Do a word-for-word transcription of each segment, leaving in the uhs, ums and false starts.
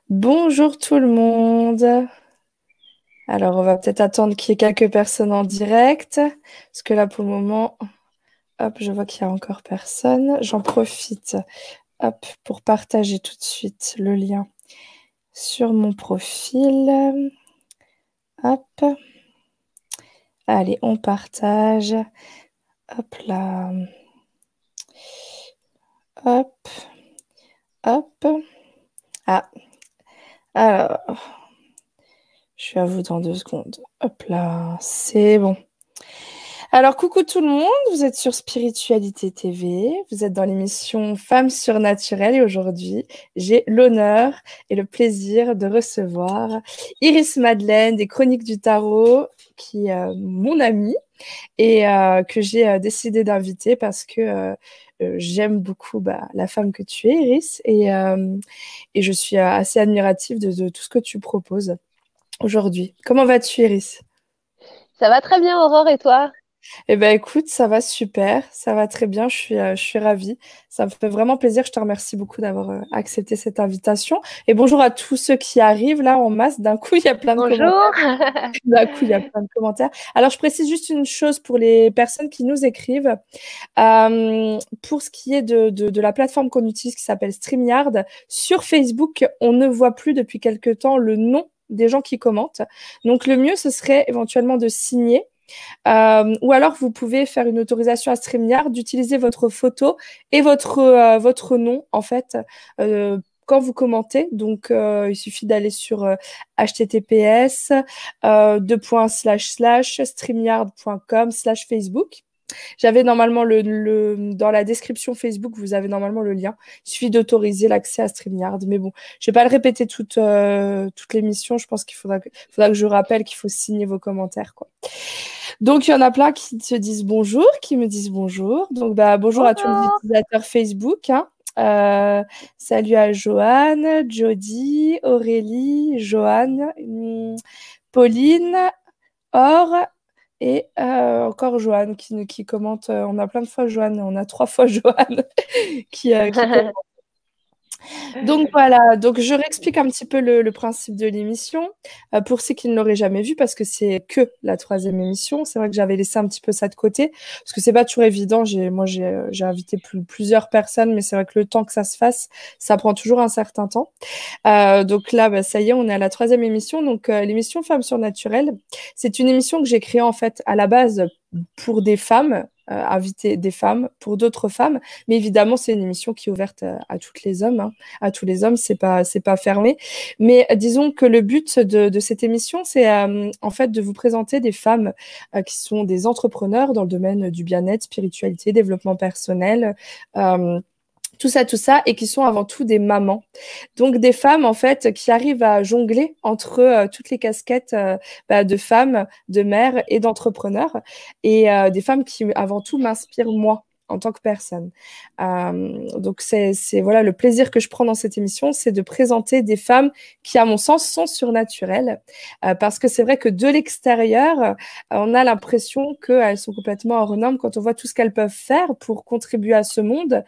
Bonjour tout le monde. Alors, on va peut-être attendre qu'il y ait quelques personnes en direct, parce que là, pour le moment, hop, je vois qu'il y a encore personne. J'en profite, hop, pour partager tout de suite le lien sur mon profil. Hop, allez, on partage. Hop là, hop, hop. Ah, alors, je suis à vous dans deux secondes. Hop là, c'est bon. Alors, coucou tout le monde, vous êtes sur Spiritualité T V, vous êtes dans l'émission Femmes surnaturelles et aujourd'hui, j'ai l'honneur et le plaisir de recevoir Iris Madeleine des Chroniques du Tarot, qui est euh, mon amie et euh, que j'ai euh, décidé d'inviter parce que euh, euh, j'aime beaucoup bah, la femme que tu es, Iris, et, euh, et je suis euh, assez admirative de, de tout ce que tu proposes aujourd'hui. Comment vas-tu, Iris? Ça va très bien, Aurore, et toi? Eh ben écoute, ça va super, ça va très bien, je suis, euh, je suis ravie. Ça me fait vraiment plaisir, je te remercie beaucoup d'avoir euh, accepté cette invitation. Et bonjour à tous ceux qui arrivent là en masse. D'un coup, il y a plein de commentaires. Bonjour. D'un coup, il y a plein de commentaires. Alors, je précise juste une chose pour les personnes qui nous écrivent. Euh, pour ce qui est de, de, de la plateforme qu'on utilise qui s'appelle StreamYard, sur Facebook, on ne voit plus depuis quelque temps le nom des gens qui commentent. Donc, le mieux, ce serait éventuellement de signer. Euh, ou alors, vous pouvez faire une autorisation à StreamYard d'utiliser votre photo et votre, euh, votre nom, en fait, euh, quand vous commentez. Donc, euh, il suffit d'aller sur euh, H T T P S euh, deux points slash slash streamyard point com slash Facebook. J'avais normalement le, le, dans la description Facebook, vous avez normalement le lien. Il suffit d'autoriser l'accès à StreamYard. Mais bon, je vais pas le répéter toute, euh, toute l'émission. Je pense qu'il faudra que, faudra que je rappelle qu'il faut signer vos commentaires, quoi. Donc, il y en a plein qui se disent bonjour, qui me disent bonjour. Donc, bah, bonjour à tous les Bonjour. utilisateurs Facebook, hein. Euh, salut à Joanne, Jody, Aurélie, Joanne, hum, Pauline, Or et euh, encore Joanne qui, qui commente. Euh, on a plein de fois Joanne, on a trois fois Joanne qui, euh, qui commente. Donc voilà, donc je réexplique un petit peu le, le principe de l'émission euh, pour ceux qui ne l'auraient jamais vu parce que c'est que la troisième émission. C'est vrai que j'avais laissé un petit peu ça de côté parce que c'est pas toujours évident. J'ai, moi, j'ai, euh, j'ai invité plus, plusieurs personnes, mais c'est vrai que le temps que ça se fasse, ça prend toujours un certain temps. Euh, donc là, bah, ça y est, on est à la troisième émission. Donc euh, l'émission Femmes surnaturelles, c'est une émission que j'ai créée en fait à la base pour des femmes. Euh, inviter des femmes pour d'autres femmes, mais évidemment c'est une émission qui est ouverte à, à toutes les hommes, hein, à tous les hommes, c'est pas c'est pas fermé. Mais euh, disons que le but de, de cette émission, c'est euh, en fait de vous présenter des femmes euh, qui sont des entrepreneurs dans le domaine du bien-être, spiritualité, développement personnel. Euh, tout ça, tout ça, et qui sont avant tout des mamans. Donc des femmes, en fait, qui arrivent à jongler entre euh, toutes les casquettes euh, bah, de femmes, de mères et d'entrepreneurs, et euh, des femmes qui, avant tout, m'inspirent moi en tant que personne. Euh, donc c'est, c'est voilà le plaisir que je prends dans cette émission, c'est de présenter des femmes qui, à mon sens, sont surnaturelles, euh, parce que c'est vrai que de l'extérieur, euh, on a l'impression qu'elles sont complètement hors normes quand on voit tout ce qu'elles peuvent faire pour contribuer à ce monde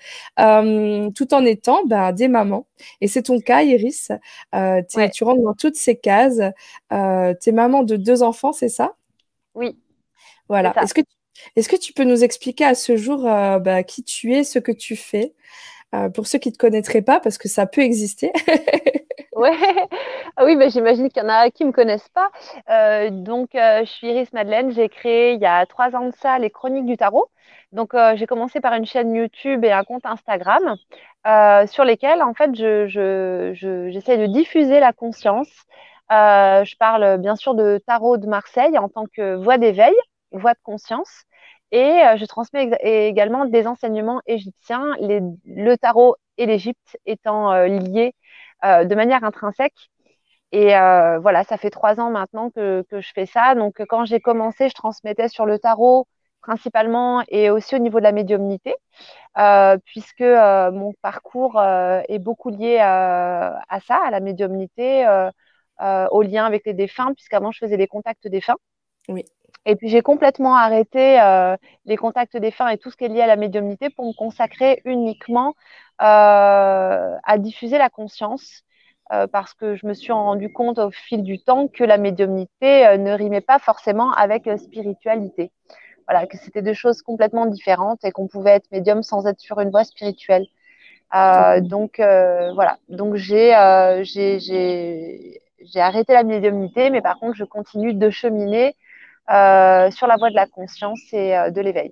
euh, tout en étant bah, des mamans. Et c'est ton cas, Iris. Euh, t'es- Ouais, tu rentres dans toutes ces cases. Euh, t'es maman de deux enfants, c'est ça? oui, c'est Voilà. ça. Est-ce que, est-ce que tu peux nous expliquer à ce jour euh, bah, qui tu es, ce que tu fais, euh, pour ceux qui ne te connaîtraient pas, parce que ça peut exister. Ouais. Ah oui, bah, j'imagine qu'il y en a qui me connaissent pas. Euh, donc, euh, je suis Iris Madeleine. J'ai créé il y a trois ans de ça les Chroniques du Tarot. Donc, euh, j'ai commencé par une chaîne YouTube et un compte Instagram euh, sur lesquels, en fait, je, je, je- j'essaie de diffuser la conscience. Euh, je parle bien sûr de tarot de Marseille en tant que voix d'éveil, voix de conscience. Et euh, je transmets ex- également des enseignements égyptiens, les- le tarot et l'Égypte étant euh, liés euh, de manière intrinsèque. Et euh, voilà, ça fait trois ans maintenant que, que je fais ça. Donc, quand j'ai commencé, je transmettais sur le tarot principalement et aussi au niveau de la médiumnité, euh, puisque euh, mon parcours euh, est beaucoup lié euh, à ça, à la médiumnité, euh, euh, au lien avec les défunts, puisqu'avant, je faisais des contacts défunts. Oui. Et puis, j'ai complètement arrêté euh, les contacts défunts et tout ce qui est lié à la médiumnité pour me consacrer uniquement euh, à diffuser la conscience euh, parce que je me suis rendu compte au fil du temps que la médiumnité euh, ne rimait pas forcément avec euh, spiritualité. Voilà, que c'était deux choses complètement différentes et qu'on pouvait être médium sans être sur une voie spirituelle. Euh, donc euh, voilà, donc j'ai euh, j'ai j'ai j'ai arrêté la médiumnité, mais par contre je continue de cheminer euh, sur la voie de la conscience et euh, de l'éveil,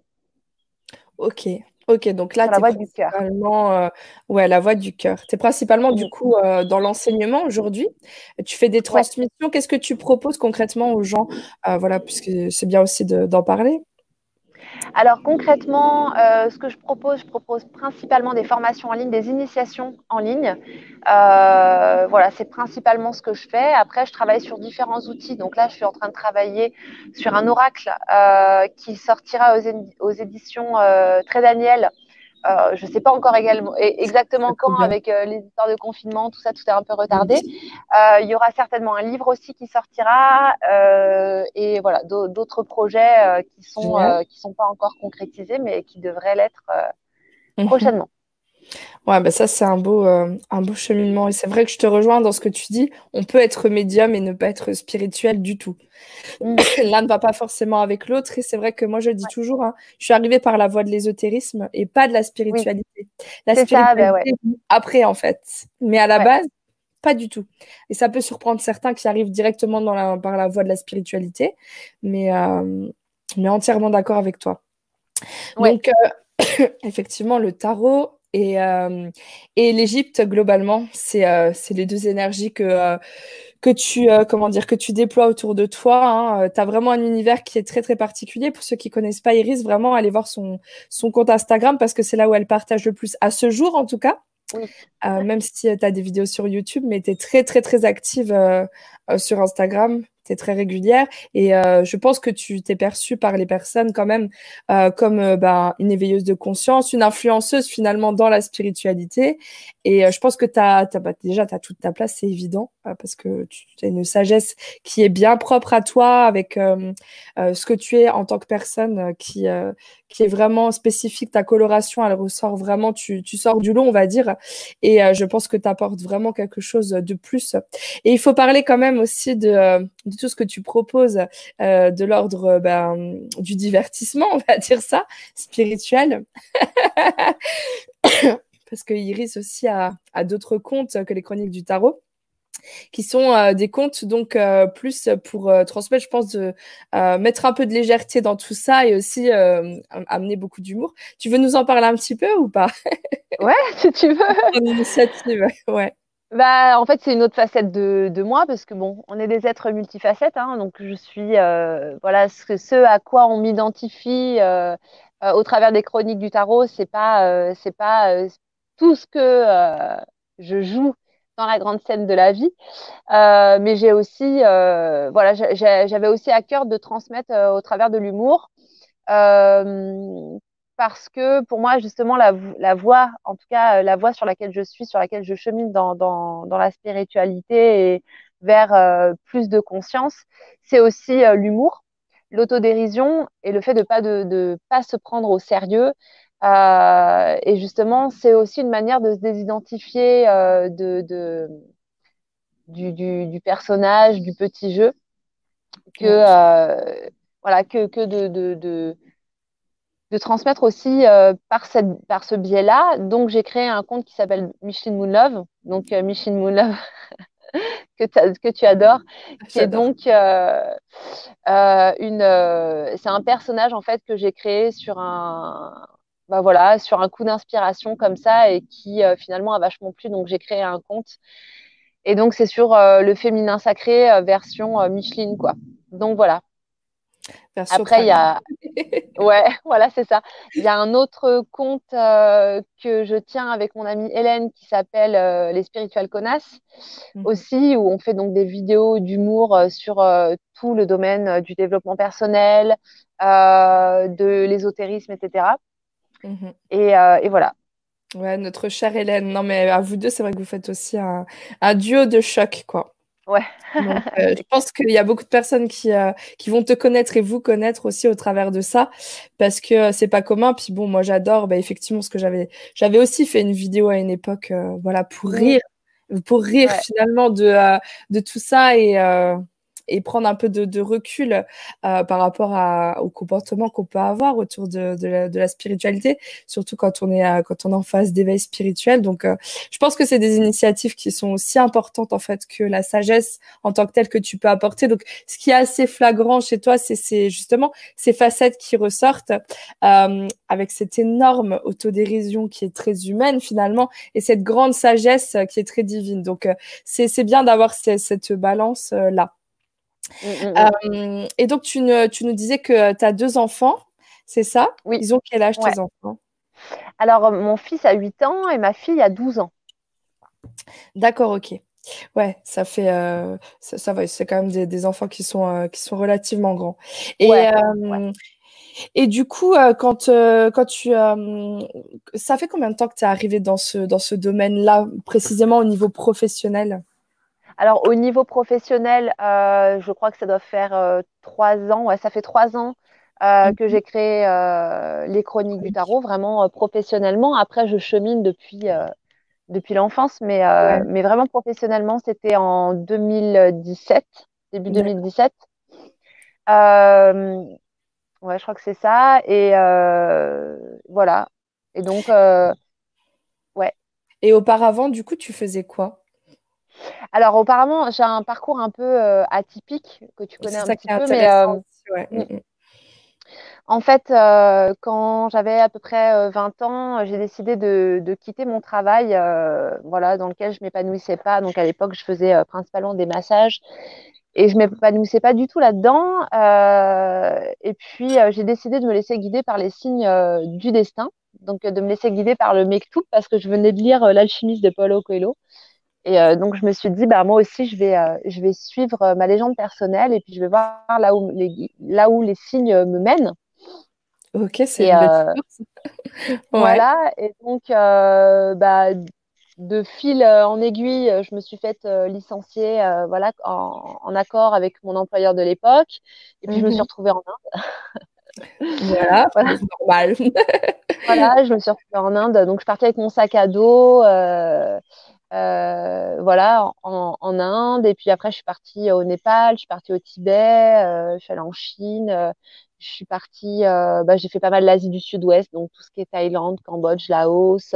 Ok, ok. Donc là, sur la tu es voie du cœur. principalement, euh, ouais, la voix du cœur. Tu es principalement, du Mhm. coup, euh, dans l'enseignement aujourd'hui. Tu fais des Ouais. transmissions. Qu'est-ce que tu proposes concrètement aux gens? Euh, voilà, puisque c'est bien aussi de- d'en parler. Alors concrètement, euh, ce que je propose, je propose principalement des formations en ligne, des initiations en ligne. Euh, voilà, c'est principalement ce que je fais. Après, je travaille sur différents outils. Donc là, je suis en train de travailler sur un oracle euh, qui sortira aux, é- aux éditions euh, Très Daniel. Euh, je ne sais pas encore également, exactement C'est trop quand, bien. avec euh, les histoires de confinement, tout ça, tout est un peu Oui. retardé. Euh, il y aura certainement un livre aussi qui sortira euh, et voilà, d'autres projets euh, qui sont Génial. euh, qui sont pas encore concrétisés, mais qui devraient l'être euh, Mhm. prochainement. Ouais, bah ça, c'est un beau, euh, un beau cheminement. Et c'est vrai que je te rejoins dans ce que tu dis. On peut être médium et ne pas être spirituel du tout. Mm. L'un ne va pas forcément avec l'autre. Et c'est vrai que moi, je le dis Ouais. toujours, hein, je suis arrivée par la voie de l'ésotérisme et pas de la Oui, spiritualité. La c'est ça, ben ouais, spiritualité, après, en fait. Mais à la ouais, base, pas du tout. Et ça peut surprendre certains qui arrivent directement dans la, par la voie de la spiritualité. Mais, euh, mais entièrement d'accord avec toi. ouais. Donc, euh, effectivement, le tarot et, euh, et l'Égypte, globalement, c'est euh, c'est les deux énergies que, euh, que tu, euh, comment dire, que tu déploies autour de toi. Tu as vraiment un univers qui est très, très particulier. Pour ceux qui connaissent pas Iris, vraiment, allez voir son, son compte Instagram parce que c'est là où elle partage le plus, à ce jour en tout cas. Oui. Euh, même si tu as des vidéos sur YouTube, mais tu es très, très, très active euh, euh, sur Instagram. Tu es très régulière. Et euh, je pense que tu t'es perçue par les personnes quand même euh, comme euh, ben, une éveilleuse de conscience, une influenceuse finalement dans la spiritualité. Et euh, je pense que t'as, t'as, bah, déjà, tu as toute ta place, c'est évident, euh, parce que tu as une sagesse qui est bien propre à toi, avec euh, euh, ce que tu es en tant que personne euh, qui, euh, qui est vraiment spécifique. Ta coloration, elle ressort vraiment, tu, tu sors du lot, on va dire. Et euh, je pense que tu apportes vraiment quelque chose de plus. Et il faut parler quand même aussi de, euh, de tout ce que tu proposes euh, de l'ordre euh, ben, du divertissement, on va dire ça, spirituel. Parce que Iris aussi a, a d'autres comptes que les chroniques du tarot qui sont euh, des contes donc euh, plus pour euh, transmettre, je pense, de euh, mettre un peu de légèreté dans tout ça et aussi euh, amener beaucoup d'humour. Tu veux nous en parler un petit peu ou pas? Ouais, si tu veux. Ton initiative, ouais. Bah, en fait, c'est une autre facette de, de moi parce que bon, on est des êtres multifacettes, hein, donc je suis euh, voilà ce, que- ce à quoi on m'identifie euh, euh, au travers des chroniques du tarot, c'est pas euh, c'est pas euh, tout ce que euh, je joue dans la grande scène de la vie. Euh, mais j'ai aussi euh, voilà j'ai- j'ai- j'avais aussi à cœur de transmettre euh, au travers de l'humour. Euh, Parce que pour moi, justement, la, la voie, en tout cas, euh, la voie sur laquelle je suis, sur laquelle je chemine dans, dans, dans la spiritualité et vers euh, plus de conscience, c'est aussi euh, l'humour, l'autodérision et le fait de pas de, de pas se prendre au sérieux. Euh, et justement, c'est aussi une manière de se désidentifier euh, de, de, du, du, du personnage, du petit jeu, que, Ouais, euh, voilà, que, que de, de, de de transmettre aussi euh, par, cette, par ce biais-là. Donc, j'ai créé un compte qui s'appelle Micheline Moonlove. Donc, euh, Micheline Moonlove, que, que tu adores, qui est j'adore. donc euh, euh, une. Euh, c'est un personnage, en fait, que j'ai créé sur un. Bah voilà, sur un coup d'inspiration comme ça et qui euh, finalement a vachement plu. Donc, j'ai créé un compte. Et donc, c'est sur euh, le féminin sacré euh, version euh, Micheline, quoi. Donc, voilà. Version Après, il y traduite. a, ouais, voilà, c'est ça. Il y a un autre compte euh, que je tiens avec mon amie Hélène qui s'appelle euh, Les Spirituales Connasses Mhm, aussi, où on fait donc des vidéos d'humour euh, sur euh, tout le domaine euh, du développement personnel, euh, de l'ésotérisme, et cetera. mhm. Et, euh, et voilà. Ouais, notre chère Hélène. Non, mais à vous deux, c'est vrai que vous faites aussi un, un duo de choc, quoi. Ouais, Donc, euh, je c'est clair. pense qu'il y a beaucoup de personnes qui, euh, qui vont te connaître et vous connaître aussi au travers de ça, parce que euh, c'est pas commun. Puis bon, moi j'adore, bah, effectivement, ce que j'avais, j'avais aussi fait une vidéo à une époque, euh, voilà, pour Mm, rire pour rire Ouais. finalement de, euh, de tout ça et, euh, et prendre un peu de, de recul euh, par rapport à, au comportement qu'on peut avoir autour de, de, la, de la spiritualité, surtout quand on est, euh, quand on est en phase d'éveil spirituel. Donc, euh, je pense que c'est des initiatives qui sont aussi importantes en fait que la sagesse en tant que telle que tu peux apporter. Donc, ce qui est assez flagrant chez toi, c'est, c'est justement ces facettes qui ressortent euh, avec cette énorme autodérision qui est très humaine finalement et cette grande sagesse euh, qui est très divine. Donc, euh, c'est, c'est bien d'avoir c- cette balance euh, là. Mm, mm, mm. Euh, et donc, tu, ne, tu nous disais que tu as deux enfants, c'est ça? Oui, Ils ont quel âge ouais. tes enfants? Alors, euh, mon fils a huit ans et ma fille a douze ans. D'accord, ok. Ouais, ça fait, euh, ça, ça va, c'est quand même des, des enfants qui sont, euh, qui sont relativement grands. Et, Ouais, ouais. euh, et du coup, euh, quand, euh, quand tu, euh, ça fait combien de temps que tu es arrivé dans ce, dans ce domaine-là, précisément au niveau professionnel? Alors, au niveau professionnel, euh, je crois que ça doit faire euh, trois ans. Ouais, ça fait trois ans euh, que Mhm. j'ai créé euh, les Chroniques du Tarot, vraiment euh, professionnellement. Après, je chemine depuis, euh, depuis l'enfance, mais, euh, Ouais, mais vraiment professionnellement, c'était en deux mille dix-sept, début d'accord. deux mille dix-sept. Euh, ouais, je crois que c'est ça. Et euh, voilà. Et donc, euh, ouais. Et auparavant, du coup, tu faisais quoi? Alors, auparavant, j'ai un parcours un peu euh, atypique que tu connais C'est un ça qui petit est peu, mais intéressant euh, aussi, ouais. Mhm. en fait, euh, quand j'avais à peu près euh, vingt ans, j'ai décidé de, de quitter mon travail, euh, voilà, dans lequel je m'épanouissais pas. Donc à l'époque, je faisais euh, principalement des massages et je m'épanouissais pas du tout là-dedans. Euh, et puis euh, j'ai décidé de me laisser guider par les signes euh, du destin, donc euh, de me laisser guider par le Mektoub parce que je venais de lire euh, L'Alchimiste de Paulo Coelho. Et euh, donc je me suis dit, bah moi aussi, je vais, euh, je vais suivre euh, ma légende personnelle et puis je vais voir là où les, là où les signes euh, me mènent. Ok, c'est Et, une belle euh, force. Ouais. Voilà, et donc euh, bah, de fil euh, en aiguille, euh, je me suis faite euh, licencier euh, voilà, en, en accord avec mon employeur de l'époque. Et puis je me suis Mhm. retrouvée en Inde. Voilà, Voilà, normal. voilà, je me suis retrouvée en Inde. Donc je partais avec mon sac à dos, euh, euh, voilà, en, en Inde. Et puis après, je suis partie au Népal, je suis partie au Tibet, euh, je suis allée en Chine. euh, je suis partie, euh, bah, j'ai fait pas mal l'Asie du Sud-Ouest, donc tout ce qui est Thaïlande, Cambodge, Laos.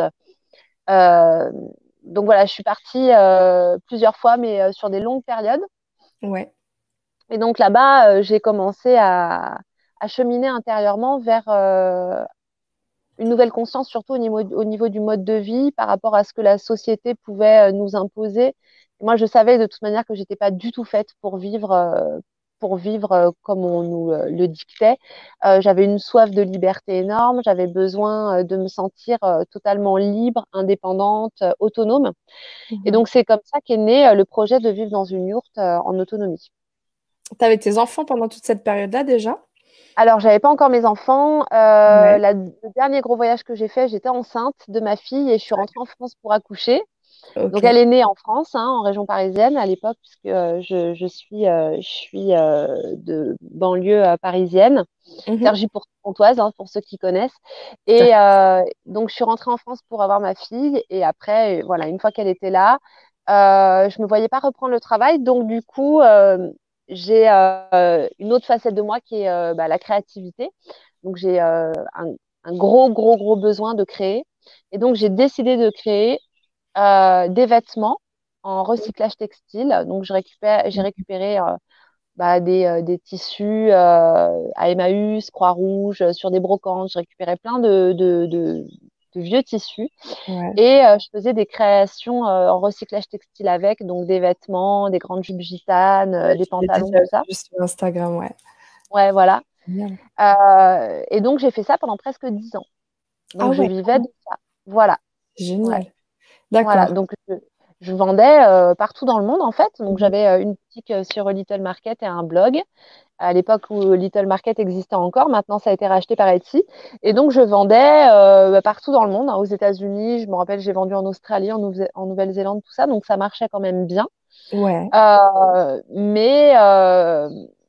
Euh, donc voilà, je suis partie euh, plusieurs fois, mais euh, sur des longues périodes. Ouais. Et donc là-bas, euh, j'ai commencé à, à cheminer intérieurement vers euh, une nouvelle conscience, surtout au niveau, au niveau du mode de vie, par rapport à ce que la société pouvait euh, nous imposer. Moi, je savais de toute manière que j'étais pas du tout faite pour vivre, euh, pour vivre euh, comme on nous euh, le dictait. Euh, j'avais une soif de liberté énorme. J'avais besoin euh, de me sentir euh, totalement libre, indépendante, euh, autonome. Et Mhm. donc, c'est comme ça qu'est né euh, le projet de vivre dans une yourte euh, en autonomie. T'avais tes enfants pendant toute cette période-là déjà? Alors, j'avais pas encore mes enfants. Euh, Ouais. la- le dernier gros voyage que j'ai fait, j'étais enceinte de ma fille et je suis rentrée en France pour accoucher. Ok. Donc, elle est née en France, hein, en région parisienne à l'époque, puisque euh, je, je suis, euh, je suis euh, de banlieue euh, parisienne, Mhm. Cergy-Pontoise, hein, pour ceux qui connaissent. Tout à Et fait. euh, donc, je suis rentrée en France pour avoir ma fille. Et après, voilà, une fois qu'elle était là, euh, je me voyais pas reprendre le travail. Donc, du coup, euh, j'ai euh, une autre facette de moi qui est euh, bah, la créativité. Donc, j'ai euh, un, un gros, gros, gros besoin de créer. Et donc, j'ai décidé de créer euh, des vêtements en recyclage textile. Donc, je récupère, j'ai récupéré euh, bah, des, euh, des tissus euh, à Emmaüs, Croix-Rouge, euh, sur des brocantes. Je récupérais plein de, de, de, de vieux tissus Ouais. et euh, je faisais des créations euh, en recyclage textile avec, donc des vêtements, des grandes jupes gitanes, euh, Ouais, des je l'ai pantalons, déjà tout ça. vu sur Instagram, ouais. Ouais, voilà. Génial. Euh, et donc, j'ai fait ça pendant presque dix ans. Ah Donc, je ouais, vivais de ça. Voilà. Ouais. génial. Voilà, D'accord. donc je, je vendais euh, partout dans le monde en fait. Donc Mhm. j'avais euh, une boutique euh, sur Little Market et un blog à l'époque où Little Market existait encore. Maintenant, ça a été racheté par Etsy. Et donc je vendais euh, bah, partout dans le monde, hein, aux États-Unis. Je me rappelle, j'ai vendu en Australie, en, Nouve- en Nouvelle-Zélande, tout ça. Donc ça marchait quand même bien. Ouais. Euh, mais euh,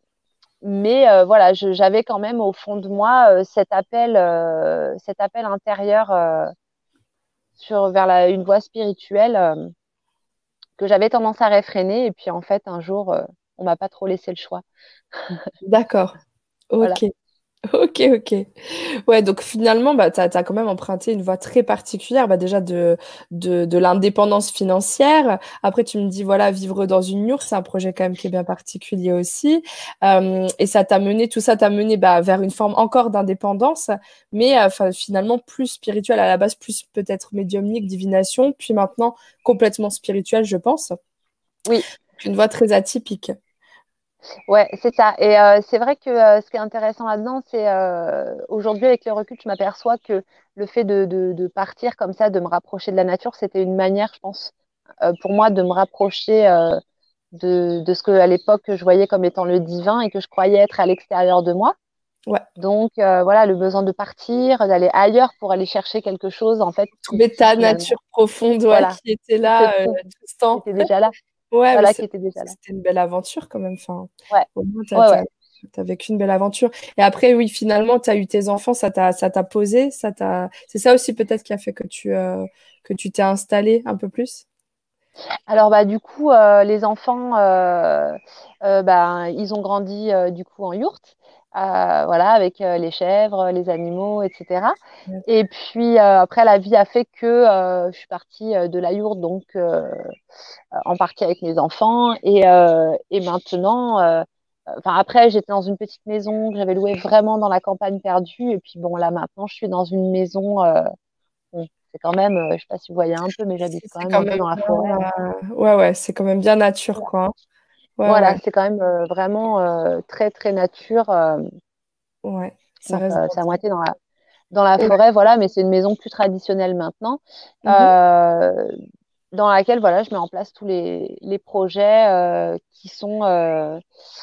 mais euh, voilà, je- j'avais quand même au fond de moi euh, cet appel, euh, cet appel intérieur euh, sur vers la, une voie spirituelle. euh, que j'avais tendance à réfréner. Et puis en fait, un jour, euh, on m'a pas trop laissé le choix. D'accord. Voilà. Ok. Ok, ok. Ouais, donc finalement, bah, tu as, quand même emprunté une voie très particulière, bah, déjà de, de, de l'indépendance financière. Après, tu me dis, voilà, vivre dans une yourte, c'est un projet quand même qui est bien particulier aussi. Euh, et ça t'a mené, tout ça t'a mené bah, vers une forme encore d'indépendance, mais euh, enfin, finalement plus spirituelle à la base, plus peut-être médiumnique, divination, puis maintenant complètement spirituelle, je pense. Oui. Une voie très atypique. Ouais, c'est ça. Et euh, c'est vrai que euh, ce qui est intéressant là-dedans, c'est euh, aujourd'hui, avec le recul, je m'aperçois que le fait de, de, de partir comme ça, de me rapprocher de la nature, c'était une manière, je pense, euh, pour moi, de me rapprocher euh, de, de ce que, à l'époque, je voyais comme étant le divin et que je croyais être à l'extérieur de moi. Ouais. Donc, euh, voilà, le besoin de partir, d'aller ailleurs pour aller chercher quelque chose, en fait, qui, Trouver qui ta finalement, nature profonde, ouais, voilà, qui était qui se là euh, trouve, tout ce qui temps. était déjà là. Ouais, mais Voilà, c'est qui était déjà là. c'était une belle aventure quand même. Enfin, Ouais, au moins, t'as, ouais, ouais. t'as, t'as vécu une belle aventure. Et après, oui, finalement, tu as eu tes enfants, ça t'a, ça t'a posé, ça t'a... C'est ça aussi peut-être qui a fait que tu, euh, que tu t'es installé un peu plus. Alors bah du coup euh, les enfants euh, euh, bah, ils ont grandi euh, du coup en yourte euh, voilà avec euh, les chèvres les animaux et cetera Ouais. et puis euh, après la vie a fait que euh, je suis partie euh, de la yourte donc euh, en partie avec mes enfants et, euh, et maintenant euh, enfin après j'étais dans une petite maison que j'avais louée vraiment dans la campagne perdue et puis bon là maintenant je suis dans une maison euh, bon, c'est quand même euh, je sais pas si vous voyez un peu mais j'habite C'est quand c'est même quand un peu même dans la forêt. bien, euh, ouais, ouais, c'est quand même bien nature, quoi, hein. Ouais, Voilà, ouais, c'est quand même euh, vraiment euh, très très nature. euh, ouais, ça donc reste euh, dans c'est à ton- moitié dans la dans la Ouais. forêt, voilà, mais c'est une maison plus traditionnelle maintenant, Mhm. euh, dans laquelle voilà, je mets en place tous les, les projets euh, qui sont euh,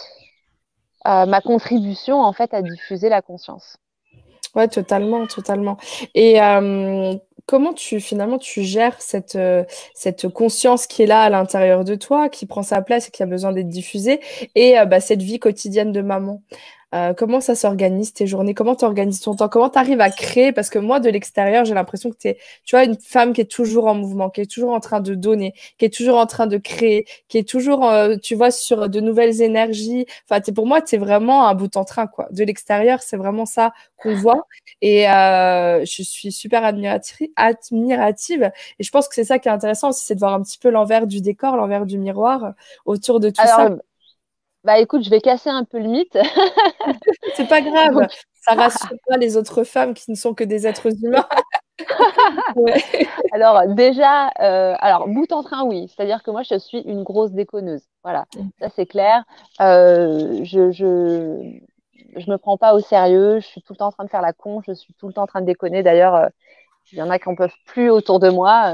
euh, ma contribution en fait à diffuser la conscience. Ouais, totalement, totalement. Et euh, comment tu finalement tu gères cette, euh, cette conscience qui est là à l'intérieur de toi, qui prend sa place et qui a besoin d'être diffusée, et euh, bah, cette vie quotidienne de maman? Euh, comment ça s'organise tes journées? Comment tu organises ton temps? Comment tu arrives à créer? Parce que moi, de l'extérieur, j'ai l'impression que tu es, tu vois, une femme qui est toujours en mouvement, qui est toujours en train de donner, qui est toujours en train de créer, qui est toujours, euh, tu vois, sur de nouvelles énergies. Enfin, t'es, pour moi, tu es vraiment un bout en train, quoi. De l'extérieur, c'est vraiment ça qu'on voit. Et euh, je suis super admirati- admirative. Et je pense que c'est ça qui est intéressant aussi, c'est de voir un petit peu l'envers du décor, l'envers du miroir euh, autour de tout ça. Alors bah écoute, je vais casser un peu le mythe. C'est pas grave, Donc ça rassure pas les autres femmes qui ne sont que des êtres humains. Ouais. alors déjà, euh, alors bout en train, oui. C'est-à-dire que moi, je suis une grosse déconneuse. Voilà, ça c'est clair. Euh, je, je, je me prends pas au sérieux. Je suis tout le temps en train de faire la con. Je suis tout le temps en train de déconner. D'ailleurs, euh, il y en a qui en peuvent plus autour de moi.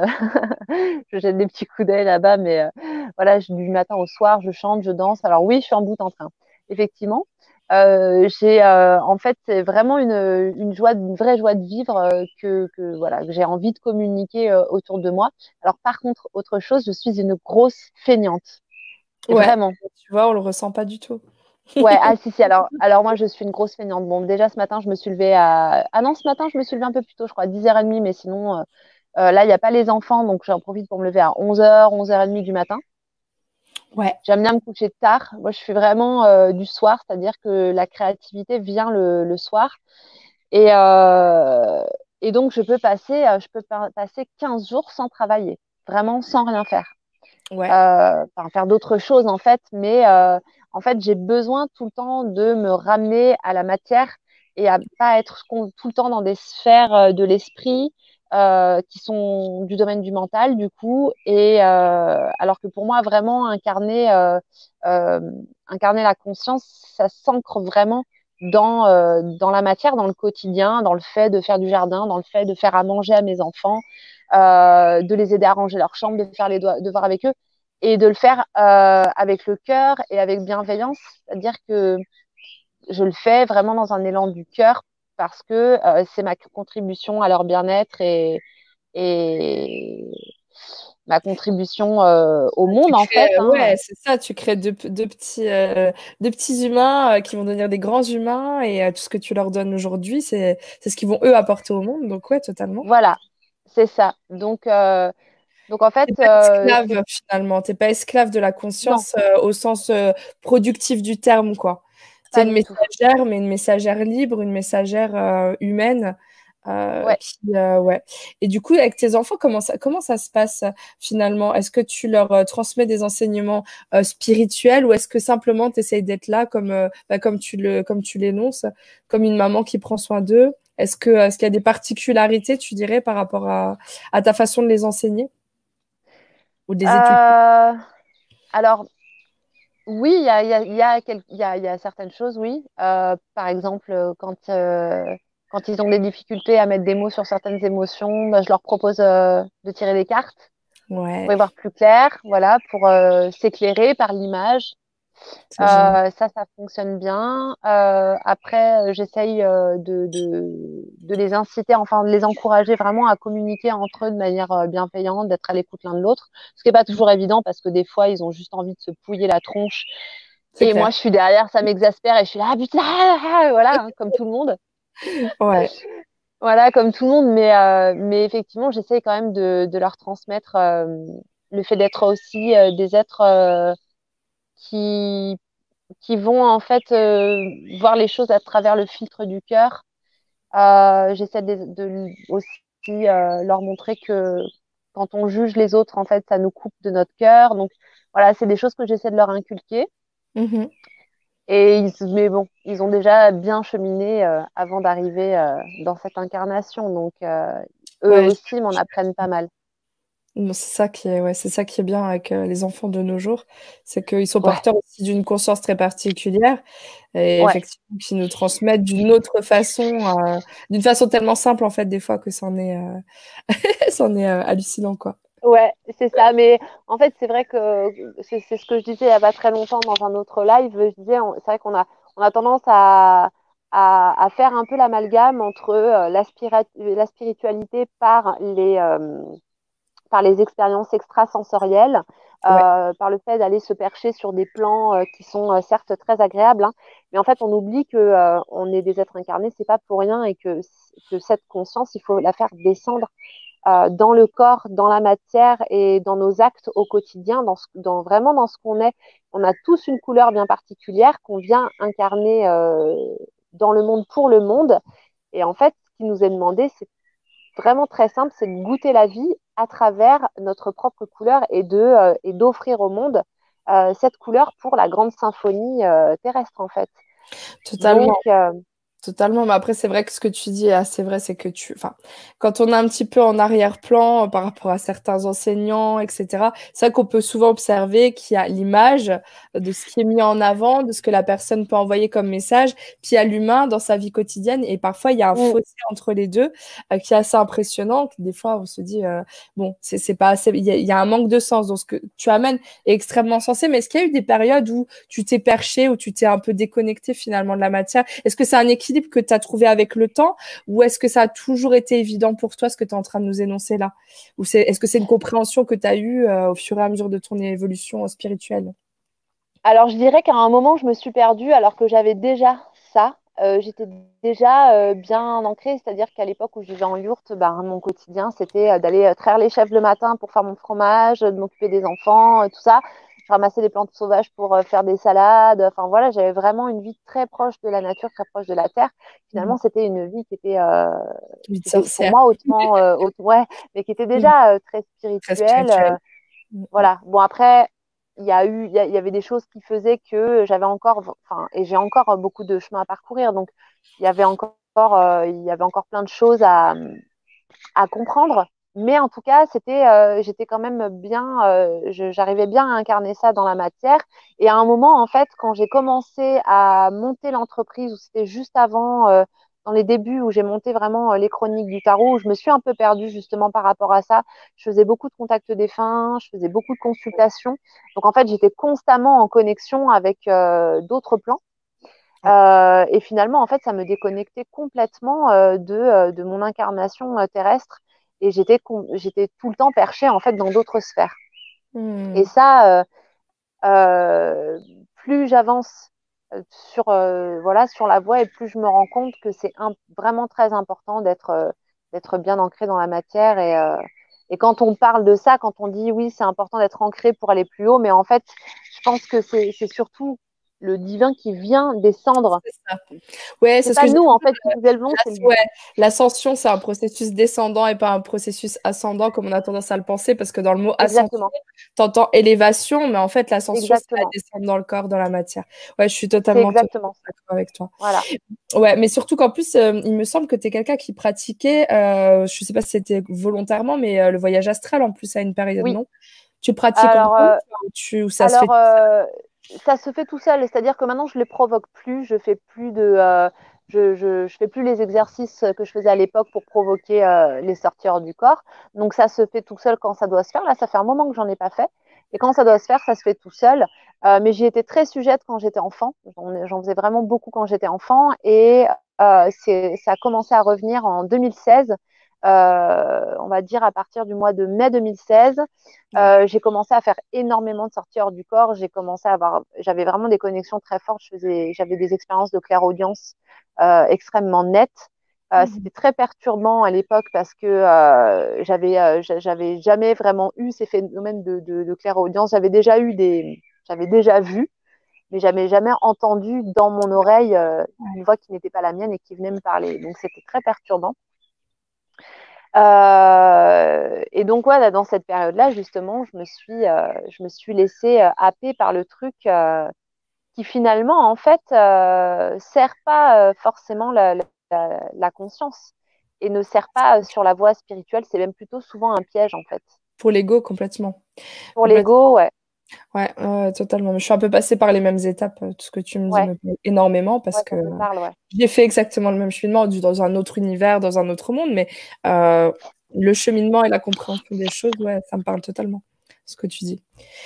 Je jette des petits coups d'œil là-bas, mais euh, voilà, je- du matin au soir, je chante, je danse. Alors oui, je suis en bout en train, effectivement. Euh, j'ai euh, en fait c'est vraiment une, une joie, une vraie joie de vivre euh, que, que voilà que j'ai envie de communiquer euh, autour de moi. Alors par contre, autre chose, je suis une grosse feignante, Ouais, vraiment. tu vois, on le ressent pas du tout. Ouais, ah si si. Alors alors moi je suis une grosse feignante. Bon déjà ce matin je me suis levée à ah non ce matin je me suis levée un peu plus tôt, je crois dix heures trente, mais sinon euh, euh, là il n'y a pas les enfants donc j'en profite pour me lever à onze heures, onze heures trente du matin. Ouais, J'aime bien me coucher tard. Moi, je suis vraiment euh, du soir, c'est-à-dire que la créativité vient le, le soir. Et, euh, et donc, je peux passer, euh, je peux pa- passer quinze jours sans travailler, vraiment sans rien faire. ouais, Euh, enfin, faire d'autres choses, en fait. Mais euh, en fait, j'ai besoin tout le temps de me ramener à la matière et à pas être con- tout le temps dans des sphères euh, de l'esprit euh, qui sont du domaine du mental, du coup. Et euh, alors que pour moi, vraiment incarner, euh, euh, incarner la conscience, ça s'ancre vraiment dans, euh, dans la matière, dans le quotidien, dans le fait de faire du jardin, dans le fait de faire à manger à mes enfants, euh, de les aider à ranger leur chambre, de faire les devoirs avec eux et de le faire euh, avec le cœur et avec bienveillance. C'est-à-dire que je le fais vraiment dans un élan du cœur parce que euh, c'est ma contribution à leur bien-être et, et ma contribution euh, au tu monde, en crées, fait. euh, Hein. ouais, c'est ça, tu crées deux, deux petits, euh, deux petits humains euh, qui vont devenir des grands humains et euh, tout ce que tu leur donnes aujourd'hui, c'est, c'est ce qu'ils vont eux apporter au monde. Donc ouais, totalement. Voilà, c'est ça. Donc, euh, Donc en fait, T'es pas euh, c'est esclave finalement, t'es pas esclave de la non, conscience euh, au sens euh, productif du terme, quoi. T'es pas une du tout. messagère, mais une messagère libre, une messagère euh, humaine. euh, Ouais. qui, euh, ouais. Et du coup, avec tes enfants, comment ça, comment ça se passe euh, finalement? Est-ce que tu leur euh, transmets des enseignements euh, spirituels ou est-ce que simplement tu essayes d'être là comme, euh, bah, comme tu le, comme tu l'énonces, comme une maman qui prend soin d'eux? Est-ce que, est-ce qu'il y a des particularités, tu dirais, par rapport à, à ta façon de les enseigner ou de les éduquer? Euh, alors, oui, il y a, il y a, il y a, quel- il y a- il y a certaines choses, oui. Euh, par exemple, euh, quand, euh, quand ils ont des difficultés à mettre des mots sur certaines émotions, bah, je leur propose euh, de tirer des cartes pour Ouais, y voir plus clair, voilà, pour euh, s'éclairer par l'image. c'est génial. Euh, ça, ça fonctionne bien. Euh, après, euh, j'essaye euh, de, de, de les inciter, enfin de les encourager vraiment à communiquer entre eux de manière euh, bienveillante, d'être à l'écoute l'un de l'autre. Ce qui n'est pas toujours évident parce que des fois, ils ont juste envie de se pouiller la tronche. C'est Et moi, clair. je suis derrière, ça m'exaspère et je suis là, ah putain, ah, ah, ah, voilà, hein, comme tout le monde. Ouais. Voilà, comme tout le monde. Mais, euh, mais effectivement, j'essaye quand même de, de leur transmettre euh, le fait d'être aussi euh, des êtres euh, qui qui vont en fait euh, voir les choses à travers le filtre du cœur. Euh, j'essaie de, de aussi euh, leur montrer que quand on juge les autres, en fait, ça nous coupe de notre cœur. Donc voilà, c'est des choses que j'essaie de leur inculquer. Mhm. Et ils, mais bon, ils ont déjà bien cheminé euh, avant d'arriver euh, dans cette incarnation. Donc euh, eux Ouais, aussi m'en apprennent pas mal. bon, c'est ça qui est, ouais, c'est ça qui est bien avec euh, les enfants de nos jours, c'est qu'ils sont Ouais, porteurs aussi d'une conscience très particulière et ouais. effectivement qui nous transmettent d'une autre façon, euh, d'une façon tellement simple en fait des fois que c'en est, euh, c'en est euh, hallucinant quoi. Ouais, c'est ça. Mais en fait, c'est vrai que c'est c'est ce que je disais il n'y a pas très longtemps dans un autre live. Je disais, on- c'est vrai qu'on a, on a tendance à, à, à faire un peu l'amalgame entre euh, la, spira- la spiritualité par les, euh, par les expériences extrasensorielles, Ouais. euh, par le fait d'aller se percher sur des plans euh, qui sont euh, certes très agréables, hein, mais en fait, on oublie que euh, on est des êtres incarnés, c'est pas pour rien et que, que cette conscience, il faut la faire descendre euh, dans le corps, dans la matière et dans nos actes au quotidien, dans, ce, dans vraiment dans ce qu'on est. On a tous une couleur bien particulière qu'on vient incarner euh, dans le monde pour le monde. Et en fait, ce qui nous est demandé, c'est vraiment très simple, c'est de goûter la vie à travers notre propre couleur et de euh, et d'offrir au monde euh, cette couleur pour la grande symphonie euh, terrestre en fait. Donc Totalement. euh, Totalement, mais après, c'est vrai que ce que tu dis est assez vrai, c'est que tu, enfin, quand on est un petit peu en arrière-plan euh, par rapport à certains enseignants, et cetera, c'est vrai qu'on peut souvent observer qu'il y a l'image de ce qui est mis en avant, de ce que la personne peut envoyer comme message, puis il y a l'humain dans sa vie quotidienne, et parfois il y a un mm, fossé entre les deux euh, qui est assez impressionnant. Des fois, on se dit, euh, bon, c'est c'est pas assez, il y a, il y a un manque de sens. Donc, ce que tu amènes est extrêmement sensé, mais est-ce qu'il y a eu des périodes où tu t'es perché, où tu t'es un peu déconnecté finalement de la matière? Est-ce que c'est un équilibre que tu as trouvé avec le temps ou est-ce que ça a toujours été évident pour toi ce que tu es en train de nous énoncer là? Ou c'est, est-ce que c'est une compréhension que tu as eue euh, au fur et à mesure de ton évolution euh, spirituelle? alors, je dirais qu'à un moment, je me suis perdue alors que j'avais déjà ça. Euh, j'étais déjà euh, bien ancrée, c'est-à-dire qu'à l'époque où je vivais en yourte, ben, mon quotidien, c'était euh, d'aller euh, traire les chèvres le matin pour faire mon fromage, euh, de m'occuper des enfants, euh, tout ça. Je ramassais des plantes sauvages pour euh, faire des salades. Enfin voilà, j'avais vraiment une vie très proche de la nature, très proche de la terre. Mhm. Finalement, c'était une vie qui était, euh, Vie de qui était pour sorcière. moi hautement, euh, haute- ouais, mais qui était Mhm. déjà euh, très Très spirituelle. spirituelle. euh, Mhm. voilà. Bon, après, il y a eu, il y, a- il y avait des choses qui faisaient que j'avais encore, enfin, et j'ai encore beaucoup de chemin à parcourir. Donc, il y avait encore, euh, il y avait encore plein de choses à, à comprendre. Mais en tout cas, c'était, euh, j'étais quand même bien, euh, je- j'arrivais bien à incarner ça dans la matière. Et à un moment, en fait, quand j'ai commencé à monter l'entreprise, où c'était juste avant, euh, dans les débuts, où j'ai monté vraiment euh, les chroniques du tarot, où je me suis un peu perdue justement par rapport à ça. Je faisais beaucoup de contacts défunts, je faisais beaucoup de consultations. Donc en fait, j'étais constamment en connexion avec euh, d'autres plans. Ouais. Euh, et finalement, en fait, ça me déconnectait complètement euh, de, euh, de mon incarnation euh, terrestre. Et j'étais, con- j'étais tout le temps perchée, en fait, dans d'autres sphères. Et Mhm. ça, euh, euh, plus j'avance euh, sur, euh, voilà, sur la voie et plus je me rends compte que c'est un- vraiment très important d'être euh, d'être bien ancré dans la matière et, euh, Et quand on parle de ça, quand on dit oui, c'est important d'être ancré pour aller plus haut, mais en fait, je pense que c'est c'est surtout le divin qui vient descendre. C'est ça. Ouais, C'est c'est ce pas que je nous, dis. en fait, qui nous élevons, c'est le... Ouais, l'ascension, c'est un processus descendant et pas un processus ascendant comme on a tendance à le penser, parce que dans le mot ascension, Exactement, t'entends élévation, mais en fait, l'ascension, c'est la exactement. descente dans le corps, dans la matière. Ouais, je suis C'est totalement, totalement exactement ça. d'accord avec toi. Voilà. Ouais, mais surtout qu'en plus, euh, il me semble que tu es quelqu'un qui pratiquait, euh, je sais pas si c'était volontairement, mais euh, le voyage astral en plus à une période, Oui. non? Tu le pratiques Alors, encore euh, ou, tu, ou ça se fait alors tout seul? euh, ça se fait tout seul, c'est-à-dire que maintenant, je les provoque plus, je fais plus de... euh, je, je, je fais plus les exercices que je faisais à l'époque pour provoquer euh, les sorties hors du corps. Donc, ça se fait tout seul quand ça doit se faire. Là, ça fait un moment que j'en ai pas fait. Et quand ça doit se faire, ça se fait tout seul. Euh, mais j'y étais très sujette quand j'étais enfant. J'en, j'en faisais vraiment beaucoup quand j'étais enfant. Et euh, c'est, ça a commencé à revenir en deux mille seize, euh, on va dire à partir du mois de mai deux mille seize. D'accord. Euh, j'ai commencé à faire énormément de sorties hors du corps. J'ai commencé à avoir, j'avais vraiment des connexions très fortes. Je faisais, j'avais des expériences de clairaudience euh, extrêmement nettes. Euh, Mhm. c'était très perturbant à l'époque parce que euh, j'avais, euh, j'avais jamais vraiment eu ces phénomènes de, de, de clairaudience. J'avais déjà eu des, j'avais déjà vu, mais j'avais jamais entendu dans mon oreille euh, une Ouais. voix qui n'était pas la mienne et qui venait me parler. Donc c'était très perturbant. Euh, et donc, ouais, là, dans cette période-là, justement, je me suis, euh, je me suis laissée euh, happer par le truc euh, qui finalement, en fait, euh, sert pas euh, forcément la, la, la conscience et ne sert pas euh, sur la voie spirituelle. C'est même plutôt souvent un piège, en fait. Pour l'ego, complètement. Pour Complètement. l'ego, ouais, Ouais, ouais, totalement. Je suis un peu passée par les mêmes étapes. euh, Tout ce que tu me dis ouais, me plaît énormément parce ouais, que ça te parle, ouais. j'ai fait exactement le même cheminement du- dans un autre univers, dans un autre monde, mais euh, le cheminement et la compréhension des choses, ouais, ça me parle totalement, ce que tu dis.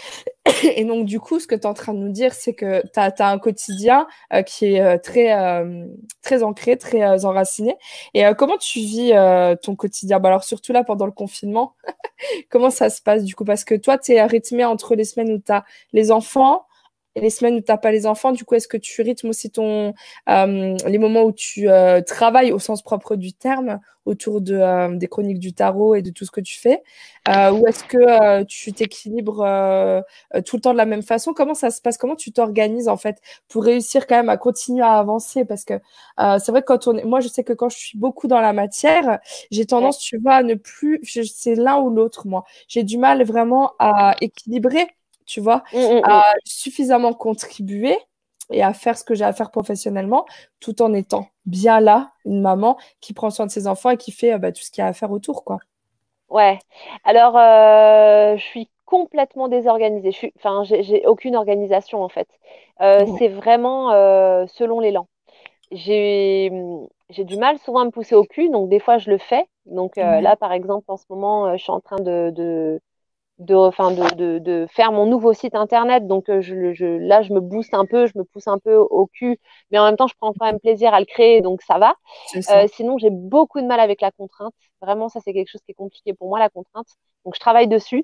Et donc, du coup, ce que tu es en train de nous dire, c'est que tu as un quotidien euh, qui est euh, très, euh, très ancré, très euh, enraciné. Et euh, comment tu vis euh, ton quotidien? Bah, alors, surtout là, pendant le confinement, comment ça se passe du coup? Parce que toi, tu es rythmé entre les semaines où tu as les enfants et les semaines où tu n'as pas les enfants. Du coup, est-ce que tu rythmes aussi ton, euh, les moments où tu euh, travailles au sens propre du terme autour de, euh, des chroniques du tarot et de tout ce que tu fais? Euh, ou est-ce que euh, tu t'équilibres euh, euh, tout le temps de la même façon? Comment ça se passe? Comment tu t'organises en fait pour réussir quand même à continuer à avancer? Parce que euh, c'est vrai que quand on est... moi, je sais que quand je suis beaucoup dans la matière, j'ai Ouais. tendance, tu vois, à ne plus... je- C'est l'un ou l'autre, moi. J'ai du mal vraiment à équilibrer, tu vois, Mm, mm, à mm. suffisamment contribuer et à faire ce que j'ai à faire professionnellement, tout en étant bien là, une maman qui prend soin de ses enfants et qui fait euh, bah, tout ce qu'il y a à faire autour, quoi. Ouais. Alors, euh, je suis complètement désorganisée. Je suis, enfin, j'ai j'ai aucune organisation, en fait. Euh, Ouais. c'est vraiment euh, selon l'élan. J'ai j'ai du mal souvent à me pousser au cul, donc des fois je le fais. Donc euh, Ouais. là, par exemple, en ce moment, euh, je suis en train de, de, de, enfin, de, de, de faire mon nouveau site internet. Donc euh, je, le- je, là, je me booste un peu, je me pousse un peu au cul, mais en même temps, je prends quand même plaisir à le créer, donc ça va. C'est Euh, ça. sinon, j'ai beaucoup de mal avec la contrainte. Vraiment, ça, c'est quelque chose qui est compliqué pour moi, la contrainte. Donc je travaille dessus.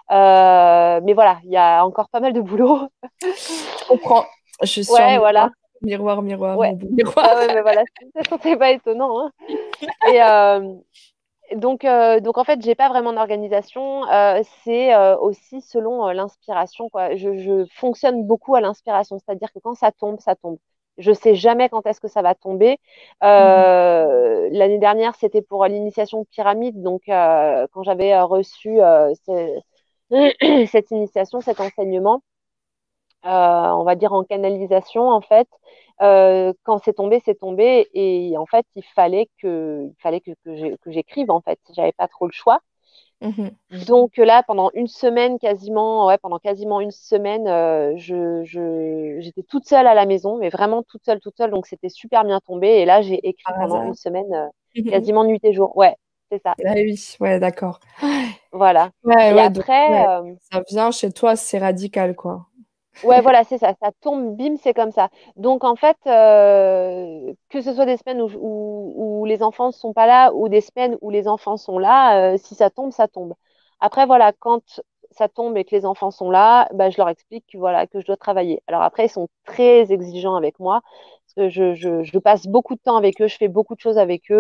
Euh, mais voilà, il y a encore pas mal de boulot. Je comprends. Je suis en Ouais, miroir, voilà. miroir, miroir, Ouais. mon beau miroir. Bah ouais, mais voilà, c'est c'est pas étonnant, hein. Et, euh, Donc, euh, donc en fait, j'ai pas vraiment d'organisation. Euh, c'est euh, aussi selon euh, l'inspiration, quoi. Je, je fonctionne beaucoup à l'inspiration, c'est-à-dire que quand ça tombe, ça tombe. Je sais jamais quand est-ce que ça va tomber. Mhm. Euh, l'année dernière, c'était pour l'initiation pyramide, donc euh, quand j'avais euh, reçu euh, ce- cette initiation, cet enseignement, euh, on va dire en canalisation en fait. Euh, quand c'est tombé, c'est tombé et en fait il fallait que, il fallait que, que j'ai- que j'écrive en fait. J'avais pas trop le choix. Mhm. Donc là, pendant une semaine quasiment, ouais, pendant quasiment une semaine, euh, je, je, j'étais toute seule à la maison, mais vraiment toute seule, toute seule. Donc c'était super bien tombé. Et là, j'ai écrit Par pendant une hasard. semaine, euh, Mhm. quasiment nuit et jour. Ouais, c'est ça. Ah oui, ouais, d'accord. Voilà. Ouais, Et ouais, donc après, ouais, euh, ça vient chez toi, c'est radical, quoi. ouais, voilà, c'est ça. Ça tombe, bim, c'est comme ça. Donc, en fait, euh, que ce soit des semaines où, où, où les enfants ne sont pas là ou des semaines où les enfants sont là, euh, si ça tombe, ça tombe. Après, voilà, quand ça tombe et que les enfants sont là, bah, je leur explique que, voilà, que je dois travailler. Alors après, ils sont très exigeants avec moi parce que je, je, je passe beaucoup de temps avec eux, je fais beaucoup de choses avec eux.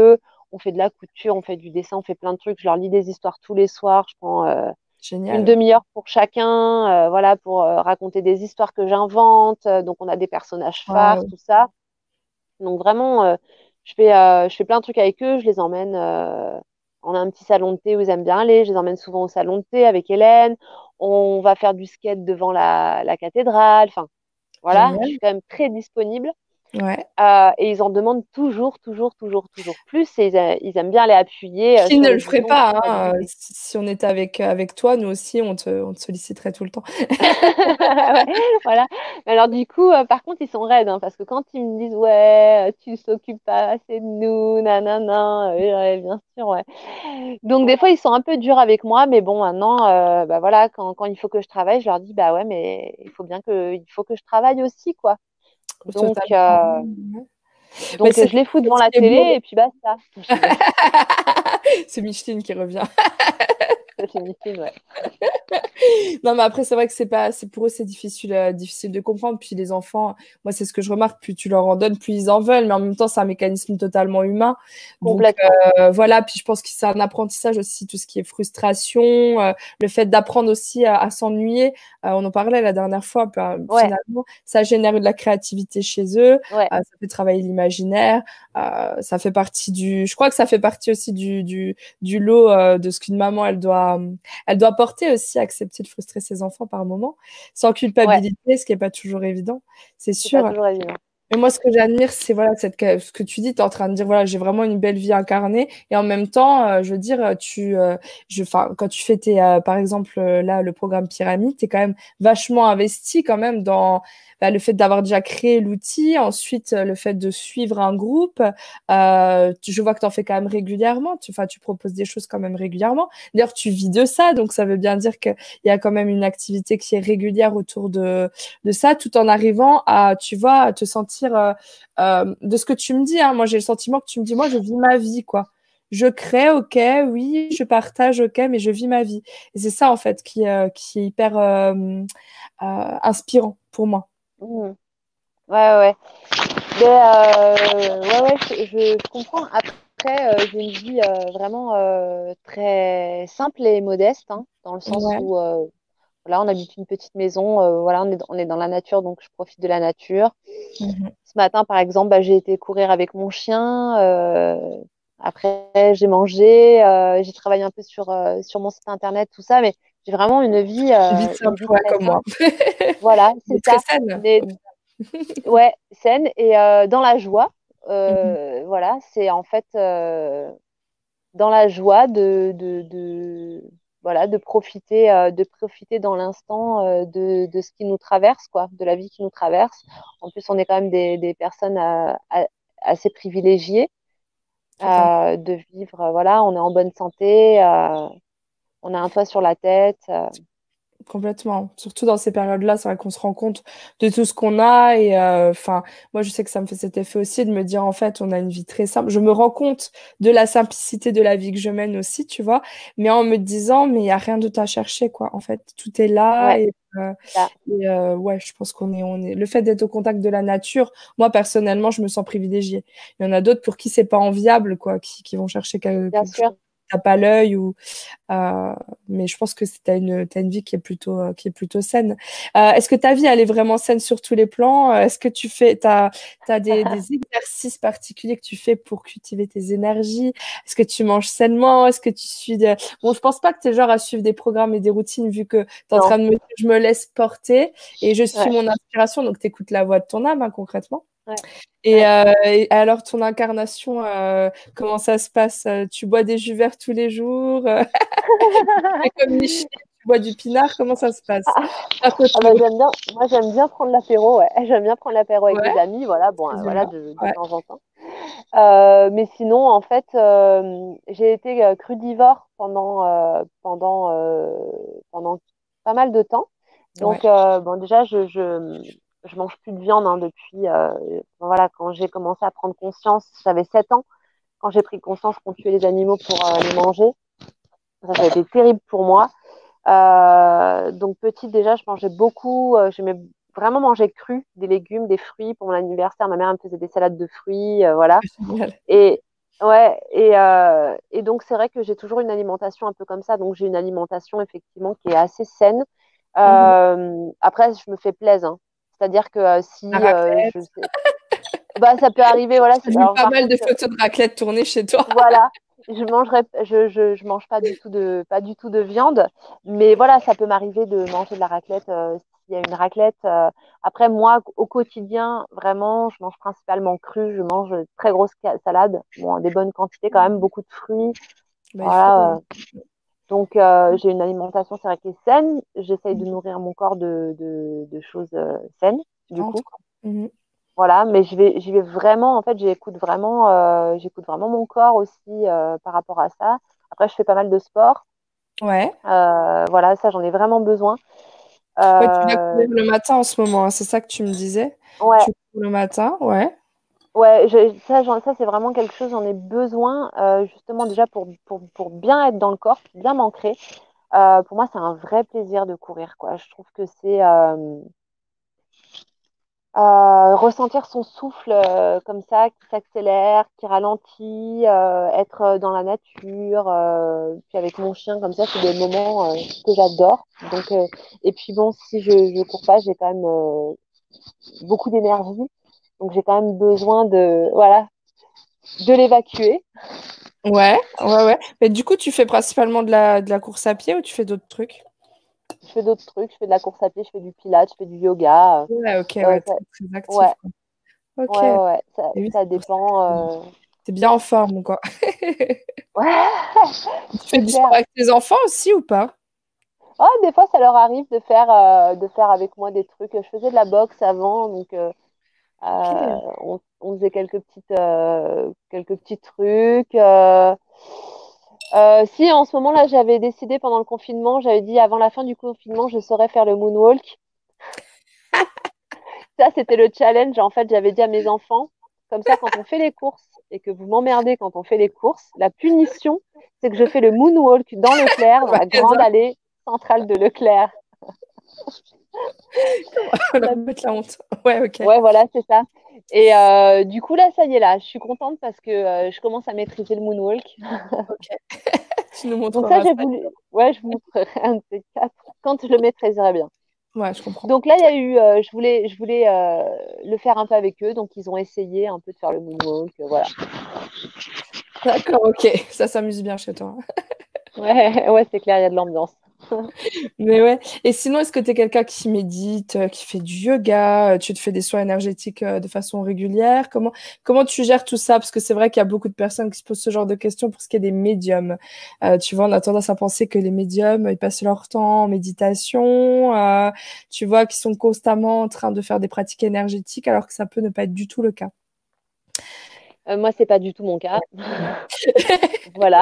on fait de la couture, on fait du dessin, on fait plein de trucs. Je leur lis des histoires tous les soirs. Je prends euh, une Génial. demi-heure pour chacun, euh, voilà, pour euh, raconter des histoires que j'invente. Euh, donc, on a des personnages phares, Waouh. tout ça. Donc, vraiment, euh, je fais, euh, je fais plein de trucs avec eux. Je les emmène. Euh, on a un petit salon de thé où ils aiment bien aller. Je les emmène souvent au salon de thé avec Hélène. On va faire du skate devant la, la cathédrale. Enfin, voilà, je Génial. suis quand même très disponible. Ouais. Euh, et ils en demandent toujours, toujours, toujours, toujours plus. Et ils, a- ils aiment bien aller appuyer euh, Qui sur ne les le ferait boutons pas, pour euh, hein, euh, briser. si, si on était avec, avec toi, nous aussi, on te, on te solliciterait tout le temps. Ouais, voilà. Mais alors du coup, euh, par contre, ils sont raides, hein, parce que quand ils me disent ouais, euh, tu s'occupes pas assez de nous, nanana, euh, ouais, bien sûr, ouais. Donc des fois, ils sont un peu durs avec moi, mais bon, maintenant, euh, bah voilà, quand, quand il faut que je travaille, je leur dis bah ouais, mais il faut bien que, il faut que je travaille aussi, quoi. Donc, Totalement. euh, Mais donc c'est je les fous devant ce la qui est beau. télé et puis basta. Je rigole. C'est Micheline qui revient. Ça, c'est Micheline, ouais. Non, mais après, c'est vrai que c'est pas, c'est pour eux, c'est difficile, euh, difficile de comprendre. Puis les enfants, moi, c'est ce que je remarque, plus tu leur en donnes, plus ils en veulent. Mais en même temps, c'est un mécanisme totalement humain. Donc, Complètement. euh, voilà. Puis je pense que c'est un apprentissage aussi, tout ce qui est frustration, euh, le fait d'apprendre aussi à, à s'ennuyer. Euh, on en parlait la dernière fois. Puis, euh, Ouais, finalement, ça génère de la créativité chez eux. ouais. Euh, ça fait travailler l'imaginaire. Euh, ça fait partie du, je crois que ça fait partie aussi du, du, du lot euh, de ce qu'une maman, elle doit, elle doit porter aussi, accepter de frustrer ses enfants par moment, sans Ouais, culpabilité, ce qui n'est pas toujours évident, c'est c'est pas sûr. toujours évident. Mais moi, ce que j'admire, c'est voilà, cette, ce que tu dis, tu es en train de dire, voilà, j'ai vraiment une belle vie incarnée. Et en même temps, euh, je veux dire, tu, euh, je, enfin, quand tu fais tes, euh, par exemple, euh, là, le programme Pyramide, tu es quand même vachement investi quand même dans bah, le fait d'avoir déjà créé l'outil, ensuite euh, le fait de suivre un groupe. Euh, tu- je vois que tu en fais quand même régulièrement. Tu, enfin, tu proposes des choses quand même régulièrement. D'ailleurs, tu vis de ça, donc ça veut bien dire qu'il y a quand même une activité qui est régulière autour de, de ça, tout en arrivant à, tu vois, à te sentir euh, euh, de ce que tu me dis. Hein, moi, j'ai le sentiment que tu me dis, moi, je vis ma vie, quoi. Je crée, ok, oui, je partage, ok, mais je vis ma vie. Et c'est ça, en fait, qui, euh, qui est hyper euh, euh, inspirant pour moi. Mhm. Ouais, ouais. Mais, euh, ouais, ouais, je, je- je comprends. Après, euh, j'ai une vie euh, vraiment euh, très simple et modeste, hein, dans le sens Ouais. où euh, voilà, on habite une petite maison, euh, voilà, on est, on est dans la nature, donc je profite de la nature. Mhm. Ce matin, par exemple, bah, j'ai été courir avec mon chien. Euh, après, j'ai mangé, euh, j'ai travaillé un peu sur, euh, sur mon site internet, tout ça, mais j'ai vraiment une vie, Une vie euh, une simple, vie ouais, très comme moi. simple. Voilà, Mais c'est très ça. saine. Mais ouais, saine et euh, dans la joie. Mhm. Euh, voilà, c'est en fait euh, dans la joie de, de, de- voilà, de profiter, euh, de profiter dans l'instant euh, de, de ce qui nous traverse, quoi, de la vie qui nous traverse. En plus, on est quand même des, des personnes euh, a- assez privilégiées Totalement. euh, de vivre. euh, Voilà, on est en bonne santé, euh, on a un toit sur la tête. euh. Complètement. Surtout dans ces périodes-là, c'est vrai qu'on se rend compte de tout ce qu'on a. Et euh, enfin, moi, je sais que ça me fait cet effet aussi de me dire, en fait, on a une vie très simple. Je me rends compte de la simplicité de la vie que je mène aussi, tu vois. Mais en me disant, mais il n'y a rien d'autre à chercher, quoi. En fait, tout est là. Ouais, Et, euh, ça, et, euh, ouais, je pense qu'on est, on est. Le fait d'être au contact de la nature, moi, personnellement, je me sens privilégiée. Il y en a d'autres pour qui c'est pas enviable, quoi, qui, qui vont chercher quelque, bien quelque chose sûr. qui tape à l'œil ou euh, mais je pense que tu as une, t'as une vie qui est plutôt, euh, qui est plutôt saine. Euh, est-ce que ta vie, elle est vraiment saine sur tous les plans? Euh, Est-ce que tu fais, t'as, t'as des, des exercices particuliers que tu fais pour cultiver tes énergies? Est-ce que tu manges sainement? Est-ce que tu suis de... Bon, je pense pas que tu es genre à suivre des programmes et des routines vu que tu es en Non, train de me dire je me laisse porter et je suis ouais, mon inspiration, donc tu écoutes la voix de ton âme, hein, concrètement. ouais, Et, ouais. euh, et alors, ton incarnation, euh, comment ça se passe? Euh, Tu bois des jus verts tous les jours? euh, fais comme Micheline, tu bois du pinard, comment ça se passe? Ah bah, Raconte-nous. j'aime bien, moi j'aime bien prendre l'apéro, ouais. J'aime bien prendre l'apéro avec Ouais, des amis, voilà, bon, c'est euh, bien. voilà, de, de Ouais. temps en temps. Euh, mais sinon, en fait, euh, j'ai été euh, crudivore pendant, euh, pendant, euh, pendant pas mal de temps. Ouais. Donc, euh, bon, déjà, je, je, je mange plus de viande hein, depuis, euh, voilà, quand j'ai commencé à prendre conscience, j'avais sept ans, quand j'ai pris conscience qu'on tuait les animaux pour euh, les manger. Ça, ça a été terrible pour moi. Euh, donc petite déjà, je mangeais beaucoup, euh, j'aimais vraiment manger cru, des légumes, des fruits. Pour mon anniversaire, ma mère me faisait des salades de fruits, euh, voilà. Génial. Et Ouais, et, euh, et donc c'est vrai que j'ai toujours une alimentation un peu comme ça. Donc j'ai une alimentation effectivement qui est assez saine. Mhm. Euh, après, je me fais plaisir, hein. C'est-à-dire que euh, La si euh, je raclette. sais, bah ça peut arriver. Voilà. J'ai c'est- vu Alors pas par mal contre, de photos de raclette tournées chez toi. voilà, je mangerai, je, je, je mange pas du tout de, pas du tout de viande, mais voilà, ça peut m'arriver de manger de la raclette euh, s'il y a une raclette. euh. Après, moi, au quotidien, vraiment, je mange principalement cru. Je mange de très grosses ca- salades, bon, des bonnes quantités quand même, beaucoup de fruits. Bah, il faut, Voilà. hein. euh. Donc, euh, j'ai une alimentation, c'est vrai, qui est saine. J'essaye de nourrir mon corps de, de, de choses euh, saines, du Entre, coup. quoi. Mhm. Voilà, mais je vais, j'y vais vraiment, en fait, j'écoute vraiment, euh, j'écoute vraiment mon corps aussi euh, par rapport à ça. Après, je fais pas mal de sport. Ouais. Euh, voilà, ça, j'en ai vraiment besoin. Ouais, tu vas Euh, courir le matin en ce moment, hein, c'est ça que tu me disais? ouais, Tu cours le matin, ouais. ouais, je- ça, j'en- ça c'est vraiment quelque chose, j'en ai besoin, euh, justement, déjà pour, pour, pour bien être dans le corps, bien m'ancrer. Euh, pour moi, c'est un vrai plaisir de courir, quoi. Je trouve que c'est euh, Euh, ressentir son souffle euh, comme ça, qui s'accélère, qui ralentit, euh, être euh, dans la nature, euh, puis avec mon chien comme ça, c'est des moments euh, que j'adore. Donc, euh, et puis bon, si je je cours pas, j'ai quand même euh, beaucoup d'énergie, donc j'ai quand même besoin de voilà de l'évacuer. Ouais, ouais, ouais. Mais du coup, tu fais principalement de la, de la course à pied ou tu fais d'autres trucs? Je fais d'autres trucs, je fais de la course à pied, je fais du pilates, je fais du yoga. euh, Ouais, ok, euh, ouais, ça- très, très ouais, actif, quoi. Ok. ouais, Et ouais, ouais, ça, oui, ça c'est pour ça que dépend. euh, t'es bien en forme, quoi. Ouais, Tu fais c'est du sport clair. avec tes enfants aussi ou pas? Ah, des fois, ça leur arrive de faire, euh, de faire avec moi des trucs. Je faisais de la boxe avant, donc euh, Ok. euh, on, on faisait quelques petites, euh, quelques petits trucs. Euh, euh, si en ce moment-là, j'avais décidé pendant le confinement, j'avais dit avant la fin du confinement, je saurais faire le moonwalk. Ça, c'était le challenge. En fait, j'avais dit à mes enfants, comme ça, quand on fait les courses et que vous m'emmerdez quand on fait les courses, la punition, c'est que je fais le moonwalk dans Leclerc, dans la grande Magasin, allée centrale de Leclerc. on va mettre la honte. Ouais, ok. Ouais, voilà, c'est ça. Et euh, du coup, là, ça y est, là, je suis contente parce que euh, je commence à maîtriser le moonwalk. Ok. Tu nous Donc ça, montreras j'ai ça. voulu, ouais, je vous montrerai un de ces quatre quand je le maîtriserai bien. Ouais, je comprends. Donc là, il y a eu, euh, je voulais, je voulais euh, le faire un peu avec eux, donc ils ont essayé un peu de faire le moonwalk, euh, voilà. D'accord, ok. Ça s'amuse bien chez toi. Ouais, ouais, c'est clair, il y a de l'ambiance. Mais ouais. Et sinon, est-ce que tu es quelqu'un qui médite, euh, qui fait du yoga, euh, tu te fais des soins énergétiques euh, de façon régulière? Comment, comment tu gères tout ça? Parce que c'est vrai qu'il y a beaucoup de personnes qui se posent ce genre de questions pour ce qui est des médiums. Euh, tu vois, on a tendance à penser que les médiums, ils passent leur temps en méditation, euh, tu vois, qu'ils sont constamment en train de faire des pratiques énergétiques, alors que ça peut ne pas être du tout le cas. Euh, moi, c'est pas du tout mon cas. Bon. Voilà.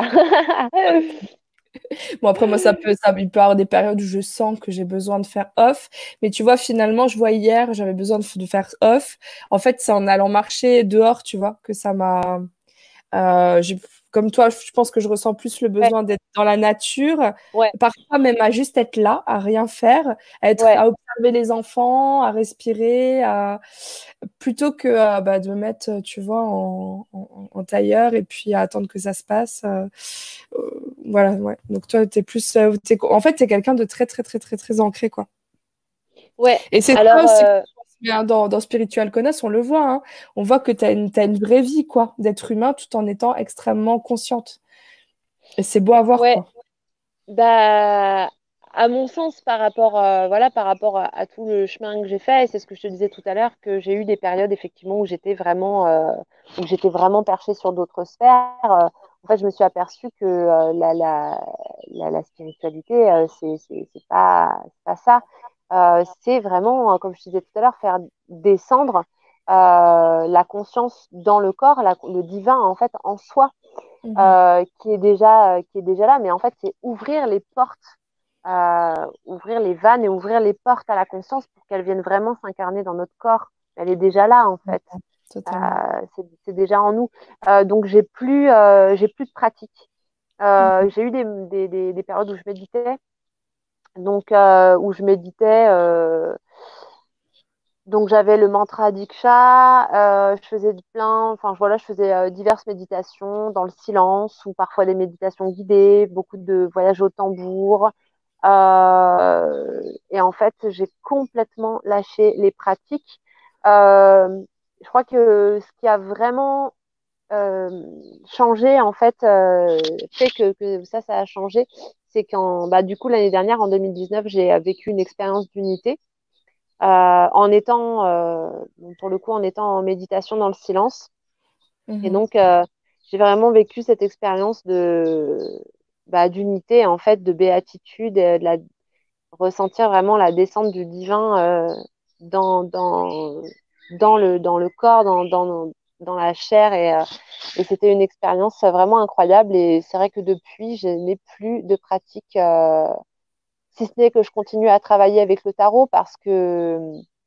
Bon, après, moi, ça peut, ça, il peut y avoir des périodes où je sens que j'ai besoin de faire off. Mais tu vois, finalement, je vois hier, j'avais besoin de, f- de faire off. En fait, c'est en allant marcher dehors, tu vois, que ça m'a. Euh, j'ai- comme toi, je pense que je ressens plus le Ouais, besoin d'être dans la nature. ouais, Parfois, même à juste être là, à rien faire, à être, ouais. à observer les enfants, à respirer, à plutôt que euh, bah, de me mettre, euh, tu vois, en, en- en tailleur et puis à attendre que ça se passe. euh, euh, voilà, ouais. Donc toi, t'es plus, euh, t'es- en fait, t'es quelqu'un de très, très, très, très, très ancré, quoi. Ouais. Et c'est ça Alors, aussi, euh, bien, dans, dans Spiritual Connasse, on le voit, hein. On voit que t'as une, t'as une vraie vie, quoi, d'être humain tout en étant extrêmement consciente. Et c'est beau à voir, ouais. quoi. Bah, à mon sens, par rapport, euh, voilà, par rapport à, à tout le chemin que j'ai fait, et c'est ce que je te disais tout à l'heure, que j'ai eu des périodes effectivement où j'étais vraiment, euh, où j'étais vraiment perchée sur d'autres sphères. Euh, en fait, je me suis aperçue que euh, la, la, la, la spiritualité, euh, c'est, c'est, c'est pas, c'est pas ça. Euh, c'est vraiment, euh, comme je te disais tout à l'heure, faire descendre euh, la conscience dans le corps, la- le divin en fait en soi Mhm. euh, qui est déjà, euh, qui est déjà là, mais en fait, c'est ouvrir les portes, euh, ouvrir les vannes et ouvrir les portes à la conscience pour qu'elle vienne vraiment s'incarner dans notre corps. Elle est déjà là, en fait. Totalement. Euh, c'est c'est déjà en nous. Euh, donc, j'ai plus, euh, j'ai plus de pratique. Euh, Mhm. j'ai eu des, des, des, des périodes où je méditais, donc euh, où je méditais. Euh, Donc j'avais le mantra Diksha, euh, je faisais de plein, enfin voilà, je faisais euh, diverses méditations dans le silence ou parfois des méditations guidées, beaucoup de voyages au tambour. Euh, et en fait, j'ai complètement lâché les pratiques. Euh, je crois que ce qui a vraiment euh, changé, en fait, euh, fait que, que ça, ça a changé, c'est qu'en, bah, du coup, l'année dernière, en deux mille dix-neuf, j'ai vécu une expérience d'unité euh, en étant, euh, donc pour le coup, en étant en méditation dans le silence. Et Mhm. donc, euh, j'ai vraiment vécu cette expérience de, bah, d'unité, en fait, de béatitude, et de la, ressentir vraiment la descente du divin euh, dans, dans, dans le, dans le corps, dans, dans, dans la chair. Et, euh, et c'était une expérience vraiment incroyable. Et c'est vrai que depuis, je n'ai plus de pratique, euh, si ce n'est que je continue à travailler avec le tarot parce que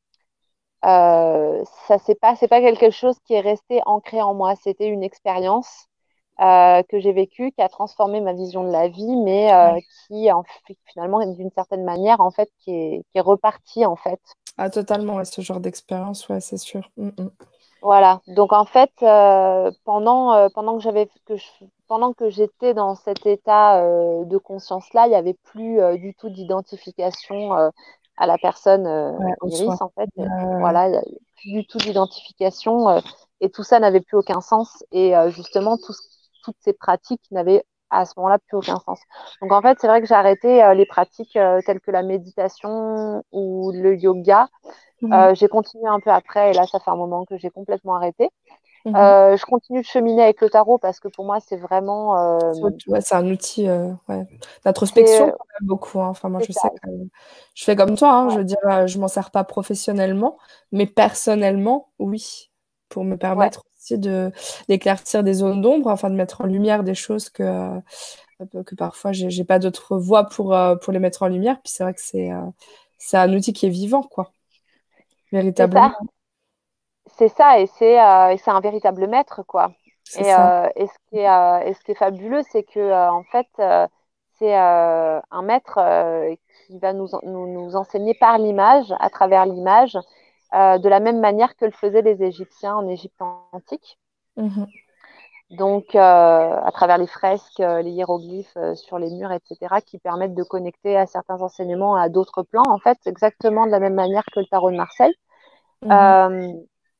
euh, ça c'est pas c'est pas quelque chose qui est resté ancré en moi. C'était une expérience euh, que j'ai vécue, qui a transformé ma vision de la vie, mais euh, qui en fait, finalement d'une certaine manière en fait qui est, qui est repartie en fait. Ah, totalement, ouais, ce genre d'expérience, ouais, c'est sûr. Mm, mm. Voilà. Donc en fait euh, pendant euh, pendant que j'avais que je, pendant que j'étais dans cet état euh, de conscience là, il n'y avait plus euh, du tout d'identification euh, à la personne euh, Ouais, en soi. Iris en fait. Euh, Voilà, il n'y avait plus du tout d'identification euh, et tout ça n'avait plus aucun sens et euh, justement tout, toutes ces pratiques n'avaient à ce moment-là plus aucun sens. Donc en fait, c'est vrai que j'ai arrêté euh, les pratiques euh, telles que la méditation ou le yoga. mhm, Euh, j'ai continué un peu après et là, ça fait un moment que j'ai complètement arrêté. mhm. Euh, je continue de cheminer avec le tarot parce que pour moi, c'est vraiment. C'est Euh, autre- ouais, c'est un outil euh, ouais, d'introspection c'est quand même beaucoup, hein. Enfin, moi, c'est je ça. sais que je fais comme toi, hein. Je Ouais, veux dire, euh, je m'en sers pas professionnellement, mais personnellement, oui, pour me ouais, permettre aussi de d'éclaircir des zones d'ombre, enfin de mettre en lumière des choses que, euh, que parfois j'ai j'ai pas d'autre voie pour, euh, pour les mettre en lumière. Puis c'est vrai que c'est euh, c'est un outil qui est vivant, quoi, c'est véritablement. ça. C'est ça, et c'est euh, et c'est un véritable maître, quoi. C'est Et, ça. euh, et, ce qui est, euh, et ce qui est fabuleux, c'est que euh, en fait, euh, c'est euh, un maître euh, qui va nous, en- nous, nous enseigner par l'image, à travers l'image, euh, de la même manière que le faisaient les Égyptiens en Égypte antique. Mhm, Donc, euh, à travers les fresques, euh, les hiéroglyphes euh, sur les murs, et cetera, qui permettent de connecter à certains enseignements à d'autres plans. En fait, c'est exactement de la même manière que le tarot de Marseille. mhm, Euh,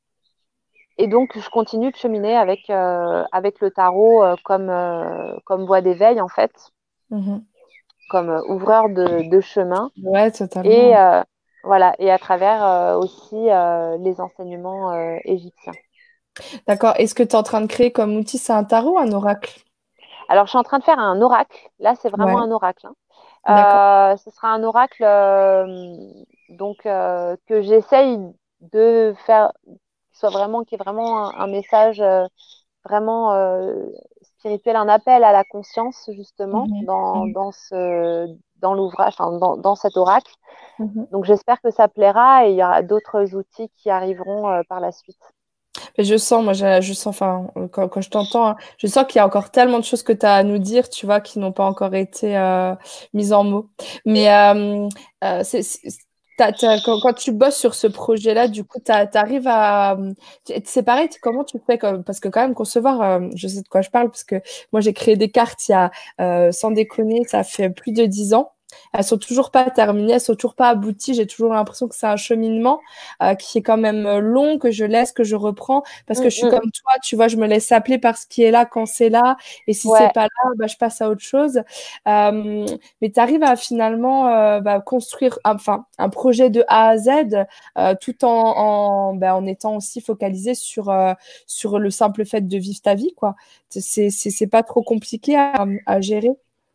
Et donc, je continue de cheminer avec, euh, avec le tarot euh, comme, euh, comme voie d'éveil, en fait, mhm. comme euh, ouvreur de, de chemin. Ouais, totalement. Et, euh, voilà, et à travers euh, aussi euh, les enseignements euh, égyptiens. D'accord. Et ce que tu es en train de créer comme outil, c'est un tarot ou un oracle? Alors, je suis en train de faire un oracle. Là, c'est vraiment Ouais, un oracle. Hein. d'accord. Euh, ce sera un oracle euh, donc, euh, que j'essaye de faire, qui soit vraiment, qui est vraiment un, un message. Euh, vraiment euh, spirituel, un appel à la conscience justement Mhm, dans, mhm, dans ce dans l'ouvrage, enfin, dans, dans cet oracle. mhm. Donc j'espère que ça plaira et il y aura d'autres outils qui arriveront euh, par la suite. Mais je sens, moi, je, je sens, enfin, euh, quand, quand je t'entends, hein, je sens qu'il y a encore tellement de choses que tu as à nous dire, tu vois, qui n'ont pas encore été euh, mises en mots. Mais euh, euh, c'est, c'est- t'as- t'as- quand, quand tu bosses sur ce projet-là, du coup, tu arrives à... euh, C'est pareil, tu- comment tu fais comme... Parce que quand même, concevoir, euh, je sais de quoi je parle, parce que moi, j'ai créé des cartes il y a, euh, sans déconner, ça fait plus de dix ans. Elles sont toujours pas terminées, elles sont toujours pas abouties. J'ai toujours l'impression que c'est un cheminement euh, qui est quand même euh, long, que je laisse, que je reprends, parce que Mm, je suis mm. comme toi, tu vois, je me laisse appeler par ce qui est là quand c'est là, et si c'est Ouais. pas là, bah, je passe à autre chose. Euh, mais tu arrives à finalement euh, bah, construire enfin, un projet de A à Z, euh, tout en, en, bah, en étant aussi focalisé sur, euh, sur le simple fait de vivre ta vie, quoi. C'est, c'est, c'est pas trop compliqué à, à gérer.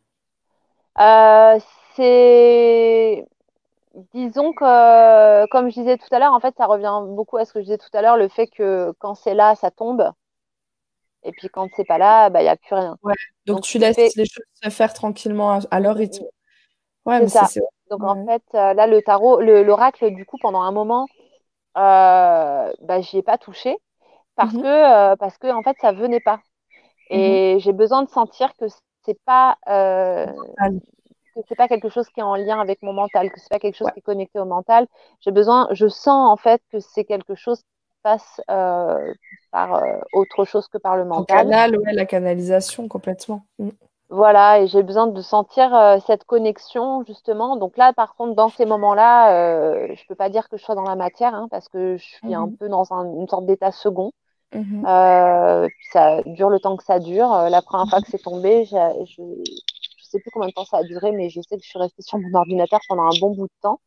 Euh, c'est disons que comme je disais tout à l'heure, en fait, ça revient beaucoup à ce que je disais tout à l'heure, le fait que quand c'est là, ça tombe, et puis quand c'est pas là, bah il y a plus rien. Ouais. Donc Donc ce tu qui laisses fait, les choses se faire tranquillement à, à Mm, leur mm, rythme. mm. Ouais, C'est mais c'est... ça. c'est- Donc en Ouais. fait, euh, là, le tarot, le- l'oracle, du coup, pendant un moment, euh, bah, j'y ai pas touché parce Mhm, que, euh, parce que en fait, ça venait pas. mhm. Et j'ai besoin de sentir que c'est pas, euh, Allez. que c'est pas quelque chose qui est en lien avec mon mental, que c'est pas quelque chose Ouais. qui est connecté au mental. J'ai besoin, je sens en fait que c'est quelque chose qui passe euh, par euh, autre chose que par le En mental. canal, ouais, la canalisation complètement. Mm. Voilà, et j'ai besoin de sentir euh, cette connexion justement. Donc là, par contre, dans ces moments-là, euh, je peux pas dire que je sois dans la matière, hein, parce que je suis un Mhm. peu dans un- une sorte d'état second. Mhm. Euh, puis ça dure le temps que ça dure. Euh, La première fois que c'est tombé, j'ai- je je sais plus combien de temps ça a duré, mais je sais que je suis restée sur mon ordinateur pendant un bon bout de temps.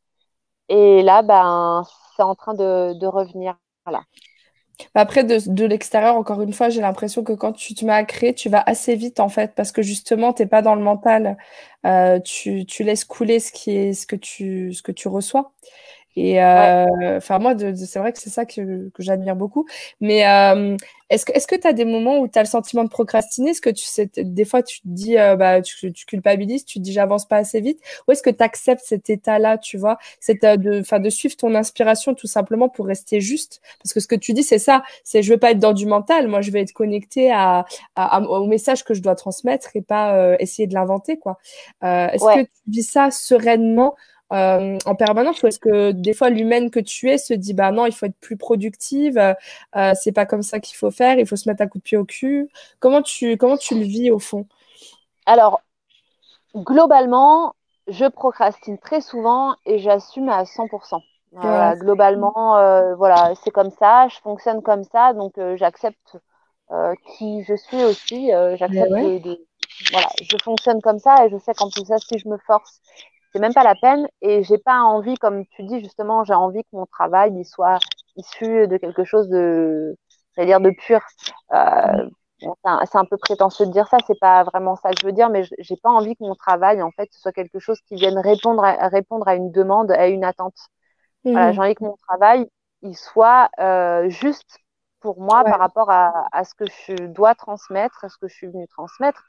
Et là, ben, c'est en train de, de revenir. Voilà. Après, de, de l'extérieur, encore une fois, j'ai l'impression que quand tu te mets à créer, tu vas assez vite en fait, parce que justement, t'es pas dans le mental. Euh, tu, tu laisses couler ce qui est, ce que tu, ce que tu reçois. Et Ouais. euh, enfin, moi, de, de- c'est vrai que c'est ça que, que j'admire beaucoup. Mais euh, est-ce que est-ce que tu as des moments où tu as le sentiment de procrastiner? Est-ce que tu sais, des fois, tu te dis, euh, bah, tu, tu culpabilises, tu te dis, j'avance pas assez vite? Ou est-ce que tu acceptes cet état-là, tu vois, c'est euh, de, enfin, de suivre ton inspiration tout simplement pour rester juste? Parce que ce que tu dis, c'est ça, c'est je veux pas être dans du mental, moi, je vais être connectée à, à- à- au message que je dois transmettre et pas euh, essayer de l'inventer, quoi. Euh, est-ce que Ouais. tu vis ça sereinement? Euh, en permanence ou est-ce que des fois l'humaine que tu es se dit bah non il faut être plus productive, euh, euh, c'est pas comme ça qu'il faut faire, il faut se mettre un coup de pied au cul. Comment tu comment tu le vis au fond? Alors, globalement, je procrastine très souvent et j'assume à cent pour cent. Euh, Ouais, voilà, globalement, euh, voilà, c'est comme ça, je fonctionne comme ça, donc euh, j'accepte euh, qui je suis aussi. Euh, mais j'accepte ouais. de, de- voilà, je fonctionne comme ça et je sais qu'en plus ça, si je me force, c'est même pas la peine. Et j'ai pas envie, comme tu dis justement, j'ai envie que mon travail il soit issu de quelque chose de, j'allais dire de pur. Euh, bon, c'est un, c'est un peu prétentieux de dire ça, c'est pas vraiment ça que je veux dire, mais j'ai pas envie que mon travail en fait ce soit quelque chose qui vienne répondre à, répondre à une demande, à une attente. Voilà, Mhm. j'ai envie que mon travail il soit euh, juste pour moi par Ouais. rapport à, à ce que je dois transmettre, à ce que je suis venue transmettre.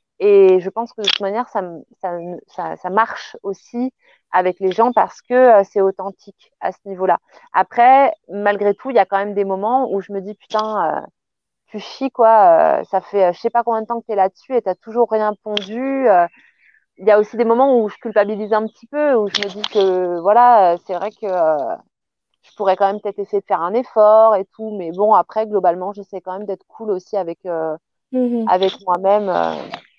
Et je pense que de toute manière, ça, ça, ça, ça marche aussi avec les gens parce que euh, c'est authentique à ce niveau-là. Après, malgré tout, il y a quand même des moments où je me dis, putain, euh, tu chies, quoi. Euh, ça fait euh, je sais pas combien de temps que tu es là-dessus et tu toujours rien pondu. Euh, il y a aussi des moments où je culpabilise un petit peu, où je me dis que voilà, euh, c'est vrai que euh, je pourrais quand même peut-être essayer de faire un effort et tout. Mais bon, après, globalement, j'essaie quand même d'être cool aussi avec, euh, Mhm. avec moi-même. Euh.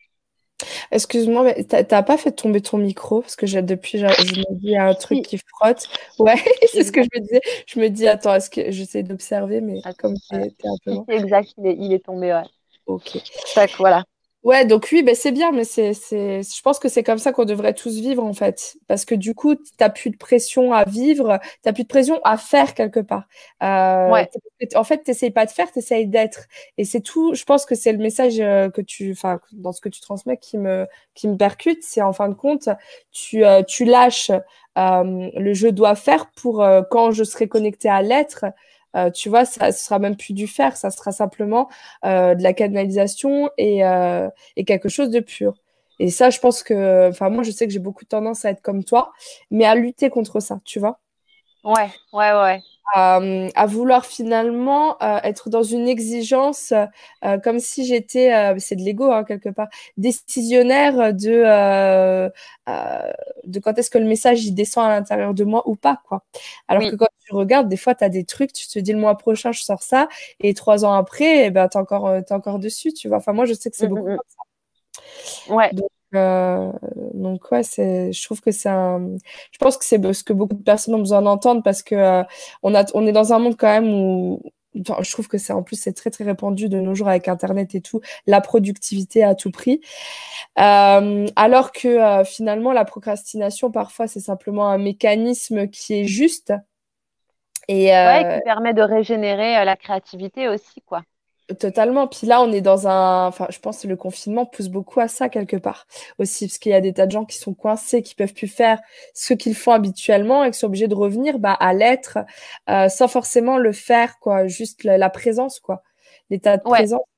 Excuse-moi, mais t'as t'as pas fait tomber ton micro parce que j'ai depuis je, je me dis il y a un truc Si, qui frotte. Ouais, c'est ce que je exact. me disais. Je me dis attends, est-ce que j'essaie d'observer mais Attends, comme voilà. t'es t'es un peu Si, loin. si, exact, il est, il est tombé, ouais. Ok. Tac, voilà. Ouais, donc oui, ben c'est bien, mais c'est, c'est, je pense que c'est comme ça qu'on devrait tous vivre en fait. Parce que du coup, t'as plus de pression à vivre, t'as plus de pression à faire quelque part. Euh, Ouais. t'es- en fait, t'essayes pas de faire, t'essayes d'être. Et c'est tout, je pense que c'est le message euh, que tu, enfin, dans ce que tu transmets qui me, qui me percute. C'est en fin de compte, tu, euh, tu lâches euh, le je dois faire pour euh, quand je serai connecté à l'être. Euh, tu vois, ça, ce sera même plus du faire, ça sera simplement euh, de la canalisation et, euh, et quelque chose de pur. Et ça, je pense que, enfin, moi, je sais que j'ai beaucoup de tendance à être comme toi, mais à lutter contre ça, tu vois, Ouais, ouais, ouais. à, à vouloir finalement euh, être dans une exigence, euh, comme si j'étais, euh, c'est de l'ego hein, quelque part, décisionnaire de, euh, euh, de quand est-ce que le message il descend à l'intérieur de moi ou pas, quoi. Alors que Oui. quand tu regardes, des fois, tu as des trucs, tu te dis le mois prochain, je sors ça, et trois ans après, eh ben, tu es encore, euh, t'es encore dessus, tu vois. Enfin, moi, je sais que c'est Mm, beaucoup mm, mm. comme ça. Ouais. Donc, euh, donc ouais, c'est, je trouve que c'est un, je pense que c'est ce que beaucoup de personnes ont besoin d'entendre parce que euh, on a, on est dans un monde quand même où, enfin, je trouve que c'est en plus c'est très très répandu de nos jours avec Internet et tout, la productivité à tout prix. Euh, alors que euh, finalement la procrastination parfois c'est simplement un mécanisme qui est juste et Ouais, euh, qui permet de régénérer euh, la créativité aussi, quoi. totalement. Puis là, on est dans un. Enfin, je pense que le confinement pousse beaucoup à ça quelque part aussi, parce qu'il y a des tas de gens qui sont coincés, qui peuvent plus faire ce qu'ils font habituellement et qui sont obligés de revenir bah, à l'être euh, sans forcément le faire, quoi. Juste la, la présence, quoi. L'état de Ouais. présence.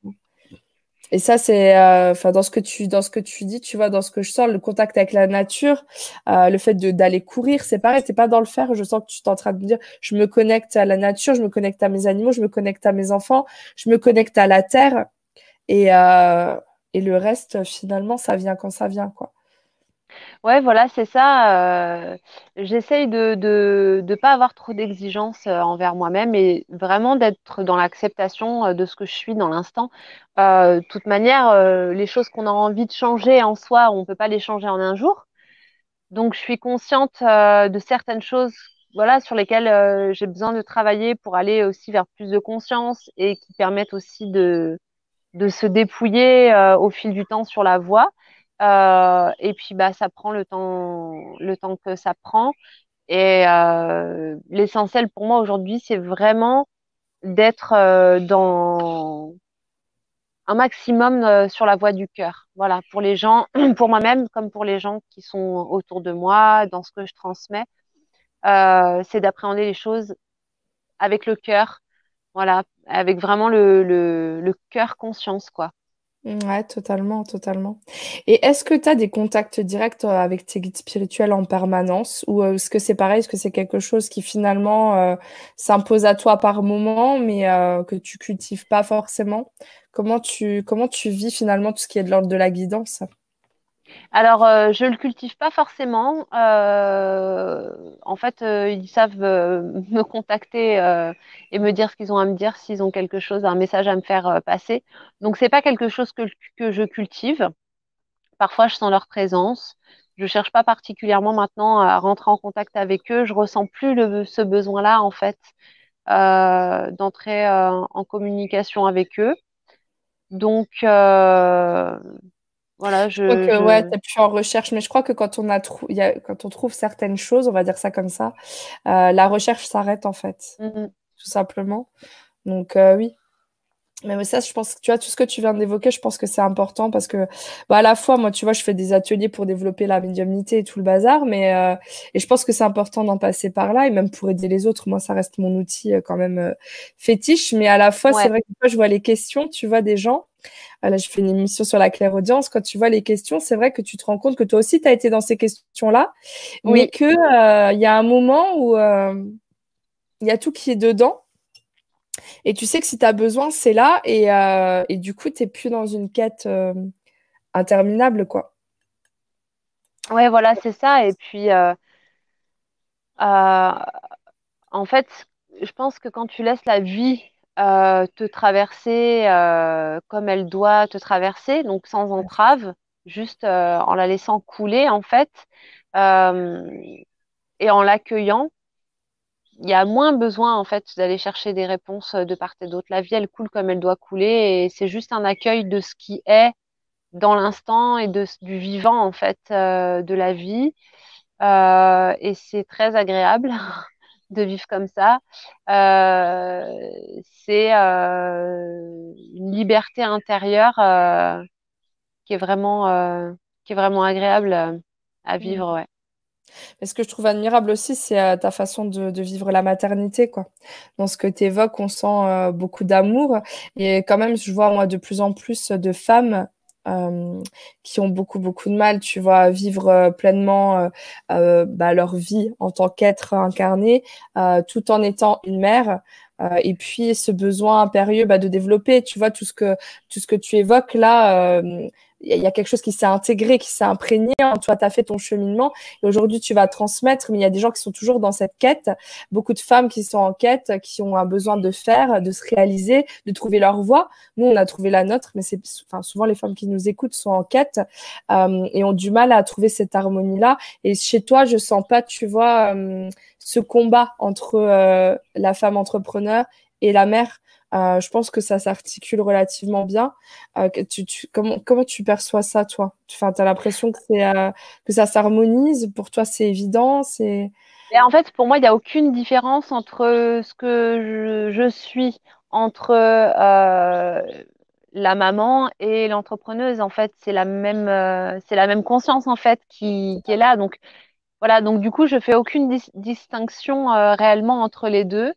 Et ça, c'est, euh, enfin, dans ce que tu, dans ce que tu dis, tu vois, dans ce que je sens, le contact avec la nature, euh, le fait de d'aller courir, c'est pareil, t'es pas dans le faire. Je sens que tu es en train de me dire, je me connecte à la nature, je me connecte à mes animaux, je me connecte à mes enfants, je me connecte à la terre, et euh, et le reste, finalement, ça vient quand ça vient, quoi. Ouais, voilà, c'est ça. Euh, j'essaye de, de de pas avoir trop d'exigences euh, envers moi-même et vraiment d'être dans l'acceptation euh, de ce que je suis dans l'instant. Euh, de toute manière, euh, les choses qu'on a envie de changer en soi, on peut pas les changer en un jour. Donc, je suis consciente euh, de certaines choses, voilà, sur lesquelles euh, j'ai besoin de travailler pour aller aussi vers plus de conscience et qui permettent aussi de de se dépouiller euh, au fil du temps sur la voie. Euh, et puis bah ça prend le temps le temps que ça prend. Et euh, l'essentiel pour moi aujourd'hui, c'est vraiment d'être euh, dans un maximum euh, sur la voie du cœur. Voilà, pour les gens, pour moi-même comme pour les gens qui sont autour de moi, dans ce que je transmets, euh, c'est d'appréhender les choses avec le cœur, voilà, avec vraiment le, le, le cœur conscience, quoi. Ouais, totalement, totalement. Et est-ce que tu as des contacts directs euh, avec tes guides spirituels en permanence ou euh, est-ce que c'est pareil, est-ce que c'est quelque chose qui finalement euh, s'impose à toi par moment mais euh, que tu cultives pas forcément? Comment tu, comment tu vis finalement tout ce qui est de l'ordre de la guidance? Alors, euh, je le cultive pas forcément. Euh, en fait, euh, ils savent euh, me contacter euh, et me dire ce qu'ils ont à me dire s'ils ont quelque chose, un message à me faire euh, passer. Donc, c'est pas quelque chose que, que je cultive. Parfois, je sens leur présence. Je cherche pas particulièrement maintenant à rentrer en contact avec eux. Je ressens plus le, ce besoin-là, en fait, euh, d'entrer euh, en communication avec eux. Donc, euh, voilà, Je crois je, que ouais, je... t'es plus en recherche, mais je crois que quand on a trou- il y a, quand on trouve certaines choses, on va dire ça comme ça, euh, la recherche s'arrête en fait, Mhm. tout simplement. Donc euh, oui. Mais ça, je pense que tu vois, tout ce que tu viens d'évoquer, je pense que c'est important parce que, bah, à la fois, moi, tu vois, je fais des ateliers pour développer la médiumnité et tout le bazar, mais, euh, et je pense que c'est important d'en passer par là et même pour aider les autres. Moi, ça reste mon outil euh, quand même euh, fétiche, mais à la fois, c'est Ouais. vrai que moi, je vois les questions, tu vois, des gens. Ah, là, je fais une émission sur la clairaudience. Quand tu vois les questions, c'est vrai que tu te rends compte que toi aussi, tu as été dans ces questions-là, mais Oui. que, euh, il y a un moment où, euh, il y a tout qui est dedans. Et tu sais que si tu as besoin, c'est là. Et, euh, et du coup, tu n'es plus dans une quête euh, interminable, quoi. Ouais, voilà, c'est ça. Et puis, euh, euh, en fait, je pense que quand tu laisses la vie euh, te traverser euh, comme elle doit te traverser, donc sans entrave, juste euh, en la laissant couler, en fait, euh, et en l'accueillant, il y a moins besoin, en fait, d'aller chercher des réponses de part et d'autre. La vie, elle coule comme elle doit couler, et c'est juste un accueil de ce qui est dans l'instant et de, du vivant, en fait, euh, de la vie. Euh, et c'est très agréable de vivre comme ça. Euh, c'est euh, une liberté intérieure euh, qui est vraiment, euh, qui est vraiment agréable euh, à Mm. vivre. Ouais. Et ce que je trouve admirable aussi, c'est euh, ta façon de, de vivre la maternité, quoi. Dans ce que tu évoques, on sent euh, beaucoup d'amour. Et quand même, je vois, moi, de plus en plus de femmes euh, qui ont beaucoup, beaucoup de mal, tu vois, à vivre euh, pleinement euh, euh, bah, leur vie en tant qu'être incarné, euh, tout en étant une mère. Euh, et puis, ce besoin impérieux bah, de développer, tu vois, tout ce que, tout ce que tu évoques là. euh, il y a quelque chose qui s'est intégré, qui s'est imprégné. Hein. Toi, tu as fait ton cheminement. Et aujourd'hui, tu vas transmettre, mais il y a des gens qui sont toujours dans cette quête. Beaucoup de femmes qui sont en quête, qui ont un besoin de faire, de se réaliser, de trouver leur voie. Nous, on a trouvé la nôtre, mais c'est, enfin, souvent les femmes qui nous écoutent sont en quête euh, et ont du mal à trouver cette harmonie-là. Et chez toi, je sens pas, tu vois, euh, ce combat entre euh, la femme entrepreneur et la mère. Euh, je pense que ça s'articule relativement bien. Euh, que tu, tu- comment, comment tu perçois ça, toi? Enfin, tu as l'impression que c'est euh, que ça s'harmonise. Pour toi, c'est évident. C'est Et en fait, pour moi, il n'y a aucune différence entre ce que je, je suis entre euh, la maman et l'entrepreneuse. En fait, c'est la même, euh, c'est la même conscience en fait qui, qui est là. Donc voilà, donc du coup, je fais aucune dis- distinction euh, réellement entre les deux.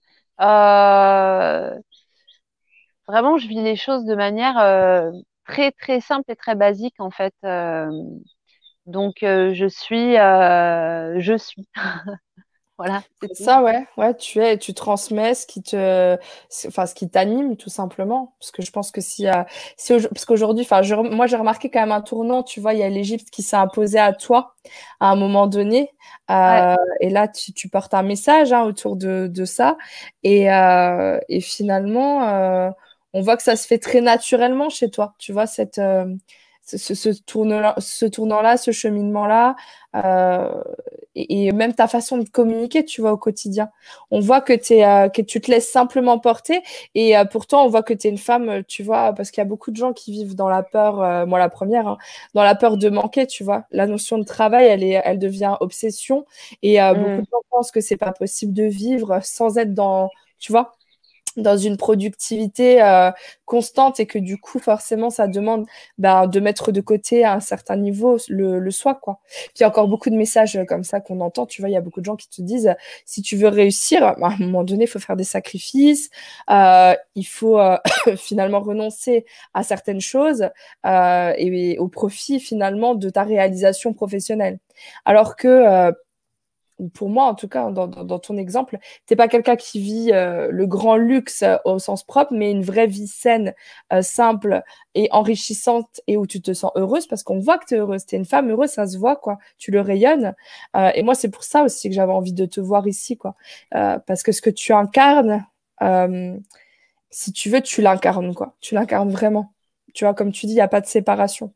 Euh, vraiment, je vis les choses de manière euh, très très simple et très basique en fait. Euh, donc euh, je suis, euh, je suis. Voilà, c'est C'est tout. ça, ouais, ouais, tu es, tu transmets ce qui te, ce- enfin, ce qui t'anime, tout simplement. Parce que je pense que si, euh, si aujo- parce qu'aujourd'hui, enfin, je- moi, j'ai remarqué quand même un tournant, tu vois, il y a l'Égypte qui s'est imposée à toi à un moment donné. Ouais. Euh, et là, tu, tu portes un message, hein, autour de, de ça. Et, euh, et finalement, euh, on voit que ça se fait très naturellement chez toi, tu vois, cette, euh, ce, ce, ce tournant, ce tournant-là, ce cheminement-là. Euh, et, et même ta façon de communiquer, tu vois, au quotidien. On voit que, t'es, euh, que tu te laisses simplement porter et euh, pourtant on voit que tu es une femme, euh, tu vois, parce qu'il y a beaucoup de gens qui vivent dans la peur, euh, moi la première, hein, dans la peur de manquer, tu vois. La notion de travail, elle est, elle devient obsession et euh, beaucoup Mm. de gens pensent que c'est pas possible de vivre sans être dans, tu vois, dans une productivité euh, constante et que du coup forcément ça demande ben, de mettre de côté à un certain niveau le, le soi quoi. Puis il y a encore beaucoup de messages comme ça qu'on entend, tu vois, il y a beaucoup de gens qui te disent si tu veux réussir, ben, à un moment donné il faut faire des sacrifices, euh, il faut euh, finalement renoncer à certaines choses euh, et, et au profit finalement de ta réalisation professionnelle. Alors que euh, pour moi, en tout cas, dans, dans, dans ton exemple, t'es pas quelqu'un qui vit euh, le grand luxe euh, au sens propre, mais une vraie vie saine, euh, simple et enrichissante et où tu te sens heureuse parce qu'on voit que tu es heureuse. Tu es une femme heureuse, ça se voit, quoi. Tu le rayonnes. Euh, et moi, c'est pour ça aussi que j'avais envie de te voir ici, quoi. Euh, parce que ce que tu incarnes, euh, si tu veux, tu l'incarnes, quoi. Tu l'incarnes vraiment. Tu vois, comme tu dis, il n'y a pas de séparation.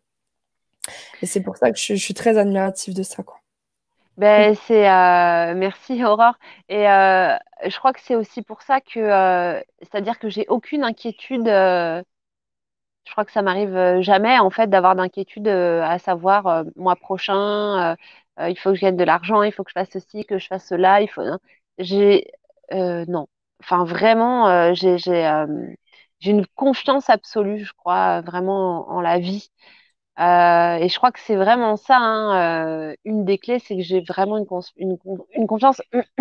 Et c'est pour ça que je, je suis très admirative de ça, quoi. Ben, c'est euh, merci Aurore. Et euh, je crois que c'est aussi pour ça que, euh, c'est-à-dire que j'ai aucune inquiétude. Euh, je crois que ça m'arrive euh, jamais en fait d'avoir d'inquiétude euh, à savoir euh, mois prochain, euh, euh, il faut que je gagne de l'argent, il faut que je fasse ceci, que je fasse cela. Il faut. Hein. J'ai euh, non. Enfin vraiment, euh, j'ai j'ai euh, j'ai une confiance absolue, je crois vraiment en, en la vie. Euh, et je crois que c'est vraiment ça, hein, euh, une des clés, c'est que j'ai vraiment une, cons- une, con- une confiance.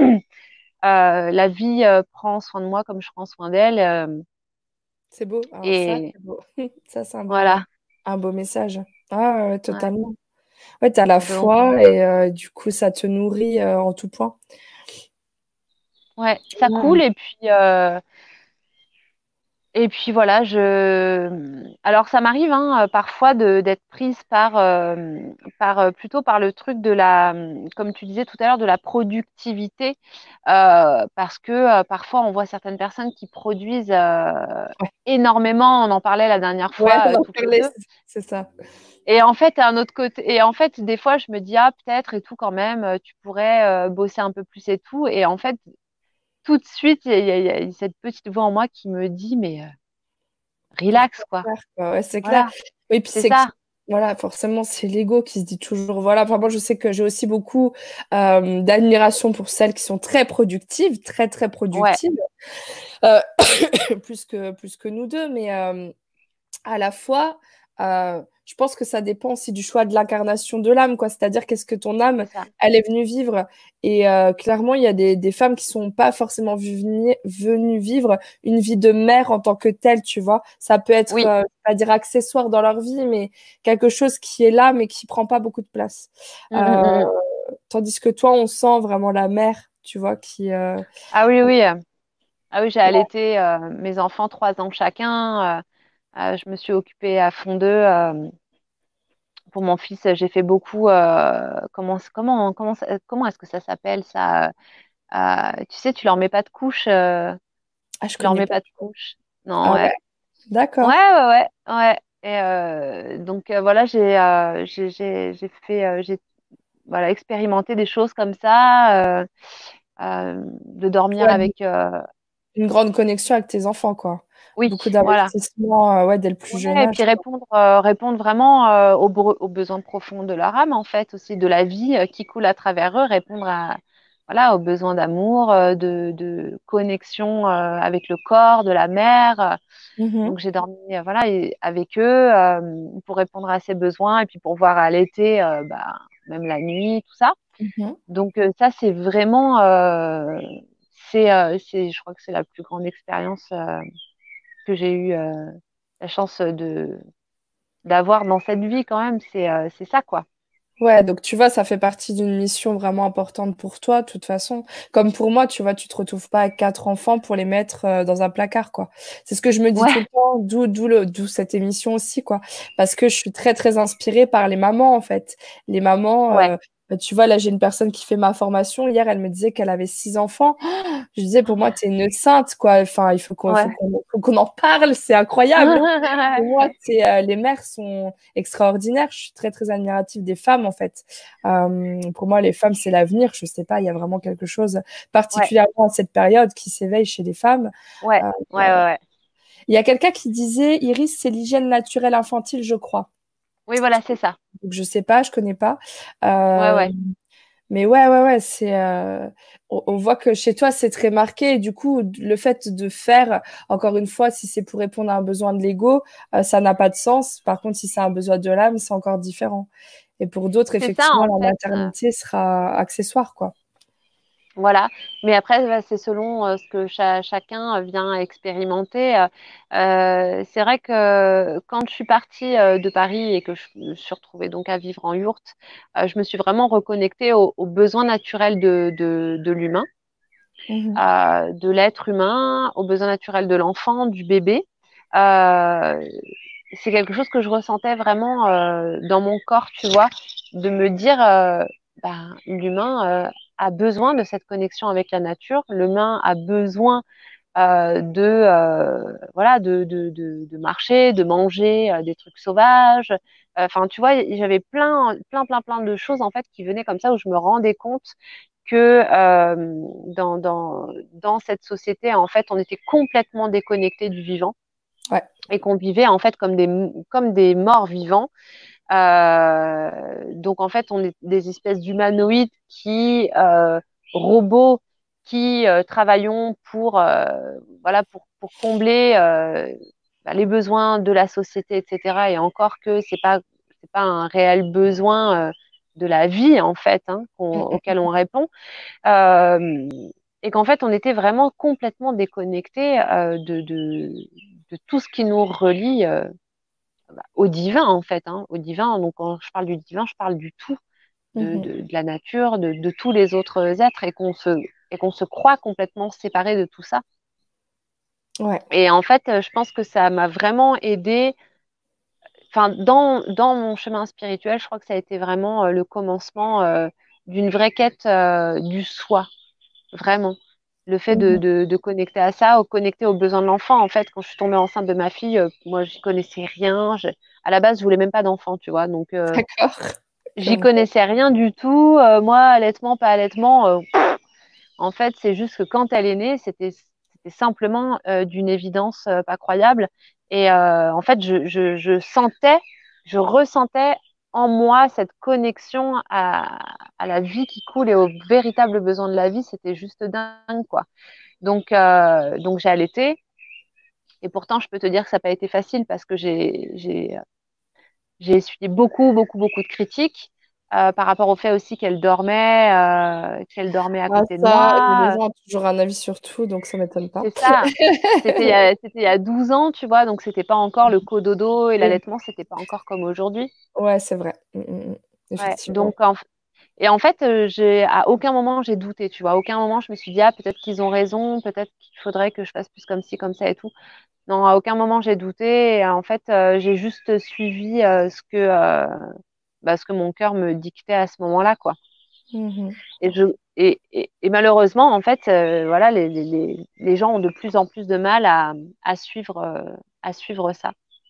Euh, la vie euh, prend soin de moi comme je prends soin d'elle. Euh, C'est beau. Alors ça, et c'est beau. Ça, c'est un beau, voilà. un beau message. Ah, ouais, Ouais. totalement. Ouais, t'as la Donc, foi et euh, du coup, ça te nourrit euh, en tout point. ouais, ça Ouais. coule. Et puis, euh, et puis voilà, je. Alors, ça m'arrive hein, euh, parfois de d'être prise par, euh, par euh, plutôt par le truc de la, comme tu disais tout à l'heure, de la productivité, euh, parce que euh, parfois on voit certaines personnes qui produisent euh, Ouais, énormément. On en parlait la dernière ouais, fois on euh, en toutes les parlait, deux. c'est c'est ça. Et en fait, à un autre côté, et en fait, des fois, je me dis ah peut-être et tout quand même, euh, tu pourrais euh, bosser un peu plus et tout. Et en fait, tout de suite, il y, a il y a- il y a cette petite voix en moi qui me dit mais euh, relax Pourquoi quoi. faire, quoi. Ouais, c'est clair. Voilà, Oui, puis c'est c'est que, ça. voilà, forcément, c'est l'ego qui se dit toujours, voilà. Enfin, moi, je sais que j'ai aussi beaucoup euh, d'admiration pour celles qui sont très productives, très, très Ouais. productives, euh, plus que, plus que nous deux, mais euh, à la fois, euh, je pense que ça dépend aussi du choix de l'incarnation de l'âme, quoi. C'est-à-dire qu'est-ce que ton âme, C'est ça. elle est venue vivre. Et euh, clairement, il y a des, des femmes qui sont pas forcément venues, venues vivre une vie de mère en tant que telle, tu vois. Ça peut être, Oui. euh, je vais pas dire accessoire dans leur vie, mais quelque chose qui est là, mais qui prend pas beaucoup de place. Mm, Euh, mm, mm. tandis que toi, on sent vraiment la mère, tu vois, qui... euh, Ah oui, oui. euh, Ah oui, j'ai allaité euh, mes enfants trois ans chacun. Euh, euh, je me suis occupée à fond d'eux. Euh, pour mon fils, j'ai fait beaucoup. Euh, comment, comment, comment, ça- comment est-ce que ça s'appelle ça? Euh, tu sais, tu leur mets pas de couche. Euh, Ah, je tu leur connais mets pas. pas de couche. Non, Ah ouais, ouais. Ouais, d'accord. ouais, ouais, ouais. Et euh, donc euh, voilà, j'ai euh, j'ai j'ai j'ai fait euh, j'ai voilà expérimenté des choses comme ça, euh, euh, de dormir Ouais, avec. Euh, une grande connexion avec tes enfants, quoi. oui, Beaucoup voilà. d'investissement, euh, ouais, dès le plus jeune Ouais, et âge, puis quoi. répondre euh, répondre vraiment euh, aux, bro- aux besoins profonds de leur âme en fait aussi de la vie euh, qui coule à travers eux, répondre à voilà aux besoins d'amour, euh, de de connexion euh, avec le corps de la mère. Mhm, Donc j'ai dormi euh, voilà et- avec eux euh, pour répondre à ces besoins et puis pour voir allaiter euh, bah, même la nuit, tout ça. mhm. Donc euh, ça c'est vraiment euh, c'est euh, c'est je crois que c'est la plus grande expérience euh, que j'ai eu euh, la chance de d'avoir dans cette vie quand même, c'est euh, c'est ça quoi. Ouais, donc tu vois, ça fait partie d'une mission vraiment importante pour toi, de toute façon. Comme pour moi, tu vois, tu te retrouves pas avec quatre enfants pour les mettre euh, dans un placard, quoi. C'est ce que je me dis tout le Ouais, temps, d'où, d'où le, d'où cette émission aussi, quoi. Parce que je suis très, très inspirée par les mamans, en fait. Les mamans, ouais, euh, bah, tu vois, là, j'ai une personne qui fait ma formation. Hier, elle me disait qu'elle avait six enfants. Je disais, pour moi, t'es une sainte, quoi. Enfin, il faut qu'on, faut ouais. qu'on, faut qu'on en parle, c'est incroyable. Pour moi, c'est, euh, les mères sont extraordinaires. Je suis très, très admirative des femmes, en fait. Euh, pour moi, les femmes, c'est l'avenir. Je sais pas, il y a vraiment quelque chose, Ouais, particulièrement à cette période, qui s'éveille chez les femmes. ouais, Euh, ouais, ouais, ouais. il y a quelqu'un qui disait, Iris, c'est l'hygiène naturelle infantile, je crois. Oui, voilà, c'est ça. Donc, je sais pas, je connais pas. Ouais, Euh, ouais. mais ouais, ouais, ouais, c'est, euh, on, on voit que chez toi, c'est très marqué. Et du coup, le fait de faire, encore une fois, si c'est pour répondre à un besoin de l'ego, euh, ça n'a pas de sens. Par contre, si c'est un besoin de l'âme, c'est encore différent. Et pour d'autres, C'est ça, effectivement, en la fait. euh, maternité sera accessoire, quoi. Voilà. Mais après, bah, c'est selon euh, ce que cha- chacun vient expérimenter. Euh, euh, c'est vrai que quand je suis partie euh, de Paris et que je me suis retrouvée donc à vivre en yourte, euh, je me suis vraiment reconnectée aux, aux besoins naturels de, de, de l'humain, Mhm. euh, de l'être humain, aux besoins naturels de l'enfant, du bébé. Euh, c'est quelque chose que je ressentais vraiment euh, dans mon corps, tu vois, de me dire, euh, ben, l'humain euh, a besoin de cette connexion avec la nature, l'humain a besoin euh, de, euh, voilà, de, de, de, de marcher, de manger euh, des trucs sauvages. Enfin, tu vois, j'avais plein, plein, plein, plein de choses en fait qui venaient comme ça où je me rendais compte que euh, dans, dans, dans cette société, en fait, on était complètement déconnecté du vivant Ouais. et qu'on vivait en fait comme des, comme des morts vivants. Euh, donc en fait, on est des espèces d'humanoïdes qui, euh, robots, qui euh, travaillons pour, euh, voilà, pour, pour combler euh, bah, les besoins de la société, et cetera. Et encore que c'est pas, c'est pas un réel besoin euh, de la vie en fait, hein, qu'on- Mhm. auquel on répond. Euh, et qu'en fait, on était vraiment complètement déconnecté euh, de, de, de tout ce qui nous relie euh, bah, au divin, en fait, hein, au divin. Donc, quand je parle du divin, je parle du tout, de, Mhm. de, de la nature, de, de tous les autres êtres, et qu'on se, et qu'on se croit complètement séparé de tout ça. Ouais. Et en fait, euh, je pense que ça m'a vraiment aidé. Enfin, dans, dans mon chemin spirituel, je crois que ça a été vraiment euh, le commencement euh, d'une vraie quête euh, du soi. Vraiment. Le fait de, Mhm. de, de connecter à ça, au connecter aux besoins de l'enfant. En fait, quand je suis tombée enceinte de ma fille, euh, moi, j'y connaissais rien. Je- à la base, je voulais même pas d'enfant, tu vois. Donc, euh, D'accord. Je j'y vois. connaissais rien du tout. Euh, moi, allaitement, pas allaitement. Euh, en fait, c'est juste que quand elle est née, c'était, c'était simplement euh, d'une évidence euh, pas croyable. Et euh, en fait, je, je, je sentais, je ressentais en moi cette connexion à, à la vie qui coule et aux véritables besoins de la vie. C'était juste dingue, quoi. Donc, euh, donc j'ai allaité. Et pourtant, je peux te dire que ça n'a pas été facile parce que j'ai, j'ai, j'ai essuyé beaucoup, beaucoup, beaucoup de critiques euh, par rapport au fait aussi qu'elle dormait, euh, qu'elle dormait à Ah, côté de ça, les moi. maisons ont toujours un avis sur tout, donc ça m'étonne pas. C'est ça. C'était il y a, c'était il y a douze ans, tu vois, donc c'était pas encore le cododo et Oui. l'allaitement, c'était pas encore comme aujourd'hui. Ouais, c'est vrai. Mm, mm, mm. Ouais, Effectivement. donc en, et en fait, euh, j'ai à aucun moment j'ai douté, tu vois. À aucun moment je me suis dit ah peut-être qu'ils ont raison, peut-être qu'il faudrait que je fasse plus comme ci, comme ça et tout. Non, à aucun moment j'ai douté. Et en fait, euh, j'ai juste suivi euh, ce que euh, bah, ce que mon cœur me dictait à ce moment-là, quoi. Mhm. Et je et, et, et malheureusement, en fait, euh, voilà, les, les, les les gens ont de plus en plus de mal à, à suivre euh, à suivre ça.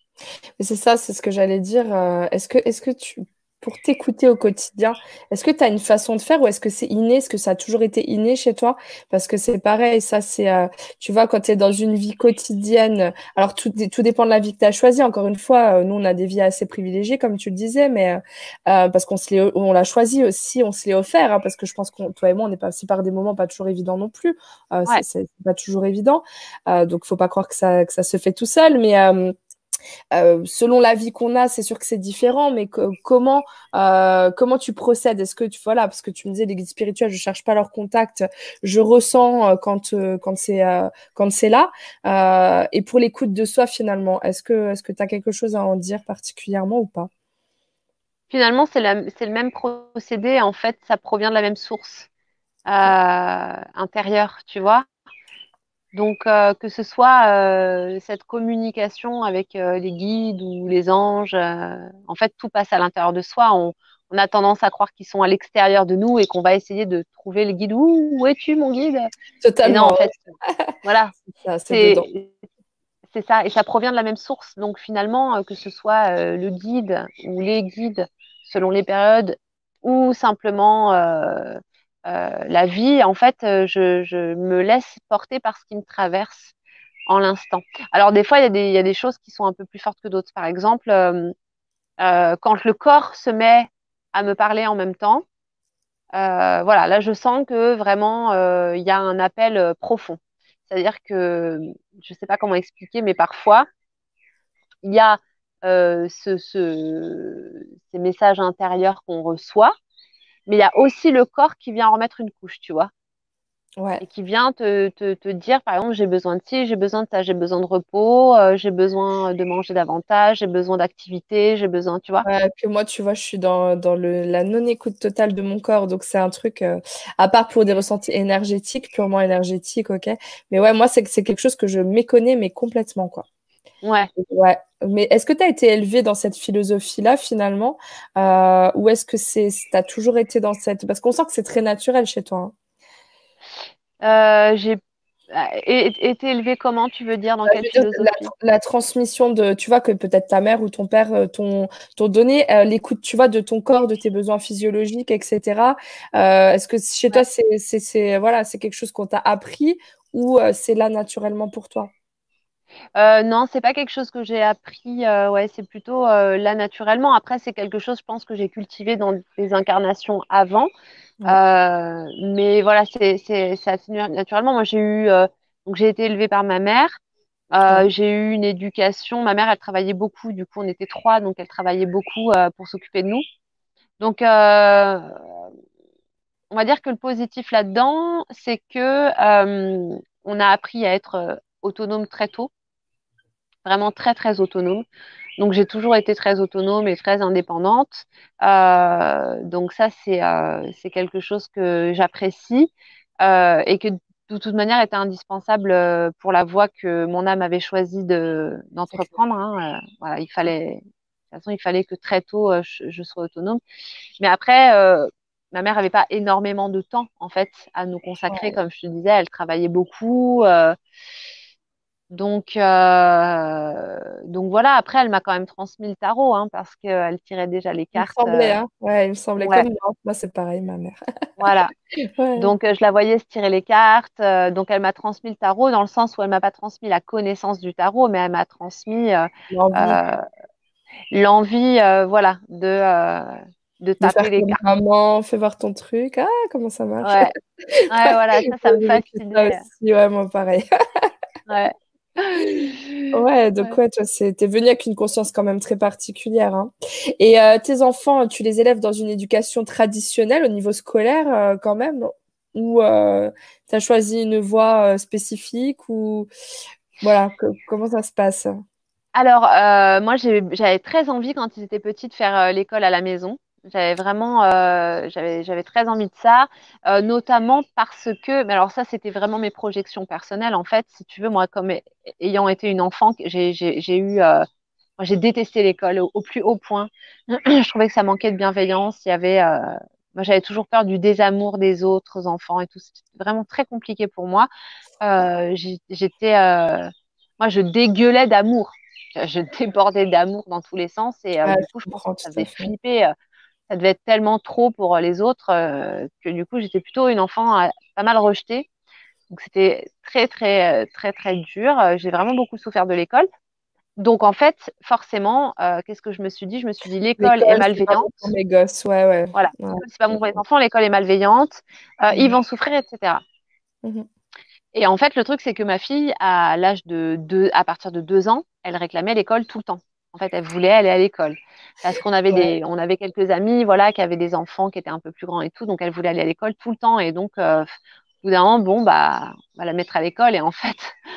Et c'est ça, c'est ce que j'allais dire. euh, Est-ce que, est-ce que tu, pour t'écouter au quotidien, est-ce que tu as une façon de faire ou est-ce que c'est inné? Est-ce que ça a toujours été inné chez toi? Parce que c'est pareil, ça, c'est, euh, tu vois, quand tu es dans une vie quotidienne, alors tout, dé- tout dépend de la vie que tu as choisie. Encore une fois, euh, nous, on a des vies assez privilégiées, comme tu le disais, mais euh, euh, parce qu'on se l'est, on l'a choisi aussi, on se l'est offert, hein, parce que je pense que toi et moi, on est passés par des moments pas toujours évidents non plus. Euh, c'est Ouais, c'est pas toujours évident. Euh, donc, faut pas croire que ça, que ça se fait tout seul, mais. euh, euh, selon la vie qu'on a, c'est sûr que c'est différent, mais que- comment, euh, comment tu procèdes? Est-ce que tu, voilà, parce que tu me disais, les guides spirituels, je cherche pas leur contact, je ressens euh, quand, euh, quand c'est, euh, quand c'est là. Euh, et pour l'écoute de soi, finalement, est-ce que, est-ce que tu as quelque chose à en dire particulièrement ou pas? Finalement, c'est la- c'est le même procédé. En fait, ça provient de la même source euh, intérieure, tu vois. Donc, euh, que ce soit euh, cette communication avec euh, les guides ou les anges, euh, en fait, tout passe à l'intérieur de soi. On, on a tendance à croire qu'ils sont à l'extérieur de nous et qu'on va essayer de trouver le guide. Où, où es-tu, mon guide? Et non, Totalement, en fait, ouais, voilà, ça, c'est dedans. c'est c'est ça. Et ça provient de la même source. Donc, finalement, euh, que ce soit euh, le guide ou les guides, selon les périodes, ou simplement euh, euh, la vie, en fait, euh, je, je me laisse porter par ce qui me traverse en l'instant. Alors, des fois, il y a des, il y a des choses qui sont un peu plus fortes que d'autres. Par exemple, euh, euh, quand le corps se met à me parler en même temps, euh, voilà, là, je sens que vraiment, euh, il y a un appel euh, profond. C'est-à-dire que, je ne sais pas comment expliquer, mais parfois, il y a euh, ce, ce- ces messages intérieurs qu'on reçoit, mais il y a aussi le corps qui vient en remettre une couche, tu vois, Ouais. et qui vient te, te, te dire, par exemple, j'ai besoin de ci, j'ai besoin de ça, j'ai besoin de repos, euh, j'ai besoin de manger davantage, j'ai besoin d'activité, j'ai besoin, tu vois. Ouais, que moi, tu vois, je suis dans, dans le, la non-écoute totale de mon corps. Donc, c'est un truc, euh, à part pour des ressentis énergétiques, purement énergétiques, ok. Mais ouais, moi, c'est que c'est quelque chose que je méconnais, mais complètement, quoi. Ouais. Ouais. Mais est-ce que tu as été élevé dans cette philosophie-là, finalement? Euh, ou est-ce que c'est, t'as toujours été dans cette... Parce qu'on sent que c'est très naturel chez toi, hein. Euh, j'ai euh, é- été élevée comment, tu veux dire, dans Euh, quelle je veux dire, la, philosophie? la transmission de, tu vois, que peut-être ta mère ou ton père euh, t'ont t'ont donné euh, l'écoute, tu vois, de ton corps, de tes besoins physiologiques, et cetera. Euh, est-ce que chez toi, Ouais. c'est, c'est, c'est, voilà, c'est quelque chose qu'on t'a appris ou euh, c'est là naturellement pour toi? Euh, non, c'est pas quelque chose que j'ai appris. Euh, ouais, c'est plutôt euh, là naturellement. Après, c'est quelque chose, je pense, que j'ai cultivé dans des incarnations avant. Ouais, Euh, mais voilà, c'est c'est c'est assez nu- naturellement. Moi, j'ai eu euh, donc j'ai été élevée par ma mère. ouais, Euh, j'ai eu une éducation. Ma mère, elle travaillait beaucoup. Du coup, on était trois, donc elle travaillait beaucoup euh, pour s'occuper de nous. Donc, euh, on va dire que le positif là-dedans, c'est que euh, on a appris à être euh, autonome très tôt, vraiment très très autonome. Donc j'ai toujours été très autonome et très indépendante. Euh, donc ça, c'est euh, c'est quelque chose que j'apprécie euh, et que de toute manière était indispensable euh, pour la voie que mon âme avait choisi de c'est clair. d'entreprendre, hein. Euh, voilà, il fallait, de toute façon, il fallait que très tôt euh, je, je sois autonome. Mais après, euh, ma mère avait pas énormément de temps en fait à nous consacrer, Ouais. comme je te disais, elle travaillait beaucoup. Euh, donc, euh, donc voilà, après, elle m'a quand même transmis le tarot, hein, parce qu'elle tirait déjà les Il me cartes. semblait, euh, hein. Ouais, il me semblait ouais, comme moi. Moi, c'est pareil, ma mère. voilà. Ouais, Donc, euh, je la voyais se tirer les cartes. Euh, donc, elle m'a transmis le tarot dans le sens où elle m'a pas transmis la connaissance du tarot, mais elle m'a transmis euh, l'envie euh, l'envie, euh, voilà, de, euh, de de taper faire les comme cartes. maman, fais voir ton truc. Ah, comment ça marche? Ouais, ouais, voilà, ça, ça me J'ai vécu ça fascinait. aussi, ouais, moi, pareil. Ouais. Ouais, donc Ouais. ouais, toi, c'est, t'es venu avec une conscience quand même très particulière, hein. Et euh, tes enfants, tu les élèves dans une éducation traditionnelle au niveau scolaire euh, quand même, ou euh, tu as choisi une voie euh, spécifique, ou voilà, que- comment ça se passe? Alors, euh, moi, j'ai- j'avais très envie quand ils étaient petits de faire euh, l'école à la maison. J'avais vraiment, euh, j'avais, j'avais très envie de ça, euh, notamment parce que, mais alors ça, c'était vraiment mes projections personnelles. En fait, si tu veux, moi, comme ay- ayant été une enfant, j'ai, j'ai, j'ai eu, euh, moi, j'ai détesté l'école au, au plus haut point. Je trouvais que ça manquait de bienveillance. Il y avait, euh, moi, j'avais toujours peur du désamour des autres enfants et tout. C'était vraiment très compliqué pour moi. Euh, j'ai- j'étais, euh, moi, je dégueulais d'amour. Je débordais d'amour dans tous les sens et euh, Ouais, du je coup, je pense comprends que ça tout à faisait fait. flipper. Euh, ça devait être tellement trop pour euh, les autres euh, que du coup, j'étais plutôt une enfant euh, pas mal rejetée. Donc, c'était très, très, euh, très, très dur. Euh, J'ai vraiment beaucoup souffert de l'école. Donc, en fait, forcément, euh, qu'est-ce que je me suis dit? Je me suis dit, l'école est L'école, c'est pas bon pour malveillante. mes gosses, ouais, ouais. Voilà, Ouais. l'école, c'est pas bon pour les Mhm. enfants, l'école est malveillante, euh, ils Mhm. vont souffrir, et cetera. Mhm. Et en fait, le truc, c'est que ma fille, à l'âge de deux, à partir de deux ans, elle réclamait l'école tout le temps. En fait, elle voulait aller à l'école parce qu'on avait Ouais. des, on avait quelques amis, voilà, qui avaient des enfants qui étaient un peu plus grands et tout, donc elle voulait aller à l'école tout le temps. Et donc, euh, au bout d'un moment, bon, bah, on va la mettre à l'école. Et en fait,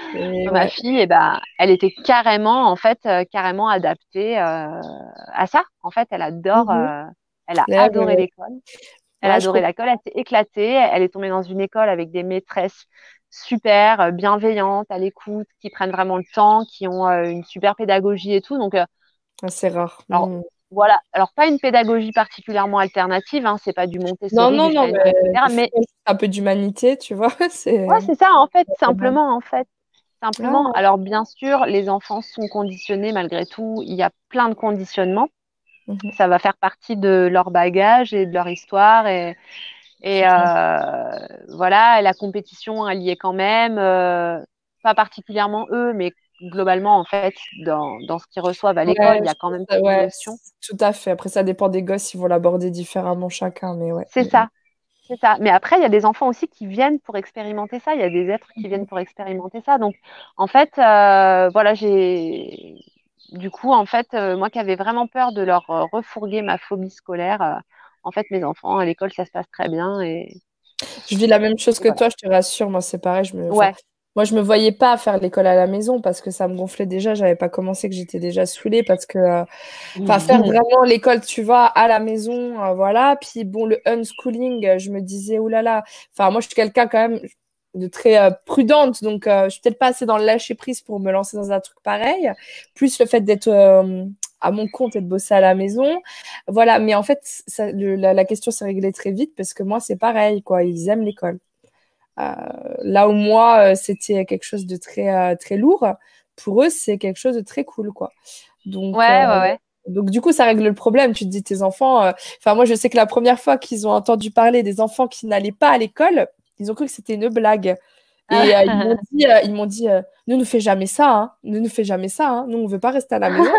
Et Ma ouais. fille, eh ben, elle était carrément, en fait, euh, carrément adaptée euh, à ça. En fait, elle adore, Mhm. euh, elle a Ouais, ouais, adoré ouais. l'école. Elle a Ouais, je adoré comprends. l'école, elle s'est éclatée. Elle est tombée dans une école avec des maîtresses super euh, bienveillantes, à l'écoute, qui prennent vraiment le temps, qui ont euh, une super pédagogie et tout. Donc, euh, C'est rare. alors, Mhm. voilà. Alors, pas une pédagogie particulièrement alternative, hein, c'est pas du Non, Montessori, non, du non, Steiner, mais des et cetera. fois, Mais juste un peu d'humanité, tu vois, ouais, c'est c'est ça, en fait, pas mal. simplement, en fait. Simplement. Ah, Alors, bien sûr, les enfants sont conditionnés malgré tout. Il y a plein de conditionnements. mhm. Ça va faire partie de leur bagage et de leur histoire. Et, et C'est clair. euh, voilà, et la compétition, elle y est quand même. Euh, pas particulièrement eux, mais globalement, en fait, dans, dans ce qu'ils reçoivent à l'école, Ouais, il y je a quand même pense- cette ouais, notion. c'est- tout à fait. Après, ça dépend des gosses, ils vont l'aborder différemment chacun, mais ouais. C'est ça. C'est ça. Mais après, il y a des enfants aussi qui viennent pour expérimenter ça. Il y a des êtres qui viennent Mhm. pour expérimenter ça. Donc, en fait, euh, voilà, j'ai. Du coup, en fait, euh, moi qui avais vraiment peur de leur euh, refourguer ma phobie scolaire, euh, en fait, mes enfants à l'école, ça se passe très bien. Et, Je vis la même chose et que voilà. toi, je te rassure. Moi, c'est pareil. Je me, enfin, Ouais. moi, je me voyais pas faire l'école à la maison parce que ça me gonflait déjà. J'avais pas commencé, que j'étais déjà saoulée parce que, euh, enfin, faire vraiment l'école, tu vois, à la maison, euh, voilà. Puis bon, le unschooling, euh, je me disais, oh là là. Enfin, moi, je suis quelqu'un quand même de très euh, prudente, donc euh, je suis peut-être pas assez dans le lâcher prise pour me lancer dans un truc pareil. Plus le fait d'être euh, à mon compte et de bosser à la maison. Voilà, mais en fait, ça, le- la, la question s'est réglée très vite parce que moi, c'est pareil, quoi. Ils aiment l'école. Euh, Là où moi, euh, c'était quelque chose de très, euh, très lourd, pour eux, c'est quelque chose de très cool, quoi. Donc, euh, Ouais, ouais, ouais. donc du coup, ça règle le problème. Tu te dis, tes enfants, euh, enfin, moi, je sais que la première fois qu'ils ont entendu parler des enfants qui n'allaient pas à l'école, ils ont cru que c'était une blague. Et euh, ils m'ont dit, euh, ils m'ont dit, euh, ne nous fais jamais ça, hein. Ne nous fais jamais ça, hein. Nous, on veut pas rester à la maison.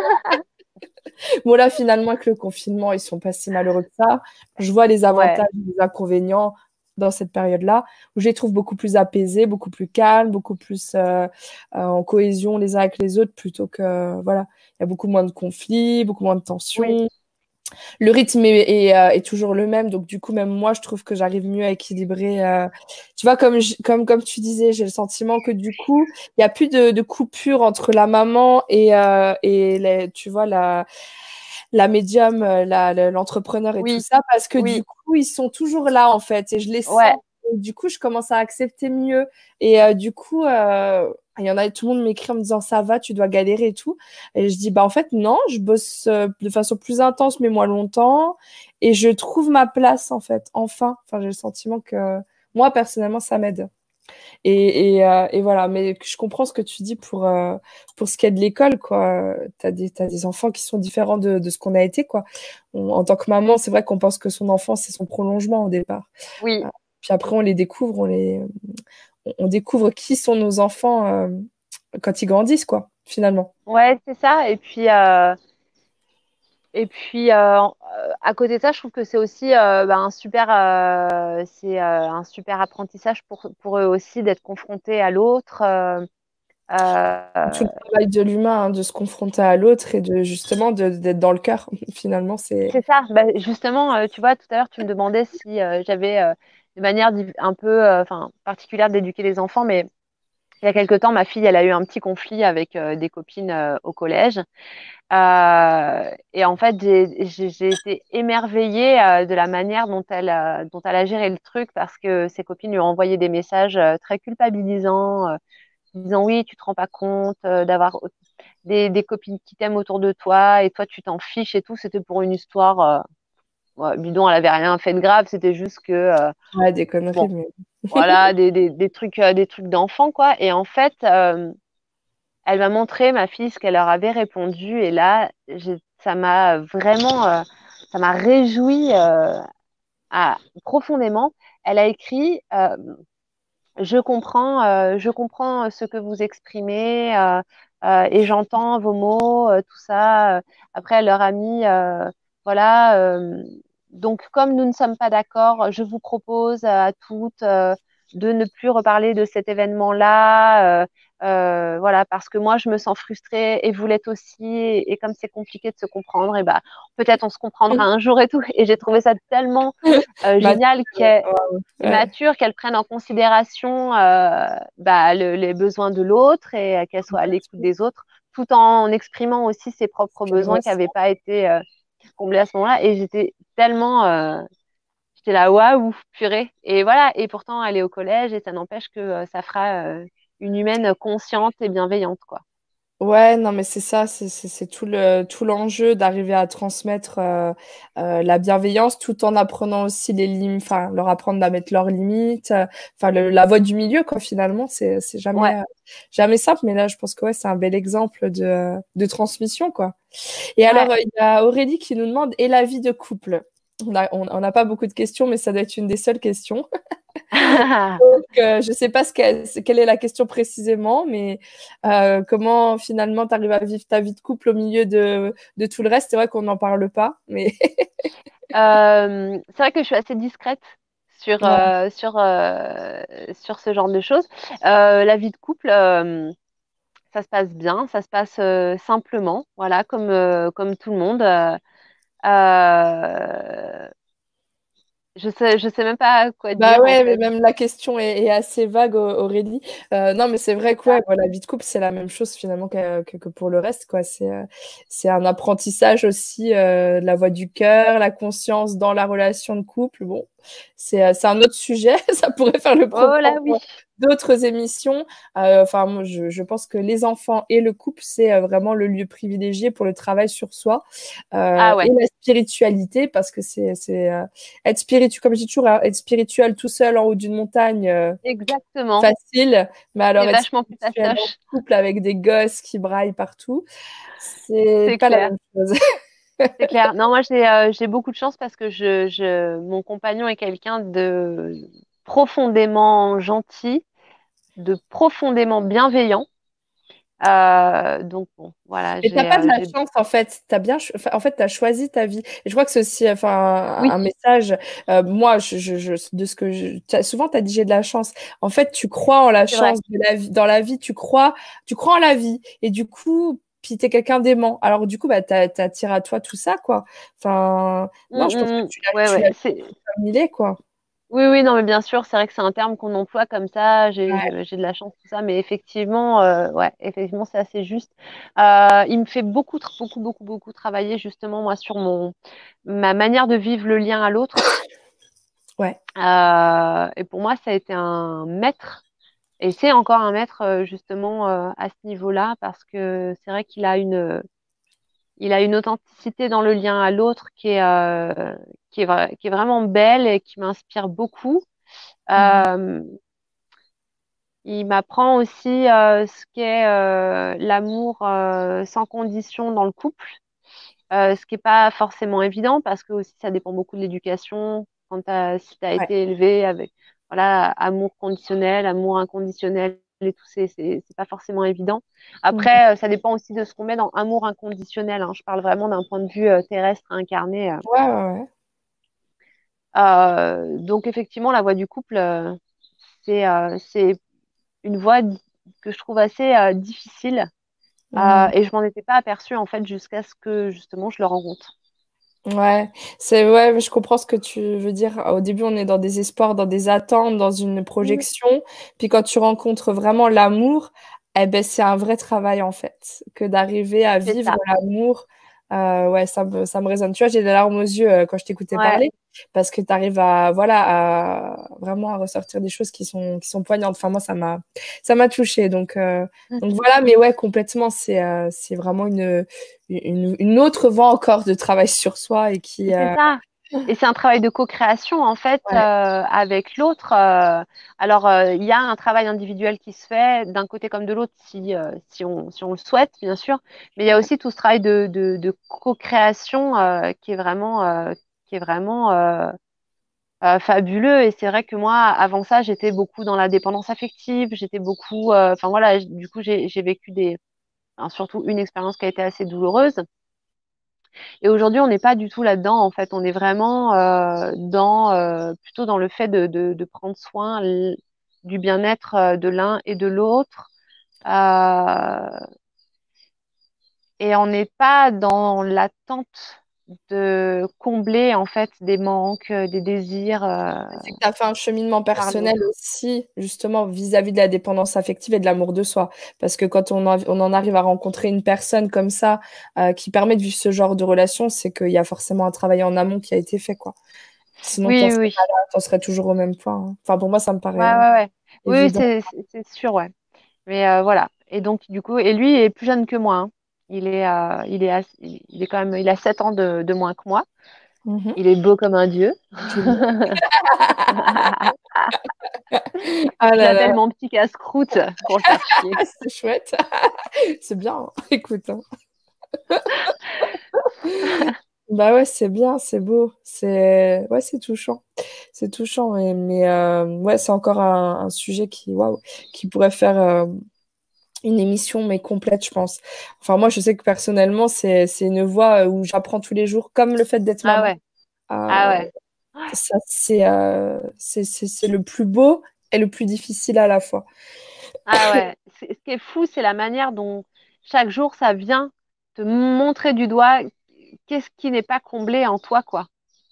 Bon, là, finalement, avec le confinement, ils sont pas si malheureux que ça. Je vois les Ouais. avantages et les inconvénients dans cette période-là, où je les trouve beaucoup plus apaisés, beaucoup plus calmes, beaucoup plus euh, euh, en cohésion les uns avec les autres, plutôt que, voilà, il y a beaucoup moins de conflits, beaucoup moins de Oui. tensions. Le rythme est, est, euh, est toujours le même, donc du coup, même moi, je trouve que j'arrive mieux à équilibrer. euh, Tu vois, comme, je- comme, comme tu disais, j'ai le sentiment que du coup, il n'y a plus de, de coupure entre la maman et, euh, et les, tu vois, la, la médium, euh, la- la- l'entrepreneur et tout Oui. ça, parce que du Oui. coup, ils sont toujours là, en fait, et je les sens. Ouais. Et du coup, je commence à accepter mieux. Et euh, du coup, euh, il y en a, tout le monde m'écrit en me disant, ça va, tu dois galérer et tout. Et je dis, bah, en fait, non, je bosse euh, de façon plus intense, mais moins longtemps. Et je trouve ma place, en fait, enfin. Enfin, j'ai le sentiment que moi, personnellement, ça m'aide. Et, et, euh, et voilà, mais je comprends ce que tu dis pour, euh, pour ce qui est de l'école, quoi. T'as des, t'as des enfants qui sont différents de, de ce qu'on a été, quoi. On- en tant que maman, c'est vrai qu'on pense que son enfant, c'est son prolongement au départ. Oui. Euh, Puis après, on les découvre, on les, on découvre qui sont nos enfants euh, quand ils grandissent, quoi, finalement. Ouais, c'est ça. Et puis, euh, Et puis, euh, euh, à côté de ça, je trouve que c'est aussi euh, bah, un super, euh, c'est euh, un super apprentissage pour, pour eux aussi d'être confrontés à l'autre. euh, Tout euh, le travail de l'humain, hein, de se confronter à l'autre et de justement de- d'être dans le cœur, finalement, c'est. c'est ça. Bah, justement, euh, tu vois, tout à l'heure, tu me demandais si euh, j'avais euh, une manière div- un peu, euh, enfin, particulière d'éduquer les enfants, mais il y a quelque temps, ma fille, elle a eu un petit conflit avec euh, des copines euh, au collège. Euh, et en fait, j'ai j'ai- j'ai été émerveillée euh, de la manière dont elle, a- dont elle a géré le truc parce que ses copines lui ont envoyé des messages euh, très culpabilisants, euh, disant oui, tu te rends pas compte euh, d'avoir au- des, des copines qui t'aiment autour de toi et toi, tu t'en fiches et tout. C'était pour une histoire, euh, ouais, bidon, elle avait rien fait de grave, c'était juste que, euh, Ouais, des conneries, bon, mais. voilà, des, des, des trucs, euh, des trucs d'enfant, quoi. Et en fait, euh, elle m'a montré, ma fille, ce qu'elle leur avait répondu. Et là, j'ai- ça m'a vraiment, euh, ça m'a réjoui euh, à- profondément. Elle a écrit, euh, je comprends, euh, je comprends ce que vous exprimez euh, euh, et j'entends vos mots, euh, tout ça. Après, elle leur a mis, euh, voilà. Euh, donc, comme nous ne sommes pas d'accord, je vous propose à toutes euh, de ne plus reparler de cet événement-là. Euh, Euh, voilà, parce que moi, je me sens frustrée et vous l'êtes aussi. Et, et comme c'est compliqué de se comprendre, et bah, peut-être on se comprendra un jour et tout. Et j'ai trouvé ça tellement euh, Mathieu, génial qu'elle ouais, mature, qu'elle prenne en considération euh, bah, le- les besoins de l'autre et euh, qu'elle soit à l'écoute des autres, tout en exprimant aussi ses propres qu'elle besoins qui ressent. n'avaient pas été euh, comblés à ce moment-là. Et j'étais tellement, euh, j'étais là, waouh, purée. Et voilà, et pourtant, elle est au collège et ça n'empêche que euh, ça fera euh, une humaine consciente et bienveillante, quoi. Ouais, non, mais c'est ça, c'est c'est- c'est tout le, tout l'enjeu d'arriver à transmettre euh, euh, la bienveillance tout en apprenant aussi les limites, enfin, leur apprendre à mettre leurs limites, euh, enfin, le- la voie du milieu, quoi, finalement, c'est c'est jamais, Ouais. euh, jamais simple, mais là, je pense que ouais, c'est un bel exemple de, de transmission, quoi. Et alors, Ouais. euh, il y a Aurélie qui nous demande, et la vie de couple? On a, on on n'a pas beaucoup de questions, mais ça doit être une des seules questions. Donc, euh, je ne sais pas ce qu'elle- ce- quelle est la question précisément, mais euh, comment finalement tu arrives à vivre ta vie de couple au milieu de, de tout le reste. C'est vrai qu'on n'en parle pas, mais Euh, c'est vrai que je suis assez discrète sur, ouais. euh, sur, euh, sur ce genre de choses. Euh, la vie de couple, euh, ça se passe bien, ça se passe euh, simplement, voilà, comme, euh, comme tout le monde. Euh, euh, je sais, je sais même pas quoi Bah dire en ouais, mais fait. même la question est, est assez vague, Au- Aurélie. Euh, non, mais c'est vrai C'est que ouais, ça. voilà, la vie de couple, c'est la même chose finalement que, que, que pour le reste, quoi. C'est euh, c'est un apprentissage aussi euh, de la voix du cœur, la conscience dans la relation de couple. Bon, c'est euh, c'est un autre sujet. Ça pourrait faire le Oh propos là oui, d'autres émissions. Euh, Enfin, moi, je, je pense que les enfants et le couple, c'est euh, vraiment le lieu privilégié pour le travail sur soi euh, ah et ouais, la spiritualité, parce que c'est c'est euh, être spirituel, comme je dis toujours, hein, être spirituel tout seul en haut d'une montagne, euh, exactement. facile, mais alors C'est être vachement plus spirituel en fastoche, couple avec des gosses qui braillent partout, c'est c'est pas la clair. même chose. C'est clair. Non, moi j'ai euh, j'ai beaucoup de chance parce que je, je mon compagnon est quelqu'un de profondément gentil, de profondément bienveillant. Euh, donc bon, voilà, Mais t'as j'ai pas de euh, la j'ai chance en fait. T'as bien, ch- enfin, en fait, t'as choisi ta vie. Et je crois que c'est aussi, enfin, un, oui, un message. Euh, moi, je, je, je- de ce que je, t'as- souvent t'as dit j'ai de la chance. En fait, tu crois en la c'est vrai. chance de la vie, dans la vie. Tu crois, tu crois en la vie. Et du coup, puis t'es quelqu'un d'aimant. Alors du coup, bah, t'as- t'attires à toi tout ça, quoi. Enfin, Mm, non, je pense que mm, mm. tu l'as, Ouais, tu ouais. l'as C'est comme il est, quoi. oui, oui, non, mais bien sûr, c'est vrai que c'est un terme qu'on emploie comme ça. J'ai Ouais. j'ai j'ai de la chance tout ça, mais effectivement, euh, ouais, effectivement, c'est assez juste. Euh, il me fait beaucoup, tr- beaucoup, beaucoup, beaucoup travailler justement moi sur mon ma manière de vivre le lien à l'autre. Ouais. Euh, et pour moi, ça a été un maître. Et c'est encore un maître euh, justement euh, à ce niveau-là parce que c'est vrai qu'il a une, il a une authenticité dans le lien à l'autre qui est, euh, qui est, vra- qui est vraiment belle et qui m'inspire beaucoup. Mhm. Euh, il m'apprend aussi euh, ce qu'est euh, l'amour euh, sans condition dans le couple, euh, ce qui n'est pas forcément évident parce que aussi ça dépend beaucoup de l'éducation. Quand t'as, si tu as Ouais. été élevé avec voilà, amour conditionnel, amour inconditionnel et tout, c'est c'est c'est pas forcément évident. Mhm. Après, euh, ça dépend aussi de ce qu'on met dans amour inconditionnel, hein. Je parle vraiment d'un point de vue euh, terrestre incarné. euh. Ouais, ouais, ouais. Euh, donc effectivement, la voie du couple, euh, c'est euh, c'est une voie que je trouve assez euh, difficile euh, Mhm. et je m'en étais pas aperçue en fait jusqu'à ce que justement je le rencontre. Ouais, c'est ouais, mais je comprends ce que tu veux dire. Au début, on est dans des espoirs, dans des attentes, dans une Mm. projection. Puis quand tu rencontres vraiment l'amour, eh ben c'est un vrai travail en fait, que d'arriver à C'est vivre ça. l'amour. Euh, ouais, ça me, ça me résonne. Tu vois, j'ai des larmes aux yeux euh, quand je t'écoutais Ouais. parler, parce que tu arrives à voilà à vraiment à ressortir des choses qui sont qui sont poignantes. Enfin moi, ça m'a ça m'a touchée. Donc euh, donc voilà, mais ouais, complètement, c'est euh, c'est vraiment une une, une autre voie encore de travail sur soi et qui C'est euh, ça. Et c'est un travail de co-création en fait euh, ouais, avec l'autre. Euh, alors euh, il y a un travail individuel qui se fait d'un côté comme de l'autre si, euh, si on, si on le souhaite bien sûr, mais il y a ouais. aussi tout ce travail de, de, de co-création euh, qui est vraiment, euh, qui est vraiment euh, euh, fabuleux. Et c'est vrai que moi avant ça j'étais beaucoup dans la dépendance affective, j'étais beaucoup, euh, enfin voilà, j- du coup j'ai j'ai vécu des, enfin, surtout une expérience qui a été assez douloureuse. Et aujourd'hui, on n'est pas du tout là-dedans. En fait, on est vraiment euh, dans euh, plutôt dans le fait de, de, de prendre soin l- du bien-être euh, de l'un et de l'autre, Euh, et on n'est pas dans l'attente de combler en fait des manques, euh, des désirs euh, C'est que tu as fait un cheminement par personnel l'autre. aussi, justement, vis-à-vis de la dépendance affective et de l'amour de soi. Parce que quand on en, on en arrive à rencontrer une personne comme ça, euh, qui permet de vivre ce genre de relation, c'est qu'il y a forcément un travail en amont qui a été fait, quoi. Sinon, t'en Oui, serais oui, pas là, t'en serais toujours au même point, hein. Enfin, pour moi, ça me ouais, paraît euh, ouais, ouais. Oui, oui, évident. c'est c'est- c'est sûr, ouais. Mais euh, voilà. Et donc, du coup, et lui est plus jeune que moi, hein. Il est, euh, il est, ass- il est quand même, il a sept ans de, de moins que moi. Mhm. Il est beau comme un dieu. Génial. Ah Je là là, l'appelle mon petit casse-croûte pour le faire chier. c'est chouette. C'est bien, hein. Écoute, hein. Bah ouais, c'est bien, c'est beau, c'est ouais, c'est touchant, c'est touchant. Mais, mais euh, ouais, c'est encore un, un sujet qui, waouh, qui pourrait faire euh, une émission mais complète, je pense. Enfin, moi, je sais que personnellement, c'est c'est une voie où j'apprends tous les jours, comme le fait d'être Ah maman. ouais, ah Euh, ouais, ça, c'est euh, c'est c'est c'est le plus beau et le plus difficile à la fois. ah ouais. C'est- Ce qui est fou, c'est la manière dont chaque jour ça vient te montrer du doigt qu'est-ce qui n'est pas comblé en toi, quoi.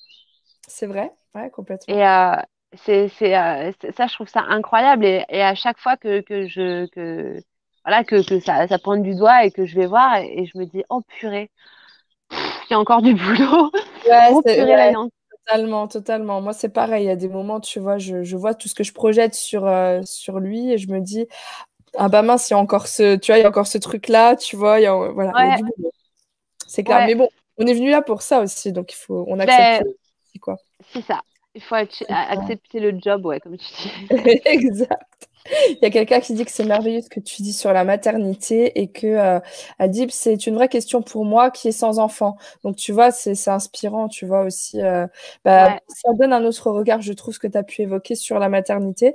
C'est vrai, ouais, complètement. Et euh, c'est, c'est, euh, c'est- ça, je trouve ça incroyable. Et, et à chaque fois que, que je, que, voilà, que, que ça, ça pointe du doigt et que je vais voir et, et je me dis, oh purée, il y a encore du boulot. Ouais, Oh c'est purée, là, il ouais, y a en- totalement, totalement. Moi, c'est pareil. Il y a des moments, tu vois, je, je vois tout ce que je projette sur, euh, sur lui et je me dis, ah bah mince, il y a encore ce, tu vois, il y a encore ce truc-là, tu vois, il y a, voilà, il y a Ouais, du boulot. C'est clair. ouais. Mais bon, on est venu là pour ça aussi, donc il faut, on accepte Ben, le aussi, quoi. c'est ça. Il faut ac- accepter le job, ouais, comme tu dis. Exact. Il y a quelqu'un qui dit que c'est merveilleux ce que tu dis sur la maternité et que euh, elle dit c'est une vraie question pour moi qui est sans enfant. Donc tu vois, c'est c'est inspirant, tu vois aussi. Euh, bah, Ouais. ça donne un autre regard, je trouve, ce que tu as pu évoquer sur la maternité.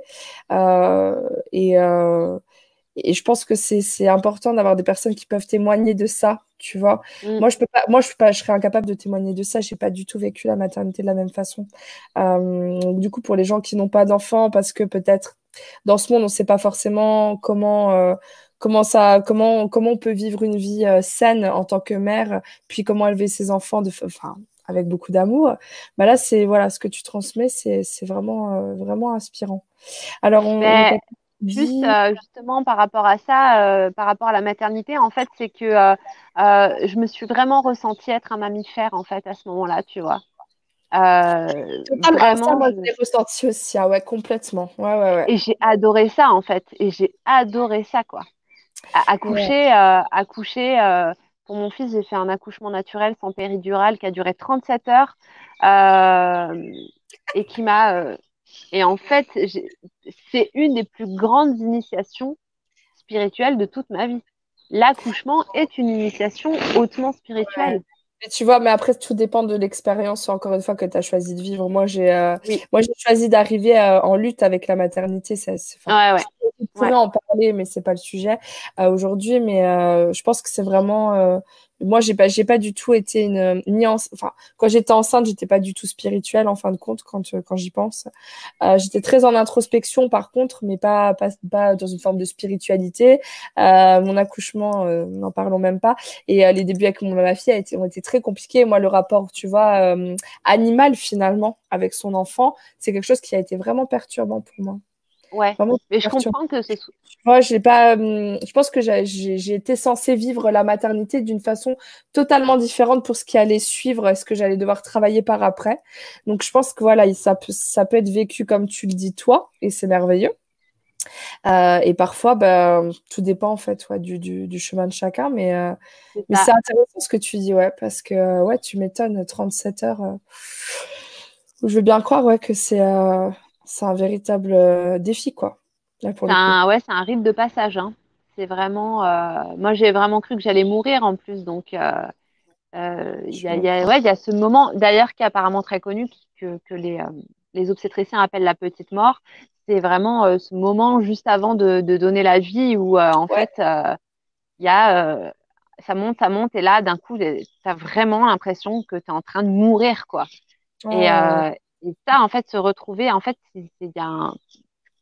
Euh, et, euh, et je pense que c'est c'est important d'avoir des personnes qui peuvent témoigner de ça, tu vois. Mm. Moi, je peux pas, moi, je peux pas, je serais incapable de témoigner de ça. J'ai pas du tout vécu la maternité de la même façon. Euh, donc, du coup, pour les gens qui n'ont pas d'enfants, parce que peut-être dans ce monde, on ne sait pas forcément comment, euh, comment ça, comment, comment on peut vivre une vie euh, saine en tant que mère, puis comment élever ses enfants de, enfin, avec beaucoup d'amour. Bah là, c'est voilà, ce que tu transmets, c'est c'est vraiment, euh, vraiment inspirant. Alors, on, il y a Ben, quelqu'un qui juste dit. euh, justement par rapport à ça, euh, par rapport à la maternité, en fait, c'est que euh, euh, je me suis vraiment ressentie être un mammifère, en fait, à ce moment-là, tu vois. Euh, Totalement. Alors ça, vraiment, moi, je... je l'ai ressenti aussi. Ah ouais, complètement. Ouais, ouais, ouais. et j'ai adoré ça, en fait. Et j'ai adoré ça, quoi. À- Ouais, Accoucher, euh, accoucher euh, pour mon fils, j'ai fait un accouchement naturel sans péridurale qui a duré trente-sept heures euh, et qui m'a. euh, et en fait, j'ai- c'est une des plus grandes initiations spirituelles de toute ma vie. L'accouchement est une initiation hautement ouais. spirituelle. Et tu vois, mais après, tout dépend de l'expérience, encore une fois, que tu as choisi de vivre. Moi, j'ai euh, Oui, moi, j'ai choisi d'arriver euh, en lutte avec la maternité. Ça, c'est, enfin, ouais, je ouais, pourrais ouais. en parler, mais c'est pas le sujet euh, aujourd'hui. Mais euh, je pense que c'est vraiment. euh, moi, j'ai pas, j'ai pas du tout été une. Ni en- enfin, quand j'étais enceinte, j'étais pas du tout spirituelle, en fin de compte, quand, euh, quand j'y pense. Euh, j'étais très en introspection, par contre, mais pas, pas, pas dans une forme de spiritualité. Euh, mon accouchement, euh, n'en parlons même pas. Et euh, les débuts avec mon, ma fille a été, ont été très compliqués. Moi, le rapport, tu vois, euh, animal finalement avec son enfant, c'est quelque chose qui a été vraiment perturbant pour moi. Ouais. Vraiment Mais je perturbant. comprends que ce soit. Tu vois, j'ai pas, hum, je pense que j'ai j'ai- j'ai été censée vivre la maternité d'une façon totalement différente pour ce qui allait suivre et ce que j'allais devoir travailler par après. Donc, je pense que voilà, ça peut, ça peut être vécu comme tu le dis toi, et c'est merveilleux. Euh, et parfois, ben, tout dépend en fait ouais, du, du, du chemin de chacun. Mais, euh, C'est mais ça. c'est intéressant ce que tu dis, ouais, parce que euh, ouais, tu m'étonnes, trente-sept heures. Euh, je veux bien croire ouais, que c'est euh, c'est un véritable euh, défi, quoi, là, pour C'est le coup. un, ouais, c'est un rite de passage, hein. C'est vraiment. euh, Moi, j'ai vraiment cru que j'allais mourir en plus. Donc, euh, euh, il Je y a, il me- y a, ouais, il y a ce moment, d'ailleurs, qui est apparemment très connu, qui- que, que les, euh, les obstétriciens appellent la petite mort. C'est vraiment euh, ce moment juste avant de, de donner la vie où, euh, en Ouais, fait, euh, il y a. euh, ça monte, ça monte, et là, d'un coup, tu as vraiment l'impression que tu es en train de mourir, quoi. Et, ouais, euh, et ça, en fait, se retrouver, en fait, c'est- c'est- il y a un-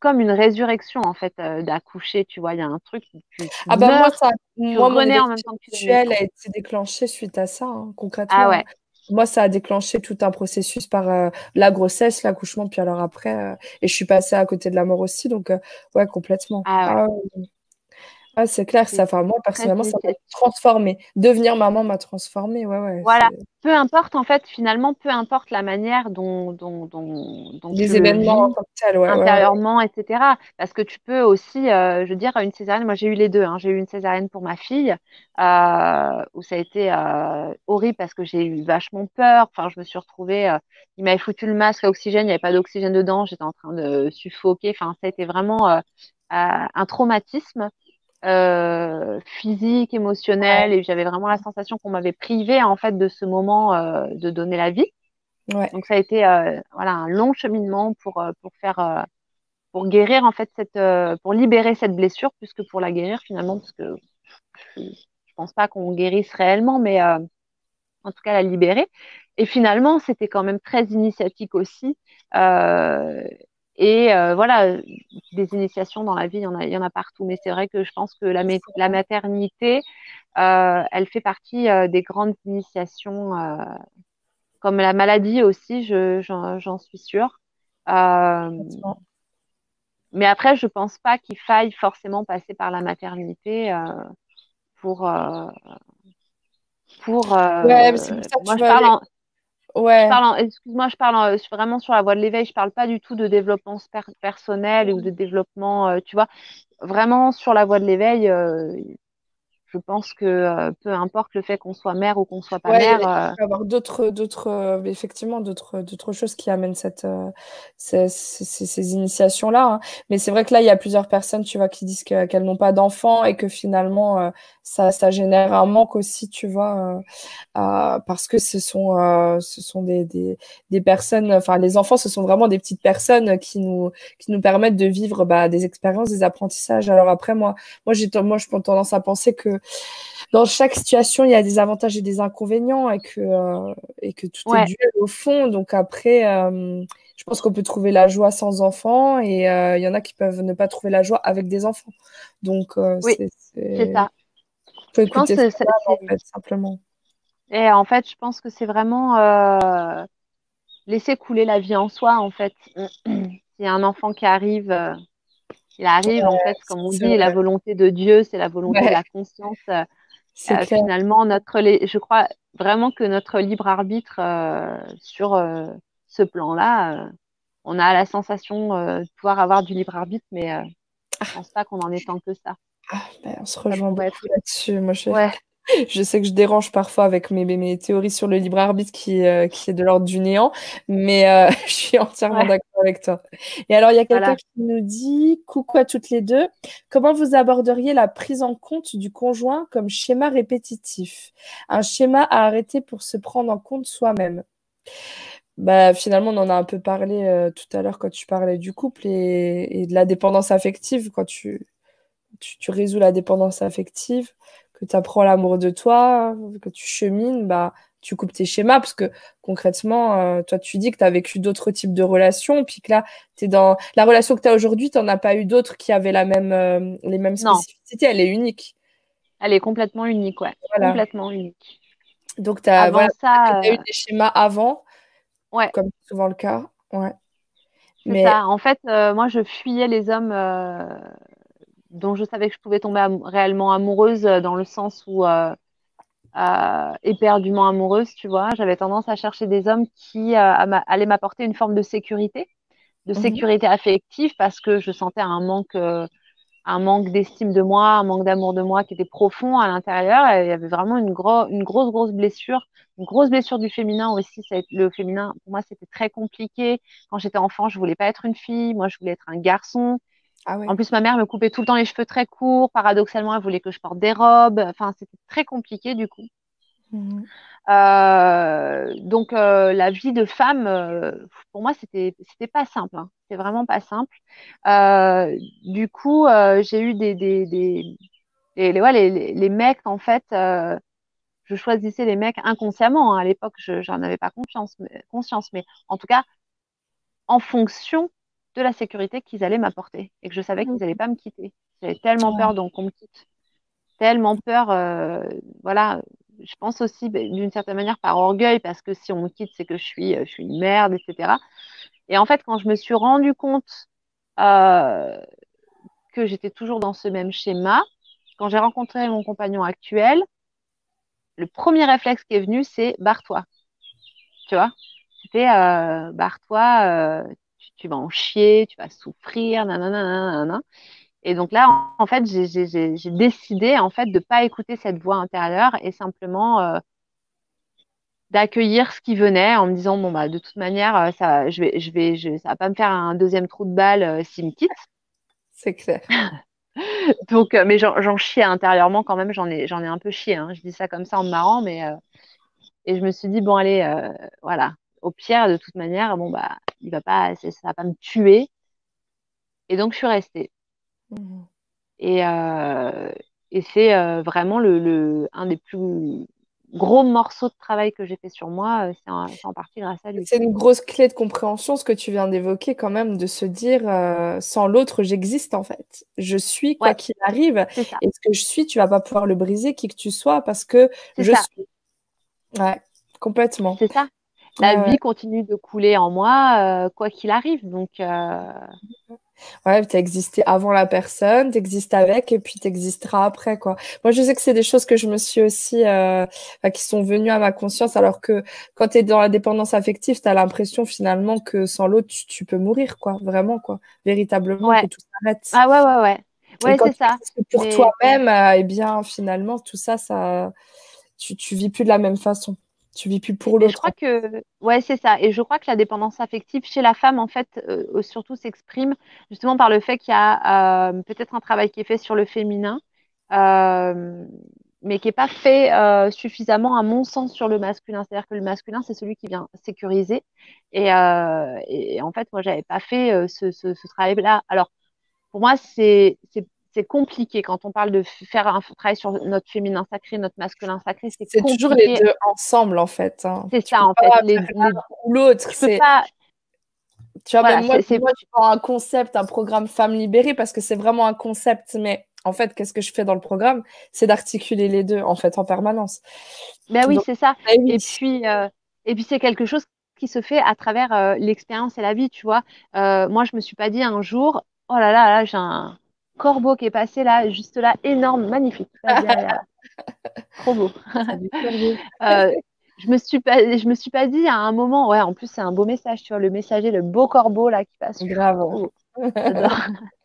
comme une résurrection, en fait, euh, d'accoucher, tu vois. Il y a un truc, tu, tu Ah bah moi, meurs, ça, tu moi, mon renais éveil en même temps que tu es spirituel naissant. a été déclenché suite à ça, hein, Ah concrètement, hein. ouais, Moi, ça a déclenché tout un processus par euh, la grossesse, l'accouchement, puis alors après, euh, et je suis passée à côté de la mort aussi, donc euh, ouais, complètement. ah ouais, Ah, ouais. Ah, c'est clair, ça, c'est enfin, moi, très personnellement, ça m'a initiatique. transformée. Devenir maman m'a transformée, ouais, ouais, Voilà. c'est Peu importe, en fait, finalement, peu importe la manière dont, dont, dont, dont tu les le événements en vis tant que tels, ouais, ouais, ouais. intérieurement, et cetera. Parce que tu peux aussi, euh, je veux dire, une césarienne, moi j'ai eu les deux, hein. J'ai eu une césarienne pour ma fille, euh, où ça a été euh, horrible parce que j'ai eu vachement peur. Enfin, je me suis retrouvée, euh, il m'avait foutu le masque à oxygène, il n'y avait pas d'oxygène dedans, j'étais en train de suffoquer. Enfin, ça a été vraiment euh, euh, un traumatisme euh, physique, émotionnel, et j'avais vraiment la sensation qu'on m'avait privée en fait de ce moment euh, de donner la vie. Ouais, Donc ça a été euh, voilà un long cheminement pour euh, pour faire euh, pour guérir en fait cette euh, pour libérer cette blessure plus que pour la guérir finalement parce que je, je pense pas qu'on guérisse réellement mais euh, en tout cas la libérer et finalement c'était quand même très initiatique aussi euh, et euh, voilà des initiations dans la vie il y en a il y en a partout mais c'est vrai que je pense que la, la maternité euh, elle fait partie euh, des grandes initiations euh, comme la maladie aussi je j'en j'en suis sûre. Euh, complètement. Mais après, je pense pas qu'il faille forcément passer par la maternité euh, pour euh, pour. Ouais, mais c'est euh, pour ça, moi, tu je vois, parle les... en, je ouais. parle en, excuse-moi, je parle en- vraiment sur la voie de l'éveil. Je parle pas du tout de développement sper- personnel ou de développement, euh, tu vois, vraiment sur la voie de l'éveil. Euh, je pense que euh, peu importe le fait qu'on soit mère ou qu'on soit pas Ouais, il y a- mère. il euh, peut y avoir d'autres, d'autres, euh, effectivement, d'autres, d'autres choses qui amènent cette, euh, ces, ces- ces- ces initiations-là, hein. Mais c'est vrai que là, il y a plusieurs personnes, tu vois, qui disent que- qu'elles n'ont pas d'enfants et que finalement, euh, ça, ça génère un manque aussi, tu vois, euh, euh, parce que ce sont, euh, ce sont des, des, des personnes, enfin, les enfants, ce sont vraiment des petites personnes qui nous, qui nous permettent de vivre bah, des expériences, des apprentissages. Alors après, moi, moi, j'ai, moi, je prends tendance à penser que dans chaque situation, il y a des avantages et des inconvénients et que, euh, et que tout est ouais, duel au fond. Donc après, euh, je pense qu'on peut trouver la joie sans enfants et euh, il y en a qui peuvent ne pas trouver la joie avec des enfants. Donc, euh, oui, c'est, c'est c'est... ça. faut Je pense écouter son que c'est, âme, en c'est- fait, simplement. et en fait, je pense que c'est vraiment euh, laisser couler la vie en soi, en fait. S'il y a un enfant qui arrive. euh, Il arrive, en fait, comme on C'est dit, la vrai. volonté de Dieu, c'est la volonté de Ouais, la conscience. Euh, c'est euh, clair. finalement, notre, li- je crois vraiment que notre libre arbitre euh, sur euh, ce plan-là, euh, on a la sensation euh, de pouvoir avoir du libre arbitre, mais euh, je pense pas qu'on en ait tant que ça. Ah, ben, on se Ça rejoint pourrait beaucoup être. là-dessus. Moi, je, Ouais, je sais que je dérange parfois avec mes, mes mes théories sur le libre arbitre qui, euh, qui est de l'ordre du néant, mais euh, je suis entièrement ouais, d'accord avec toi. Et alors, il y a quelqu'un voilà. qui nous dit, coucou à toutes les deux, comment vous aborderiez la prise en compte du conjoint comme schéma répétitif, un schéma à arrêter pour se prendre en compte soi-même? Bah, finalement, on en a un peu parlé euh, tout à l'heure quand tu parlais du couple et, et de la dépendance affective, quand tu, tu, tu résous la dépendance affective, que tu apprends l'amour de toi, que tu chemines, bah, tu coupes tes schémas parce que concrètement, euh, toi, tu dis que tu as vécu d'autres types de relations, puis que là, t'es dans la relation que tu as aujourd'hui, tu n'en as pas eu d'autres qui avaient la même, euh, les mêmes Non, spécificités, elle est unique. elle est complètement unique, ouais, Voilà. complètement unique. Donc, t'as, voilà, Avant peut-être que tu as ça, eu euh, des schémas avant, ouais, comme c'est souvent le cas. Ouais. c'est Mais ça. En fait, euh, moi, je fuyais les hommes. euh, dont je savais que je pouvais tomber am- réellement amoureuse euh, dans le sens où euh, euh, éperdument amoureuse, tu vois. J'avais tendance à chercher des hommes qui euh, à m'a- allaient m'apporter une forme de sécurité, de mhm. sécurité affective parce que je sentais un manque, euh, un manque d'estime de moi, un manque d'amour de moi qui était profond à l'intérieur. Et il y avait vraiment une, gros, une grosse, grosse blessure, une grosse blessure du féminin aussi. Ça a été- le féminin, pour moi, c'était très compliqué. Quand j'étais enfant, je voulais pas être une fille, moi, je voulais être un garçon. Ah En ouais. plus, ma mère me coupait tout le temps les cheveux très courts. Paradoxalement, elle voulait que je porte des robes. Enfin, c'était très compliqué du coup. Mhm. Euh, donc, euh, la vie de femme, euh, pour moi, c'était c'était pas simple. Hein. C'était vraiment pas simple. Euh, du coup, euh, j'ai eu des des des les, les, ouais, les, les- les mecs en fait. Euh, je choisissais les mecs inconsciemment. Hein. À l'époque, je j'en avais pas confiance, mais, conscience, mais en tout cas, en fonction. de la sécurité qu'ils allaient m'apporter et que je savais qu'ils n'allaient Mhm. pas me quitter. J'avais tellement peur Ouais. donc qu'on me quitte, tellement peur, euh, voilà. Je pense aussi ben, d'une certaine manière par orgueil parce que si on me quitte, c'est que je suis, je suis une merde, et cetera. Et en fait, quand je me suis rendu compte euh, que j'étais toujours dans ce même schéma, quand j'ai rencontré mon compagnon actuel, le premier réflexe qui est venu, c'est barre-toi. Tu vois, c'était euh, barre-toi, euh, tu, tu vas en chier, tu vas souffrir, nanana, nanana. Et donc là, en, en fait, j'ai j'ai- j'ai- j'ai décidé en fait de pas écouter cette voix intérieure et simplement euh, d'accueillir ce qui venait en me disant bon bah de toute manière euh, ça, je vais, je vais, je, ça va pas me faire un deuxième trou de balle euh, s'il me quitte. C'est clair. Donc, euh, mais j'en j'en chiais intérieurement quand même, j'en ai, j'en ai un peu chié. Hein. Je dis ça comme ça en me marrant, mais euh, et je me suis dit bon allez, euh, voilà, au pire de toute manière, bon bah il va pas, ça va pas me tuer. Et donc je suis restée. Mhm. Et, euh, et c'est euh, vraiment le, le, un des plus gros morceaux de travail que j'ai fait sur moi, euh, c'est en, c'est en partie grâce à lui. C'est une grosse clé de compréhension, ce que tu viens d'évoquer quand même, de se dire, euh, sans l'autre, j'existe en fait. Je suis quoi Ouais, qu'il arrive, c'est ça, et ce que je suis, tu vas pas pouvoir le briser, qui que tu sois, parce que c'est je ça, suis. Ouais, complètement. c'est ça. La Ouais, ouais. vie continue de couler en moi, euh, quoi qu'il arrive. Donc, euh, Ouais, tu as existé avant la personne, tu existes avec, et puis tu existeras après, quoi. Moi, je sais que c'est des choses que je me suis aussi, euh, enfin, qui sont venues à ma conscience, alors que quand tu es dans la dépendance affective, tu as l'impression finalement que sans l'autre, tu, tu peux mourir, quoi. Vraiment, quoi. Véritablement, que ouais, tout s'arrête. ah ouais, ouais, ouais, Et ouais, quand c'est tu ça. existes pour Mais toi-même, euh, eh bien, finalement, tout ça, ça, tu, tu vis plus de la même façon. Tu vis plus pour Mais je l'autre. crois que, ouais, c'est ça. Et je crois que la dépendance affective chez la femme, en fait, euh, euh, surtout s'exprime justement par le fait qu'il y a euh, peut-être un travail qui est fait sur le féminin, euh, mais qui n'est pas fait euh, suffisamment, à mon sens, sur le masculin. C'est-à-dire que le masculin, c'est celui qui vient sécuriser. Et, euh, et en fait, moi, j'avais pas fait euh, ce, ce, ce travail-là. Alors, pour moi, c'est c'est c'est compliqué quand on parle de f- faire un travail sur notre féminin sacré, notre masculin sacré, c'est C'est toujours les compliqué. deux ensemble, en fait, hein. C'est Tu ça, peux en pas fait. faire Les, les, l'un ou l'autre. tu peux C'est pas. Tu vois, même Voilà, moi, c'est, c'est- moi, je prends un concept, un programme Femmes libérées parce que c'est vraiment un concept. Mais en fait, qu'est-ce que je fais dans le programme? C'est d'articuler les deux, en fait, en permanence. ben oui, Donc, c'est ça. eh oui, Et puis, euh, et puis c'est quelque chose qui se fait à travers euh, l'expérience et la vie, tu vois. Euh, moi, je me suis pas dit un jour, oh là là, là, j'ai un corbeau qui est passé là, juste là, énorme, magnifique, qui passe derrière, là. Trop beau. c'est du sérieux. Euh, je me suis pas, je me suis pas dit à un moment, ouais, en plus c'est un beau message, tu vois, le messager, le beau corbeau là qui passe, trop Grave. beau. J'adore.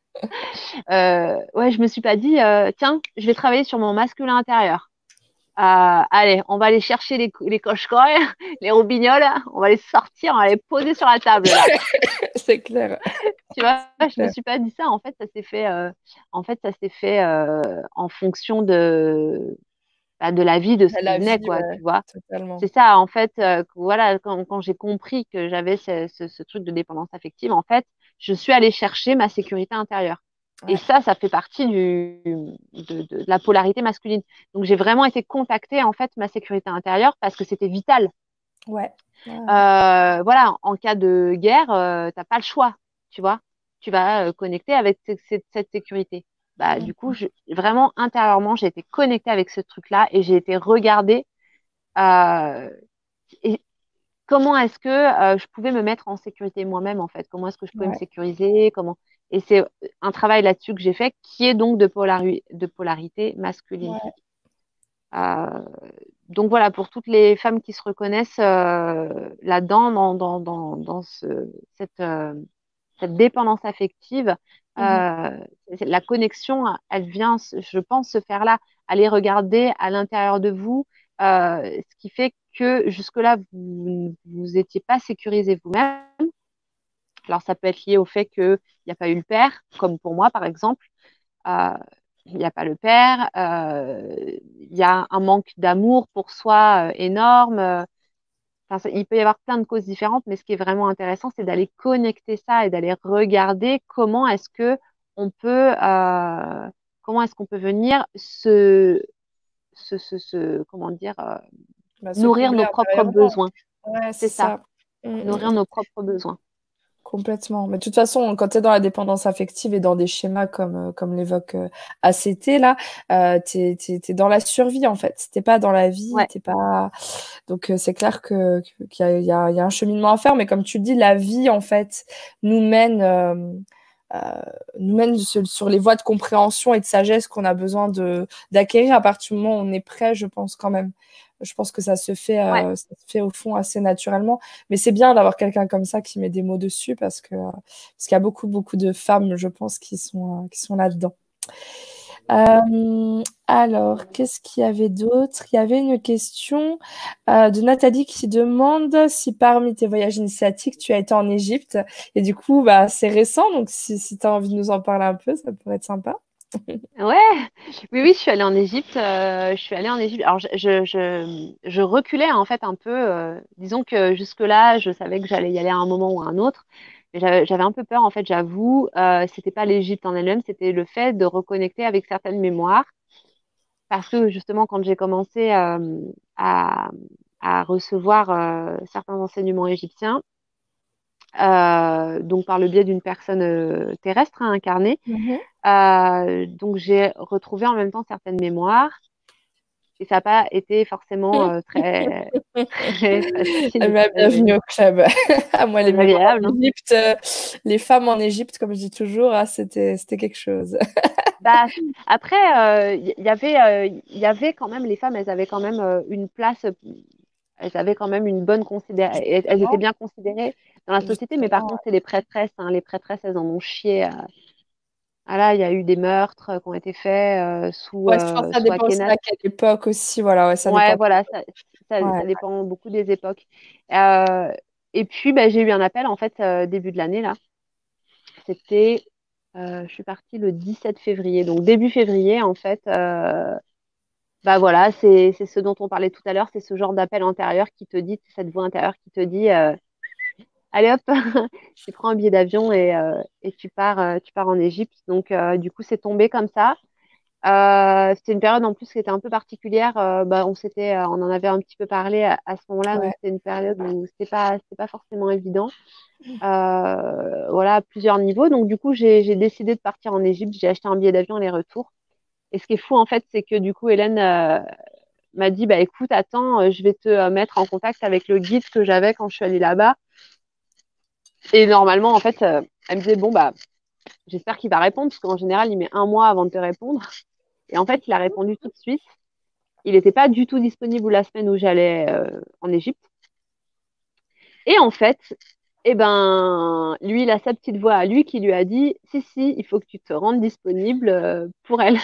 Euh, ouais, je me suis pas dit, euh, tiens, je vais travailler sur mon masculin intérieur. Euh, allez, on va aller chercher les, les coche-coches, les roubignoles, on va les sortir, on va les poser sur la table là. C'est clair. Tu vois, C'est je me clair. suis pas dit ça. En fait, ça s'est fait, euh, en fait, ça s'est fait euh, en fonction de, bah, de la vie, de ce qui La venait, vie, quoi. ouais, Tu vois. totalement. C'est ça, en fait, euh, que voilà, quand, quand j'ai compris que j'avais ce, ce, ce truc de dépendance affective, en fait, je suis allée chercher ma sécurité intérieure. Et Ouais, ça, ça fait partie du, de, de, de la polarité masculine. Donc, j'ai vraiment été contacter, en fait, ma sécurité intérieure parce que c'était vital. ouais. Ouais. Euh, voilà, en cas de guerre, euh, t'as pas le choix, tu vois. Tu vas euh, connecter avec ce- cette, cette sécurité. Bah, du coup, Mm. je, vraiment, intérieurement, j'ai été connectée avec ce truc-là et j'ai été regarder euh, et comment est-ce que euh, je pouvais me mettre en sécurité moi-même, en fait. Comment est-ce que je pouvais me Ouais, sécuriser, comment... Et c'est un travail là-dessus que j'ai fait qui est donc de, polari- de polarité masculine. ouais. Euh, donc voilà, pour toutes les femmes qui se reconnaissent euh, là-dedans, dans, dans, dans, dans ce, cette, euh, cette dépendance affective, Mhm. euh, c'est- la connexion, elle vient, je pense, se faire là. Aller regarder à l'intérieur de vous, euh, ce qui fait que jusque-là, vous vous étiez pas sécurisé vous-même. Alors ça peut être lié au fait qu'il n'y a pas eu le père, comme pour moi par exemple. Euh, il n'y a pas le père, euh, il y a un manque d'amour pour soi euh, énorme. euh, Enfin, ça- il peut y avoir plein de causes différentes, mais ce qui est vraiment intéressant, c'est d'aller connecter ça et d'aller regarder comment est-ce que on peut, euh, comment est-ce qu'on peut venir se, se, se, se- comment dire, euh, Bah, se nourrir combler nos propres intérieurement. besoins. Ouais, C'est c'est ça, ça. Mm, nourrir mm, mm. nos propres besoins. Complètement. Mais de toute façon, quand tu es dans la dépendance affective et dans des schémas comme, euh, comme l'évoque euh, A C T, là, euh, t'es, t'es, t'es dans la survie, en fait. T'es pas dans la vie, Ouais, t'es pas... Donc, euh, c'est clair que, que- qu'il y a, il y a- il y a un cheminement à faire, mais comme tu le dis, la vie, en fait, nous mène, euh, euh, nous mène sur, sur les voies de compréhension et de sagesse qu'on a besoin de, d'acquérir à partir du moment où on est prêt, je pense, quand même. Je pense que ça se fait, ouais. euh, ça se fait au fond assez naturellement. Mais c'est bien d'avoir quelqu'un comme ça qui met des mots dessus parce que, euh, parce qu'il y a beaucoup, beaucoup de femmes, je pense, qui sont, euh, qui sont là-dedans. Euh, alors, qu'est-ce qu'il y avait d'autre? Il y avait une question euh, de Nathalie qui demande si parmi tes voyages initiatiques, tu as été en Égypte. Et du coup, bah, c'est récent, donc si, si tu as envie de nous en parler un peu, ça pourrait être sympa. Ouais, oui, oui, je suis allée en Égypte. Euh, je suis allée en Égypte. Alors, je, je, je, je reculais en fait un peu. Euh, disons que jusque-là, je savais que j'allais y aller à un moment ou à un autre. Mais j'avais j'avais un peu peur, en fait, j'avoue. Euh, c'était pas l'Égypte en elle-même, c'était le fait de reconnecter avec certaines mémoires. Parce que justement, quand j'ai commencé euh, à, à recevoir euh, certains enseignements égyptiens, euh, donc par le biais d'une personne euh, terrestre hein, incarnée, Mhm. euh, donc j'ai retrouvé en même temps certaines mémoires et ça n'a pas été forcément euh, très, très facile Eh et ben, très bienvenue agréable. au club. À moi, les Très mémoires agréable, en hein. Égypte, euh, les femmes en Égypte, comme je dis toujours, ah, c'était, c'était quelque chose. Bah, après, il y, y avait, euh, y avait quand même, les femmes, elles avaient quand même euh, une place, elles avaient quand même une bonne considération, elles, elles étaient Justement, bien considérées dans la société, mais par justement. contre, c'est les prêtresses, hein, les prêtresses, elles en ont chié. euh. Ah là, il y a eu des meurtres euh, qui ont été faits euh, sous, Ouais, je pense euh, que ça sous dépend aussi Akhenaton. à quelle époque aussi. Voilà, ouais, ça Ouais, dépend. voilà, ça, ça, Ouais. ça dépend beaucoup des époques. Euh, et puis, bah, j'ai eu un appel, en fait, euh, début de l'année, là. C'était, euh, je suis partie le dix-sept février. Donc, début février, en fait, euh, bah voilà, c'est, c'est ce dont on parlait tout à l'heure. C'est ce genre d'appel intérieur qui te dit, cette voix intérieure qui te dit, euh, allez hop, tu prends un billet d'avion et, euh, et tu pars, euh, tu pars en Égypte. Donc, euh, du coup, c'est tombé comme ça. Euh, c'était une période en plus qui était un peu particulière. Euh, bah, on s'était, euh, on en avait un petit peu parlé à, à ce moment-là. Donc Ouais. c'était une période où c'était pas, c'était pas forcément évident. Euh, voilà, à plusieurs niveaux. Donc du coup, j'ai, j'ai décidé de partir en Égypte. J'ai acheté un billet d'avion aller-retour. Et ce qui est fou en fait, c'est que du coup, Hélène euh, m'a dit, bah écoute, attends, euh, je vais te euh, mettre en contact avec le guide que j'avais quand je suis allée là-bas. Et normalement, en fait, euh, elle me disait, bon bah, j'espère qu'il va répondre parce qu'en général, il met un mois avant de te répondre. Et en fait, il a répondu tout de suite. Il n'était pas du tout disponible la semaine où j'allais euh, en Égypte. Et en fait, eh ben, lui, il a sa petite voix à lui qui lui a dit, si, si, il faut que tu te rendes disponible euh, pour elle.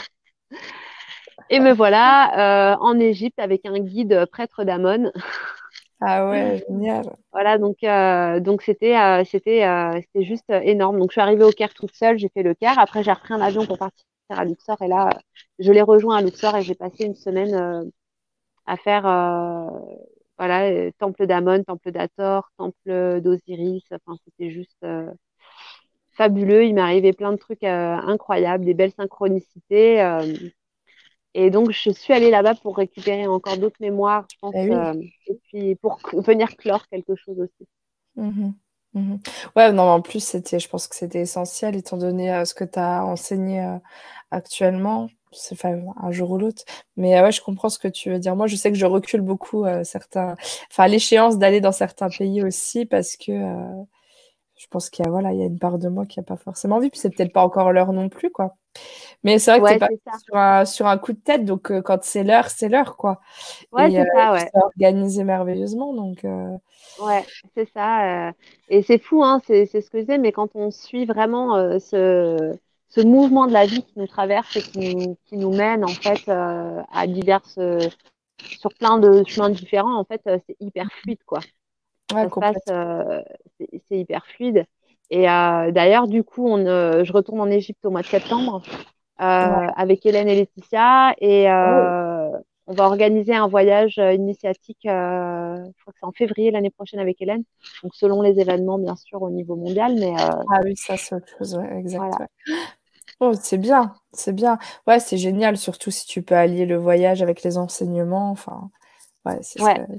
Et me voilà euh, en Égypte avec un guide prêtre d'Amon. Ah ouais, génial. Voilà, donc euh, donc c'était euh, c'était euh, c'était juste euh, énorme. Donc je suis arrivée au Caire toute seule, j'ai fait le Caire. Après j'ai repris un avion pour partir à Luxor et là je l'ai rejoint à Luxor et j'ai passé une semaine euh, à faire euh, voilà, euh, temple d'Amon, temple d'Hathor, temple d'Osiris. Enfin, c'était juste euh, fabuleux. Il m'est arrivé plein de trucs euh, incroyables, des belles synchronicités. euh, et donc, je suis allée là-bas pour récupérer encore d'autres mémoires, je pense, Eh oui. euh, et puis pour c- venir clore quelque chose aussi. Mhm. Mhm. Ouais, non, en plus, c'était, je pense que c'était essentiel étant donné euh, ce que tu as enseigné euh, actuellement. C'est enfin, un jour ou l'autre. Mais euh, ouais, je comprends ce que tu veux dire. Moi, je sais que je recule beaucoup euh, certains, enfin, l'échéance d'aller dans certains pays aussi parce que euh, je pense qu'il y a, voilà, il y a une part de moi qui n'a pas forcément envie. Puis c'est peut-être pas encore l'heure non plus, quoi. Mais c'est vrai que t'es Ouais, pas c'est ça. sur un, sur un coup de tête, donc euh, quand c'est l'heure, c'est l'heure, quoi. Ouais, Et, euh, c'est ça, puis ouais. c'est organisé merveilleusement, donc euh, Ouais, c'est ça. euh. Et c'est fou, hein, c'est c'est ce que je disais, mais quand on suit vraiment euh, ce, ce mouvement de la vie qui nous traverse et qui nous, qui nous mène en fait euh, à diverses, sur plein de chemins différents, en fait, euh, c'est hyper fluide, quoi. ouais, Ça se passe, complètement. euh, c'est c'est hyper fluide. Et euh, d'ailleurs, du coup, on, euh, je retourne en Égypte au mois de septembre euh, Ouais. avec Hélène et Laetitia et Oh. euh, on va organiser un voyage euh, initiatique, euh, je crois que c'est en février l'année prochaine avec Hélène. Donc, selon les événements, bien sûr, au niveau mondial, mais euh, Ah oui, ça c'est autre chose, ouais, exact. voilà. Ouais. Oh, c'est bien, c'est bien. Ouais, c'est génial, surtout si tu peux allier le voyage avec les enseignements. Enfin, ouais, ce Ouais. serait,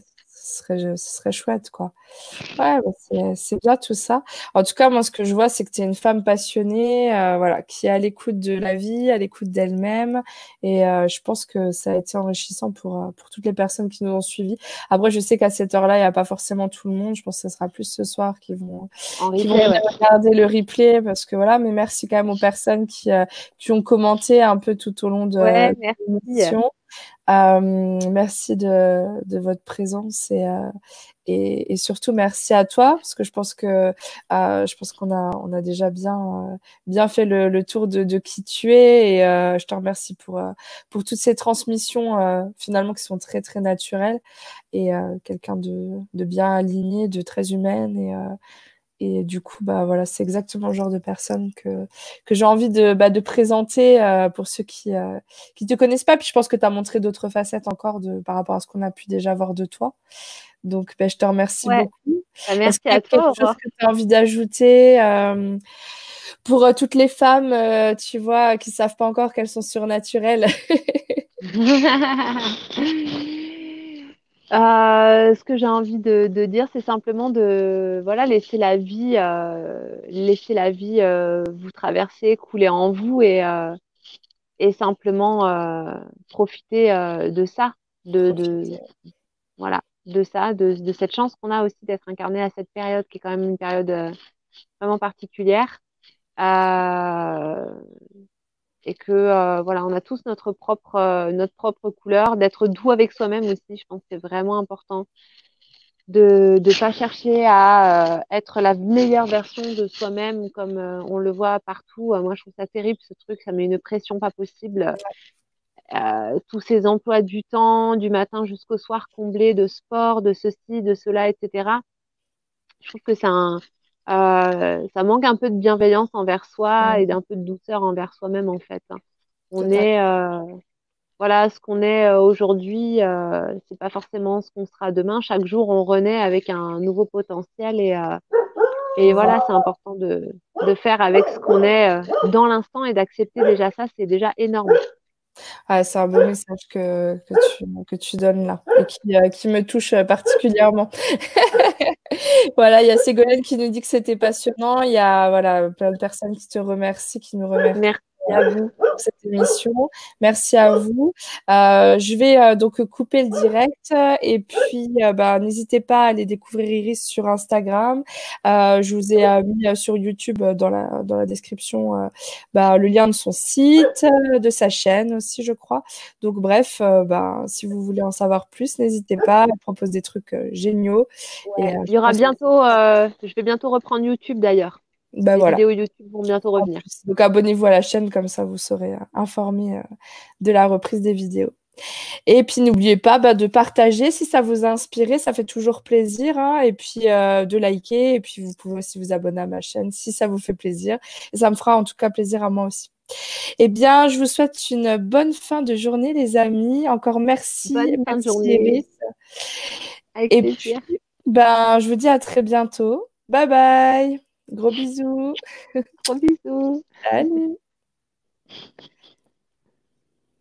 ce serait, ce serait chouette, quoi. Ouais, bah, c'est, c'est bien tout ça. En tout cas, moi, ce que je vois, c'est que tu es une femme passionnée, euh, voilà, qui est à l'écoute de la vie, à l'écoute d'elle-même. Et euh, je pense que ça a été enrichissant pour, euh, pour toutes les personnes qui nous ont suivis. Après, je sais qu'à cette heure-là, il n'y a pas forcément tout le monde. Je pense que ce sera plus ce soir qui vont, En qui vont replay, venir ouais. regarder le replay parce que voilà, mais merci quand même aux personnes qui, euh, qui ont commenté un peu tout au long de, Ouais, de merci. l'émission. Euh, merci de, de votre présence et, euh, et, et surtout merci à toi parce que je pense que euh, je pense qu'on a on a déjà bien euh, bien fait le, le tour de, de qui tu es et euh, je te remercie pour euh, pour toutes ces transmissions euh, finalement qui sont très très naturelles et euh, quelqu'un de, de bien aligné, de très humaine et euh, et du coup, bah voilà, c'est exactement le genre de personne que, que j'ai envie de, bah, de présenter euh, pour ceux qui euh, qui te connaissent pas. Puis je pense que tu as montré d'autres facettes encore de, par rapport à ce qu'on a pu déjà voir de toi. Donc, bah, je te remercie Ouais, beaucoup. bah, Est-ce merci qu'il y a à quelque toi, chose Aurore. que tu as envie d'ajouter euh, pour euh, toutes les femmes, euh, tu vois, qui savent pas encore qu'elles sont surnaturelles? Euh, ce que j'ai envie de, de dire, c'est simplement de voilà, laisser la vie, euh, laisser la vie euh, vous traverser, couler en vous et, euh, et simplement euh, profiter euh, de ça, de, de Profiter. voilà, de ça, de, de cette chance qu'on a aussi d'être incarné à cette période qui est quand même une période euh, vraiment particulière. Euh, et que euh, voilà, on a tous notre propre, euh, notre propre couleur, d'être doux avec soi-même aussi. Je pense que c'est vraiment important de ne pas chercher à euh, être la meilleure version de soi-même comme euh, on le voit partout. Euh, moi, je trouve ça terrible, ce truc, ça met une pression pas possible. Euh, tous ces emplois du temps, du matin jusqu'au soir comblés de sport, de ceci, de cela, et cetera. Je trouve que c'est un, euh, ça manque un peu de bienveillance envers soi et Mm, d'un peu de douceur envers soi-même, en fait, hein. On total. est, euh, voilà, ce qu'on est euh, aujourd'hui, euh, c'est pas forcément ce qu'on sera demain. Chaque jour, on renaît avec un nouveau potentiel et, euh, et Exact. voilà, c'est important de, de faire avec ce qu'on est euh, dans l'instant et d'accepter déjà ça, c'est déjà énorme. Ah, c'est un beau message que, que tu, que tu donnes là et qui, euh, qui me touche euh, particulièrement. Voilà, il y a Ségolène qui nous dit que c'était passionnant. Il y a voilà, plein de personnes qui te remercient, qui nous remercient Merci euh, à vous. pour cette émission. Merci à vous. Euh, je vais euh, donc couper le direct et puis euh, bah, n'hésitez pas à aller découvrir Iris sur Instagram. Euh, je vous ai euh, mis euh, sur YouTube euh, dans la, dans la description euh, bah, le lien de son site, euh, de sa chaîne aussi, je crois. Donc bref, euh, bah, si vous voulez en savoir plus, n'hésitez pas. Elle propose des trucs euh, géniaux. Et Ouais. euh, Il je y aura pense que bientôt, euh, je vais bientôt reprendre YouTube d'ailleurs. bah Les voilà, vidéos YouTube vont bientôt en revenir. plus. Donc abonnez-vous à la chaîne, comme ça vous serez euh, informé euh, de la reprise des vidéos. Et puis n'oubliez pas bah, de partager si ça vous a inspiré, ça fait toujours plaisir, hein. Et puis euh, de liker, et puis vous pouvez aussi vous abonner à ma chaîne si ça vous fait plaisir. Et ça me fera en tout cas plaisir à moi aussi. Eh bien, je vous souhaite une bonne fin de journée, les amis. Encore merci, Bonne fin de merci journée. Iris. Avec Et plaisir. puis, ben, je vous dis à très bientôt. Bye bye. Gros bisous. Gros bisous. Salut.